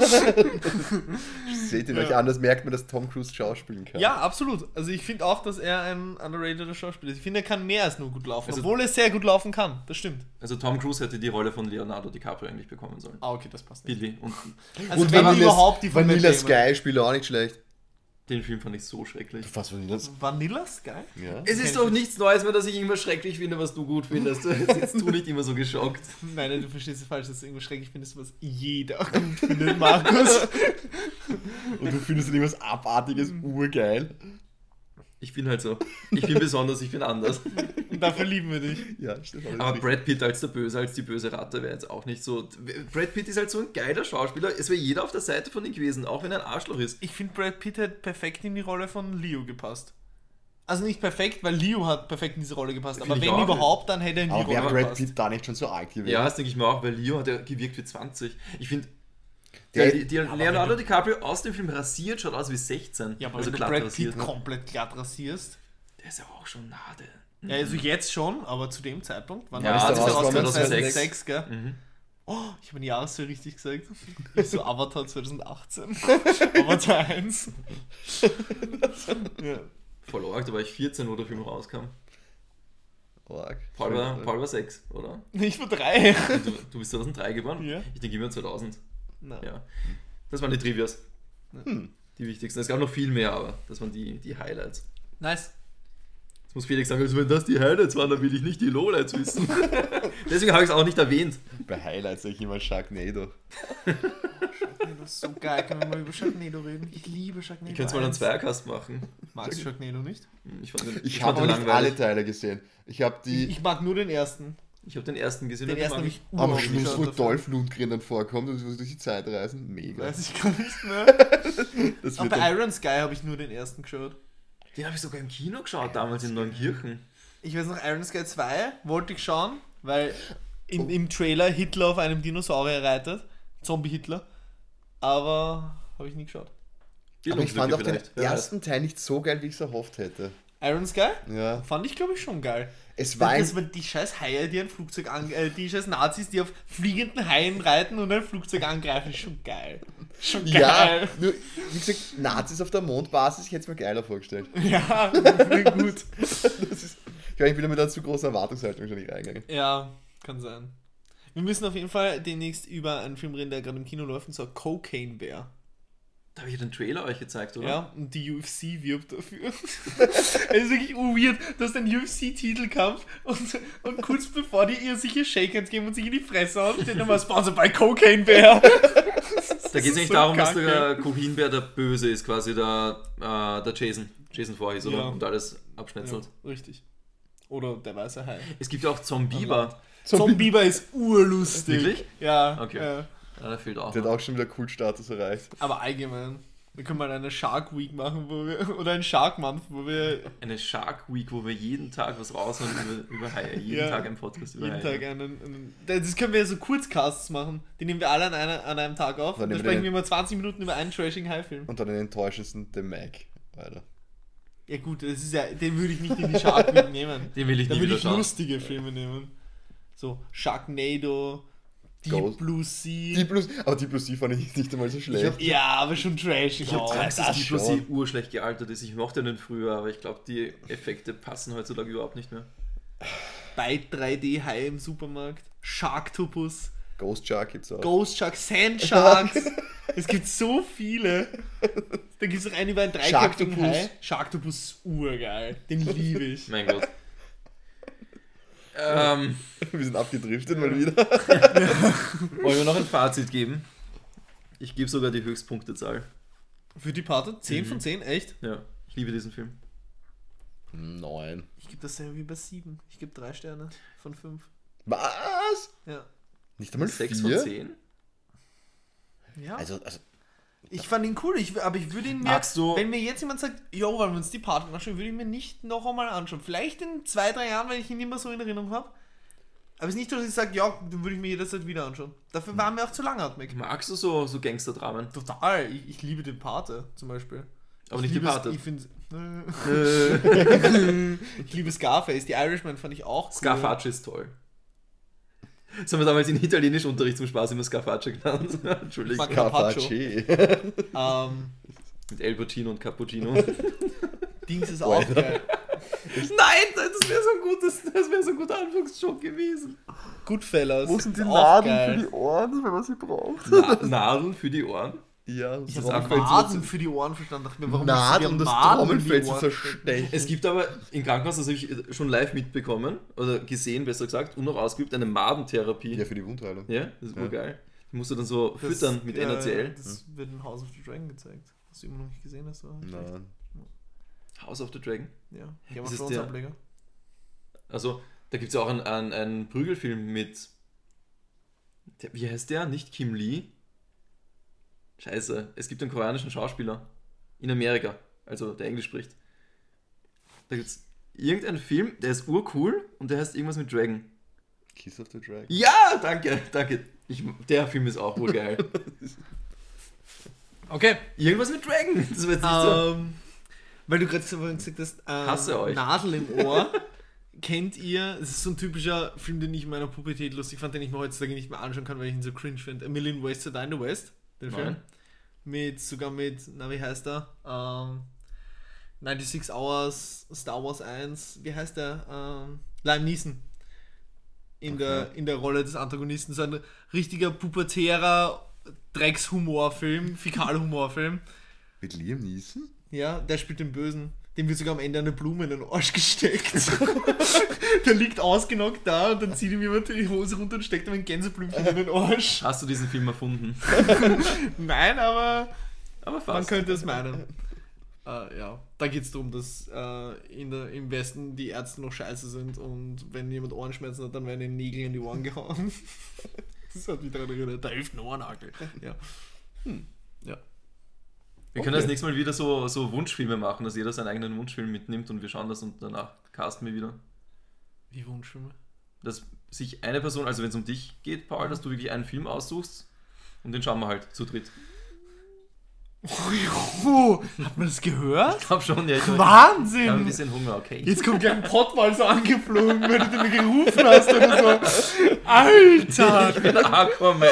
Seht ihn Ja. euch an, das merkt man, dass Tom Cruise schauspielen kann. Ja, absolut. Also ich finde auch, dass er ein underrateder Schauspieler ist. Ich finde, er kann mehr als nur gut laufen, Also- obwohl er sehr gut laufen kann. Das stimmt. Also Tom Cruise hätte die Rolle von Leonardo DiCaprio eigentlich bekommen sollen. Ah, okay, das passt nicht. Billy. Und Also Und wenn Vanilla, überhaupt die von Vanilla Matt Damon. Sky spielt auch nicht schlecht. den Film fand ich so schrecklich. Was Vanilla Sky? Vanilla Sky? Ja. Es ist doch nichts Neues mehr, dass ich irgendwas schrecklich finde, was du gut findest. Jetzt sitzt du nicht immer so geschockt. Nein, du verstehst es falsch, dass du irgendwas schrecklich findest, was jeder gut findet, Markus. Und du findest dann irgendwas Abartiges urgeil. Ich bin halt so. Ich bin besonders, ich bin anders. Und dafür lieben wir dich. Ja, stimmt. Aber Brad Pitt als der Böse, als die böse Ratte wäre jetzt auch nicht so. Brad Pitt ist halt so ein geiler Schauspieler. Es wäre jeder auf der Seite von ihm gewesen, auch wenn er ein Arschloch ist. Ich finde, Brad Pitt hat perfekt in die Rolle von Leo gepasst. Also nicht perfekt, weil Leo hat perfekt in diese Rolle gepasst. Find Aber ich wenn auch. überhaupt, dann hätte er in die Aber wäre Rolle Brad gepasst. Pitt da nicht schon so alt gewesen? Ja, das denke ich mir auch, weil Leo hat ja gewirkt wie zwanzig. Ich finde, Der- der, die, Leonardo DiCaprio aus dem Film rasiert schaut aus wie sechzehn. Ja, aber also wenn du glatt Brad rasiert. Pitt komplett glatt rasierst. Der ist ja auch schon nah. Der. Ja, also jetzt schon, aber zu dem Zeitpunkt. Wann Ja, war das ist rausgekommen? zweitausendsechs. zweitausendsechs, gell? Mhm. Oh, ich habe eine Jahreszahl richtig gesagt. Ich so Avatar zwanzig achtzehn. Avatar eins. Ja. Voll arg, da war ich vierzehn, wo der Film rauskam. Org. Paul war, Paul war sechs, oder? Ich war drei. Du, du bist zweitausenddrei geboren? Ja. Ich denke immer zweitausend. Nein. Ja. Das waren die Trivias. Hm. Die wichtigsten. Es gab noch viel mehr, aber das waren die, die Highlights. Nice. Jetzt muss Felix sagen, also wenn das die Highlights waren, dann will ich nicht die Lowlights wissen. Deswegen habe ich es auch nicht erwähnt. Bei Highlights sage ich immer Sharknado. Sharknado ist so geil. Können wir mal über Sharknado reden? Ich liebe Sharknado. Ich könnte mal einen eins. Zweiercast machen. Magst du Sharknado nicht? Ich, fand den, Ich fand habe den auch nicht langweilig. alle Teile gesehen. Ich habe die. Ich mag nur den ersten. Ich habe den ersten gesehen Den und ersten mag habe ich. ich Am überhaupt Schluss, nicht wo geschaut Dolph Lundgren dann vorkommt und so durch die Zeit reisen. Mega. Weiß ich gar nicht mehr. Das Auch wird bei dann, Iron Sky habe ich nur den ersten geschaut. Den habe ich sogar im Kino geschaut, damals in Neunkirchen. Ich weiß noch, Iron Sky zwei wollte ich schauen, weil im, Oh. im Trailer Hitler auf einem Dinosaurier reitet. Zombie-Hitler. Aber habe ich nie geschaut. aber ich fand auch den vielleicht, wer weiß. ersten Teil nicht so geil, wie ich es erhofft hätte. Iron Sky? Ja. Fand ich, glaube ich, schon geil. Es war Das ein, waren die scheiß Haie, die ein Flugzeug an, äh, die scheiß Nazis, die auf fliegenden Haien reiten und ein Flugzeug angreifen, ist schon geil. Schon ja, geil. nur, wie gesagt, Nazis auf der Mondbasis, ich hätte es mir geiler vorgestellt. Ja, ja gut. Das ist, ich glaube, ich bin da mit einer zu großen Erwartungshaltung schon nicht reingegangen. Ja, kann sein. Wir müssen auf jeden Fall demnächst über einen Film reden, der gerade im Kino läuft, und zwar Cocaine Bear. Da habe ich den Trailer euch gezeigt, oder? Ja, und die U F C wirbt dafür. Es ist wirklich weird, dass ein U F C-Titelkampf und, und kurz bevor die ihr sich ihr Shake-Hands geben und sich in die Fresse hauen, steht nochmal Sponsor bei Cocaine Bear. Da geht es eigentlich so darum, dass kacke. der Cohinbär der Böse ist, quasi der, äh, der Jason. Jason Voorhees, oder? Ja. Und alles Ja, abschnetzelt. richtig. Oder der weiße Hai. Es gibt ja auch Zombieber. Zombieber ist urlustig. Wirklich? Ja. Okay. Ja. Ja, der fehlt auch. Der hat noch. auch schon wieder Kultstatus erreicht. Aber allgemein. Wir können mal eine Shark Week machen, wo wir, oder ein Shark Month, wo wir Eine Shark Week, wo wir jeden Tag was raushauen über, über Haie. Jeden Ja. Tag einen Podcast über jeden Haie. Tag einen, einen. Das können wir so Kurzcasts machen. Die nehmen wir alle an, einer, an einem Tag auf. Dann Und dann nehmen wir sprechen den- wir mal zwanzig Minuten über einen trashing High-Film. Und dann den enttäuschendsten, The Mac. Weiter. Ja gut, das ist ja, den würde ich nicht in die Shark Week nehmen. Den will ich Da nie würde wieder ich schauen. lustige Filme nehmen. So Sharknado, Deep Ghost. Blue Sea. Die Plus, aber die Plus, die fand ich nicht einmal so schlecht. Ja, aber schon trashig. Ich habe auch. Angst, das dass die schon. Plus urschlecht gealtert ist. Ich mochte den früher, aber ich glaube, die Effekte passen heutzutage überhaupt nicht mehr. Byte drei D Hai im Supermarkt. Sharktopus. Ghost Shark gibt's auch. Ghost Sharks, Sand Sharks. Es gibt so viele. Da gibt es noch einen über einen dreiköpfigen Sharktopus. Hai. Sharktopus ist urgeil. Den liebe ich. Mein Gott. ähm, Wir sind abgedriftet mal wieder. wollen wir noch ein Fazit geben? Ich gebe sogar die Höchstpunktezahl. Für die Pate zehn Mhm. von zehn, echt? Ja, ich liebe diesen Film. Neun. Ich gebe dasselbe wie bei sieben. Ich gebe drei Sterne von fünf. Was? Ja. Nicht einmal sechs vier? von zehn. Ja. Also, also Ich fand ihn cool, ich, aber ich würde ihn mir, Magst du- wenn mir jetzt jemand sagt, jo, wollen wir uns die Pate anschauen, würde ich mir nicht noch einmal anschauen. Vielleicht in zwei, drei Jahren, wenn ich ihn immer so in Erinnerung habe. Aber es ist nicht so, dass ich sage, ja, den würde ich mir jederzeit wieder anschauen. Dafür waren wir auch zu langatmig. Magst du so, so Gangster-Dramen? Total. Ich, ich liebe den Pate zum Beispiel. Aber ich nicht die liebe es- Pate. Ich finde Ich liebe Scarface. Die Irishman fand ich auch cool. Scarface ist toll. Das haben wir damals in Italienischunterricht zum Spaß immer Scarface genannt. Entschuldigung. Mag- Carpacci. Ähm, Mit El Pacino und Cappuccino. Dings ist auch geil. Nein, das wäre so ein gutes, das wäre so ein guter Anfangsjob gewesen. Goodfellas. Wo sind die ist auch Nadeln geil. für die Ohren, wenn man sie braucht? Na, Nadeln für die Ohren. Ja, Ich das habe Trommelfell Maden zu- für die Ohren verstanden. Dachte mir, warum Nadeln, musst du das dir Maden in Trommelfell die zu Ohren zerstechen. Es gibt aber im Krankenhaus, das habe ich schon live mitbekommen, oder gesehen, besser gesagt, und noch ausgeübt, eine Madentherapie. Ja, für die Wundheilung. Ja, das ist Ja. urgeil. Die musst du dann so Das- füttern mit ja, N A C L. Das wird in House of the Dragon gezeigt. Hast du immer noch nicht gesehen? Hast du? Nein. House of the Dragon. Ja, Game Ist of es Thrones der- Ableger. Also, da gibt es ja auch einen, einen, einen Prügelfilm mit. Der, wie heißt der? Nicht Kim Lee? Scheiße. Es gibt einen koreanischen Schauspieler. In Amerika. Also, der Englisch spricht. Da gibt es irgendeinen Film, der ist urcool und der heißt irgendwas mit Dragon. Kiss of the Dragon. Ja, danke, danke. Ich, der Film ist auch urgeil. Okay. Irgendwas mit Dragon. Das wird nicht so. Ähm, weil du gerade vorhin gesagt hast, äh, Hasse euch. Nadel im Ohr. Kennt ihr, es ist so ein typischer Film, den ich in meiner Pubertät lustig fand, den ich mir heutzutage nicht mehr anschauen kann, weil ich ihn so cringe finde. A Million Ways to Die in the West, den Nein. Film. Mit, sogar mit, na wie heißt der? Ähm, sechsundneunzig Hours, Star Wars eins, wie heißt der? Ähm, Liam Neeson. In, Okay. der, in der Rolle des Antagonisten. So ein richtiger pubertärer Dreckshumorfilm, Fäkalhumorfilm. Mit Liam Neeson? Ja, der spielt den Bösen. Dem wird sogar am Ende eine Blume in den Arsch gesteckt. Der liegt ausgenockt da und dann zieht ihm jemand die Hose runter und steckt ihm ein Gänseblümchen in den Arsch. Hast du diesen Film erfunden? Nein, aber Aber man fast. könnte es meinen. Äh, ja, da geht es darum, dass äh, in der, im Westen die Ärzte noch scheiße sind und wenn jemand Ohrenschmerzen hat, dann werden ihm Nägel in die Ohren gehauen. Das hat mich daran erinnert. Der hilft ein Ohrnagel. Ja. Hm. Ja. Wir können Okay. das nächste Mal wieder so, so Wunschfilme machen, dass jeder seinen eigenen Wunschfilm mitnimmt und wir schauen das und danach casten wir wieder. Wie Wunschfilme? Dass sich eine Person, also wenn es um dich geht, Paul, dass du wirklich einen Film aussuchst und den schauen wir halt zu dritt. Oh, hat man das gehört? Ich glaube schon, ja. Ich habe Wahnsinn! hab ein bisschen Hunger, okay. Jetzt kommt gleich ein Pott mal so angeflogen, wenn du den gerufen hast oder so. Alter! Ich bin Aquaman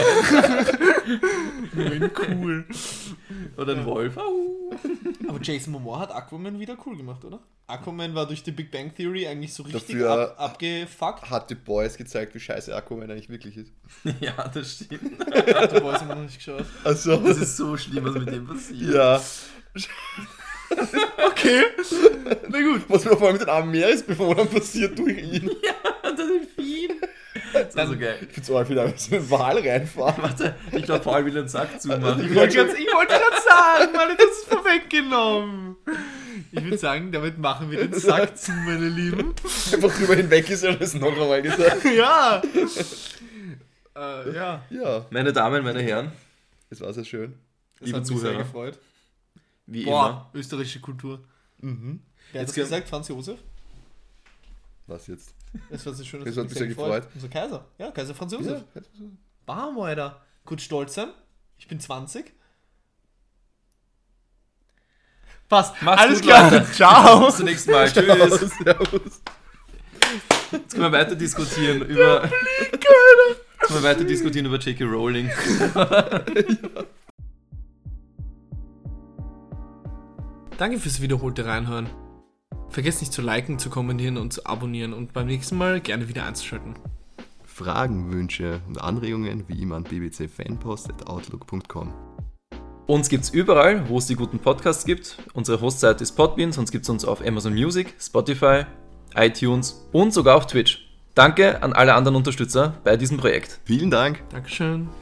Nein, cool. oder ein Wolf. Au. Aber Jason Momoa hat Aquaman wieder cool gemacht, oder? Aquaman war durch die Big Bang Theory eigentlich so richtig Dafür- ab, abgefuckt. Hat The Boys gezeigt, wie scheiße Aquaman eigentlich wirklich ist. Ja, das stimmt. Die Boys haben wir noch nicht geschaut. Also, Das ist so schlimm, was mit dem passiert. ja. Okay, na gut. Was mir vor allem mit den armen Meeresbewohnern passiert durch ihn. Ja, der Delfin. Das ist so geil. Ich find's arg, wie da so einen Wal reinfahren. Warte, ich glaube, Paul will den Sack zumachen. Ich wollte gerade wollt grad sagen, weil das ist vorweggenommen. Ich würde sagen, damit machen wir den Sack zu, meine Lieben. Einfach drüber hinweg ist er das noch einmal gesagt. Ja. äh, ja. Ja, Meine Damen, meine Herren, das war sehr schön. Das liebe hat mich sehr Zuhörer, gefreut. wie Boah, österreichische Kultur. Mhm. Wer hat Jetzt das können- gesagt? Franz Josef? Was jetzt? Das war so schön, Das hat hat mich mich sehr gefreut. Unser Kaiser. Ja, Kaiser Franz Josef. Ja, Bam, Alter. Gut stolz sein. Ich bin zwanzig. Passt. Macht's Alles gut, klar. Leute. Ciao. Bis zum nächsten Mal. Tschüss. Servus. Jetzt können wir weiter diskutieren über. Jetzt können wir weiter diskutieren über J K Rowling. Danke fürs wiederholte Reinhören. Vergesst nicht zu liken, zu kommentieren und zu abonnieren und beim nächsten Mal gerne wieder einzuschalten. Fragen, Wünsche und Anregungen wie immer an b b c fanpost at outlook punkt com. Uns gibt's überall, wo es die guten Podcasts gibt. Unsere Hostseite ist Podbean, sonst gibt's uns auf Amazon Music, Spotify, iTunes und sogar auf Twitch. Danke an alle anderen Unterstützer bei diesem Projekt. Vielen Dank. Dankeschön.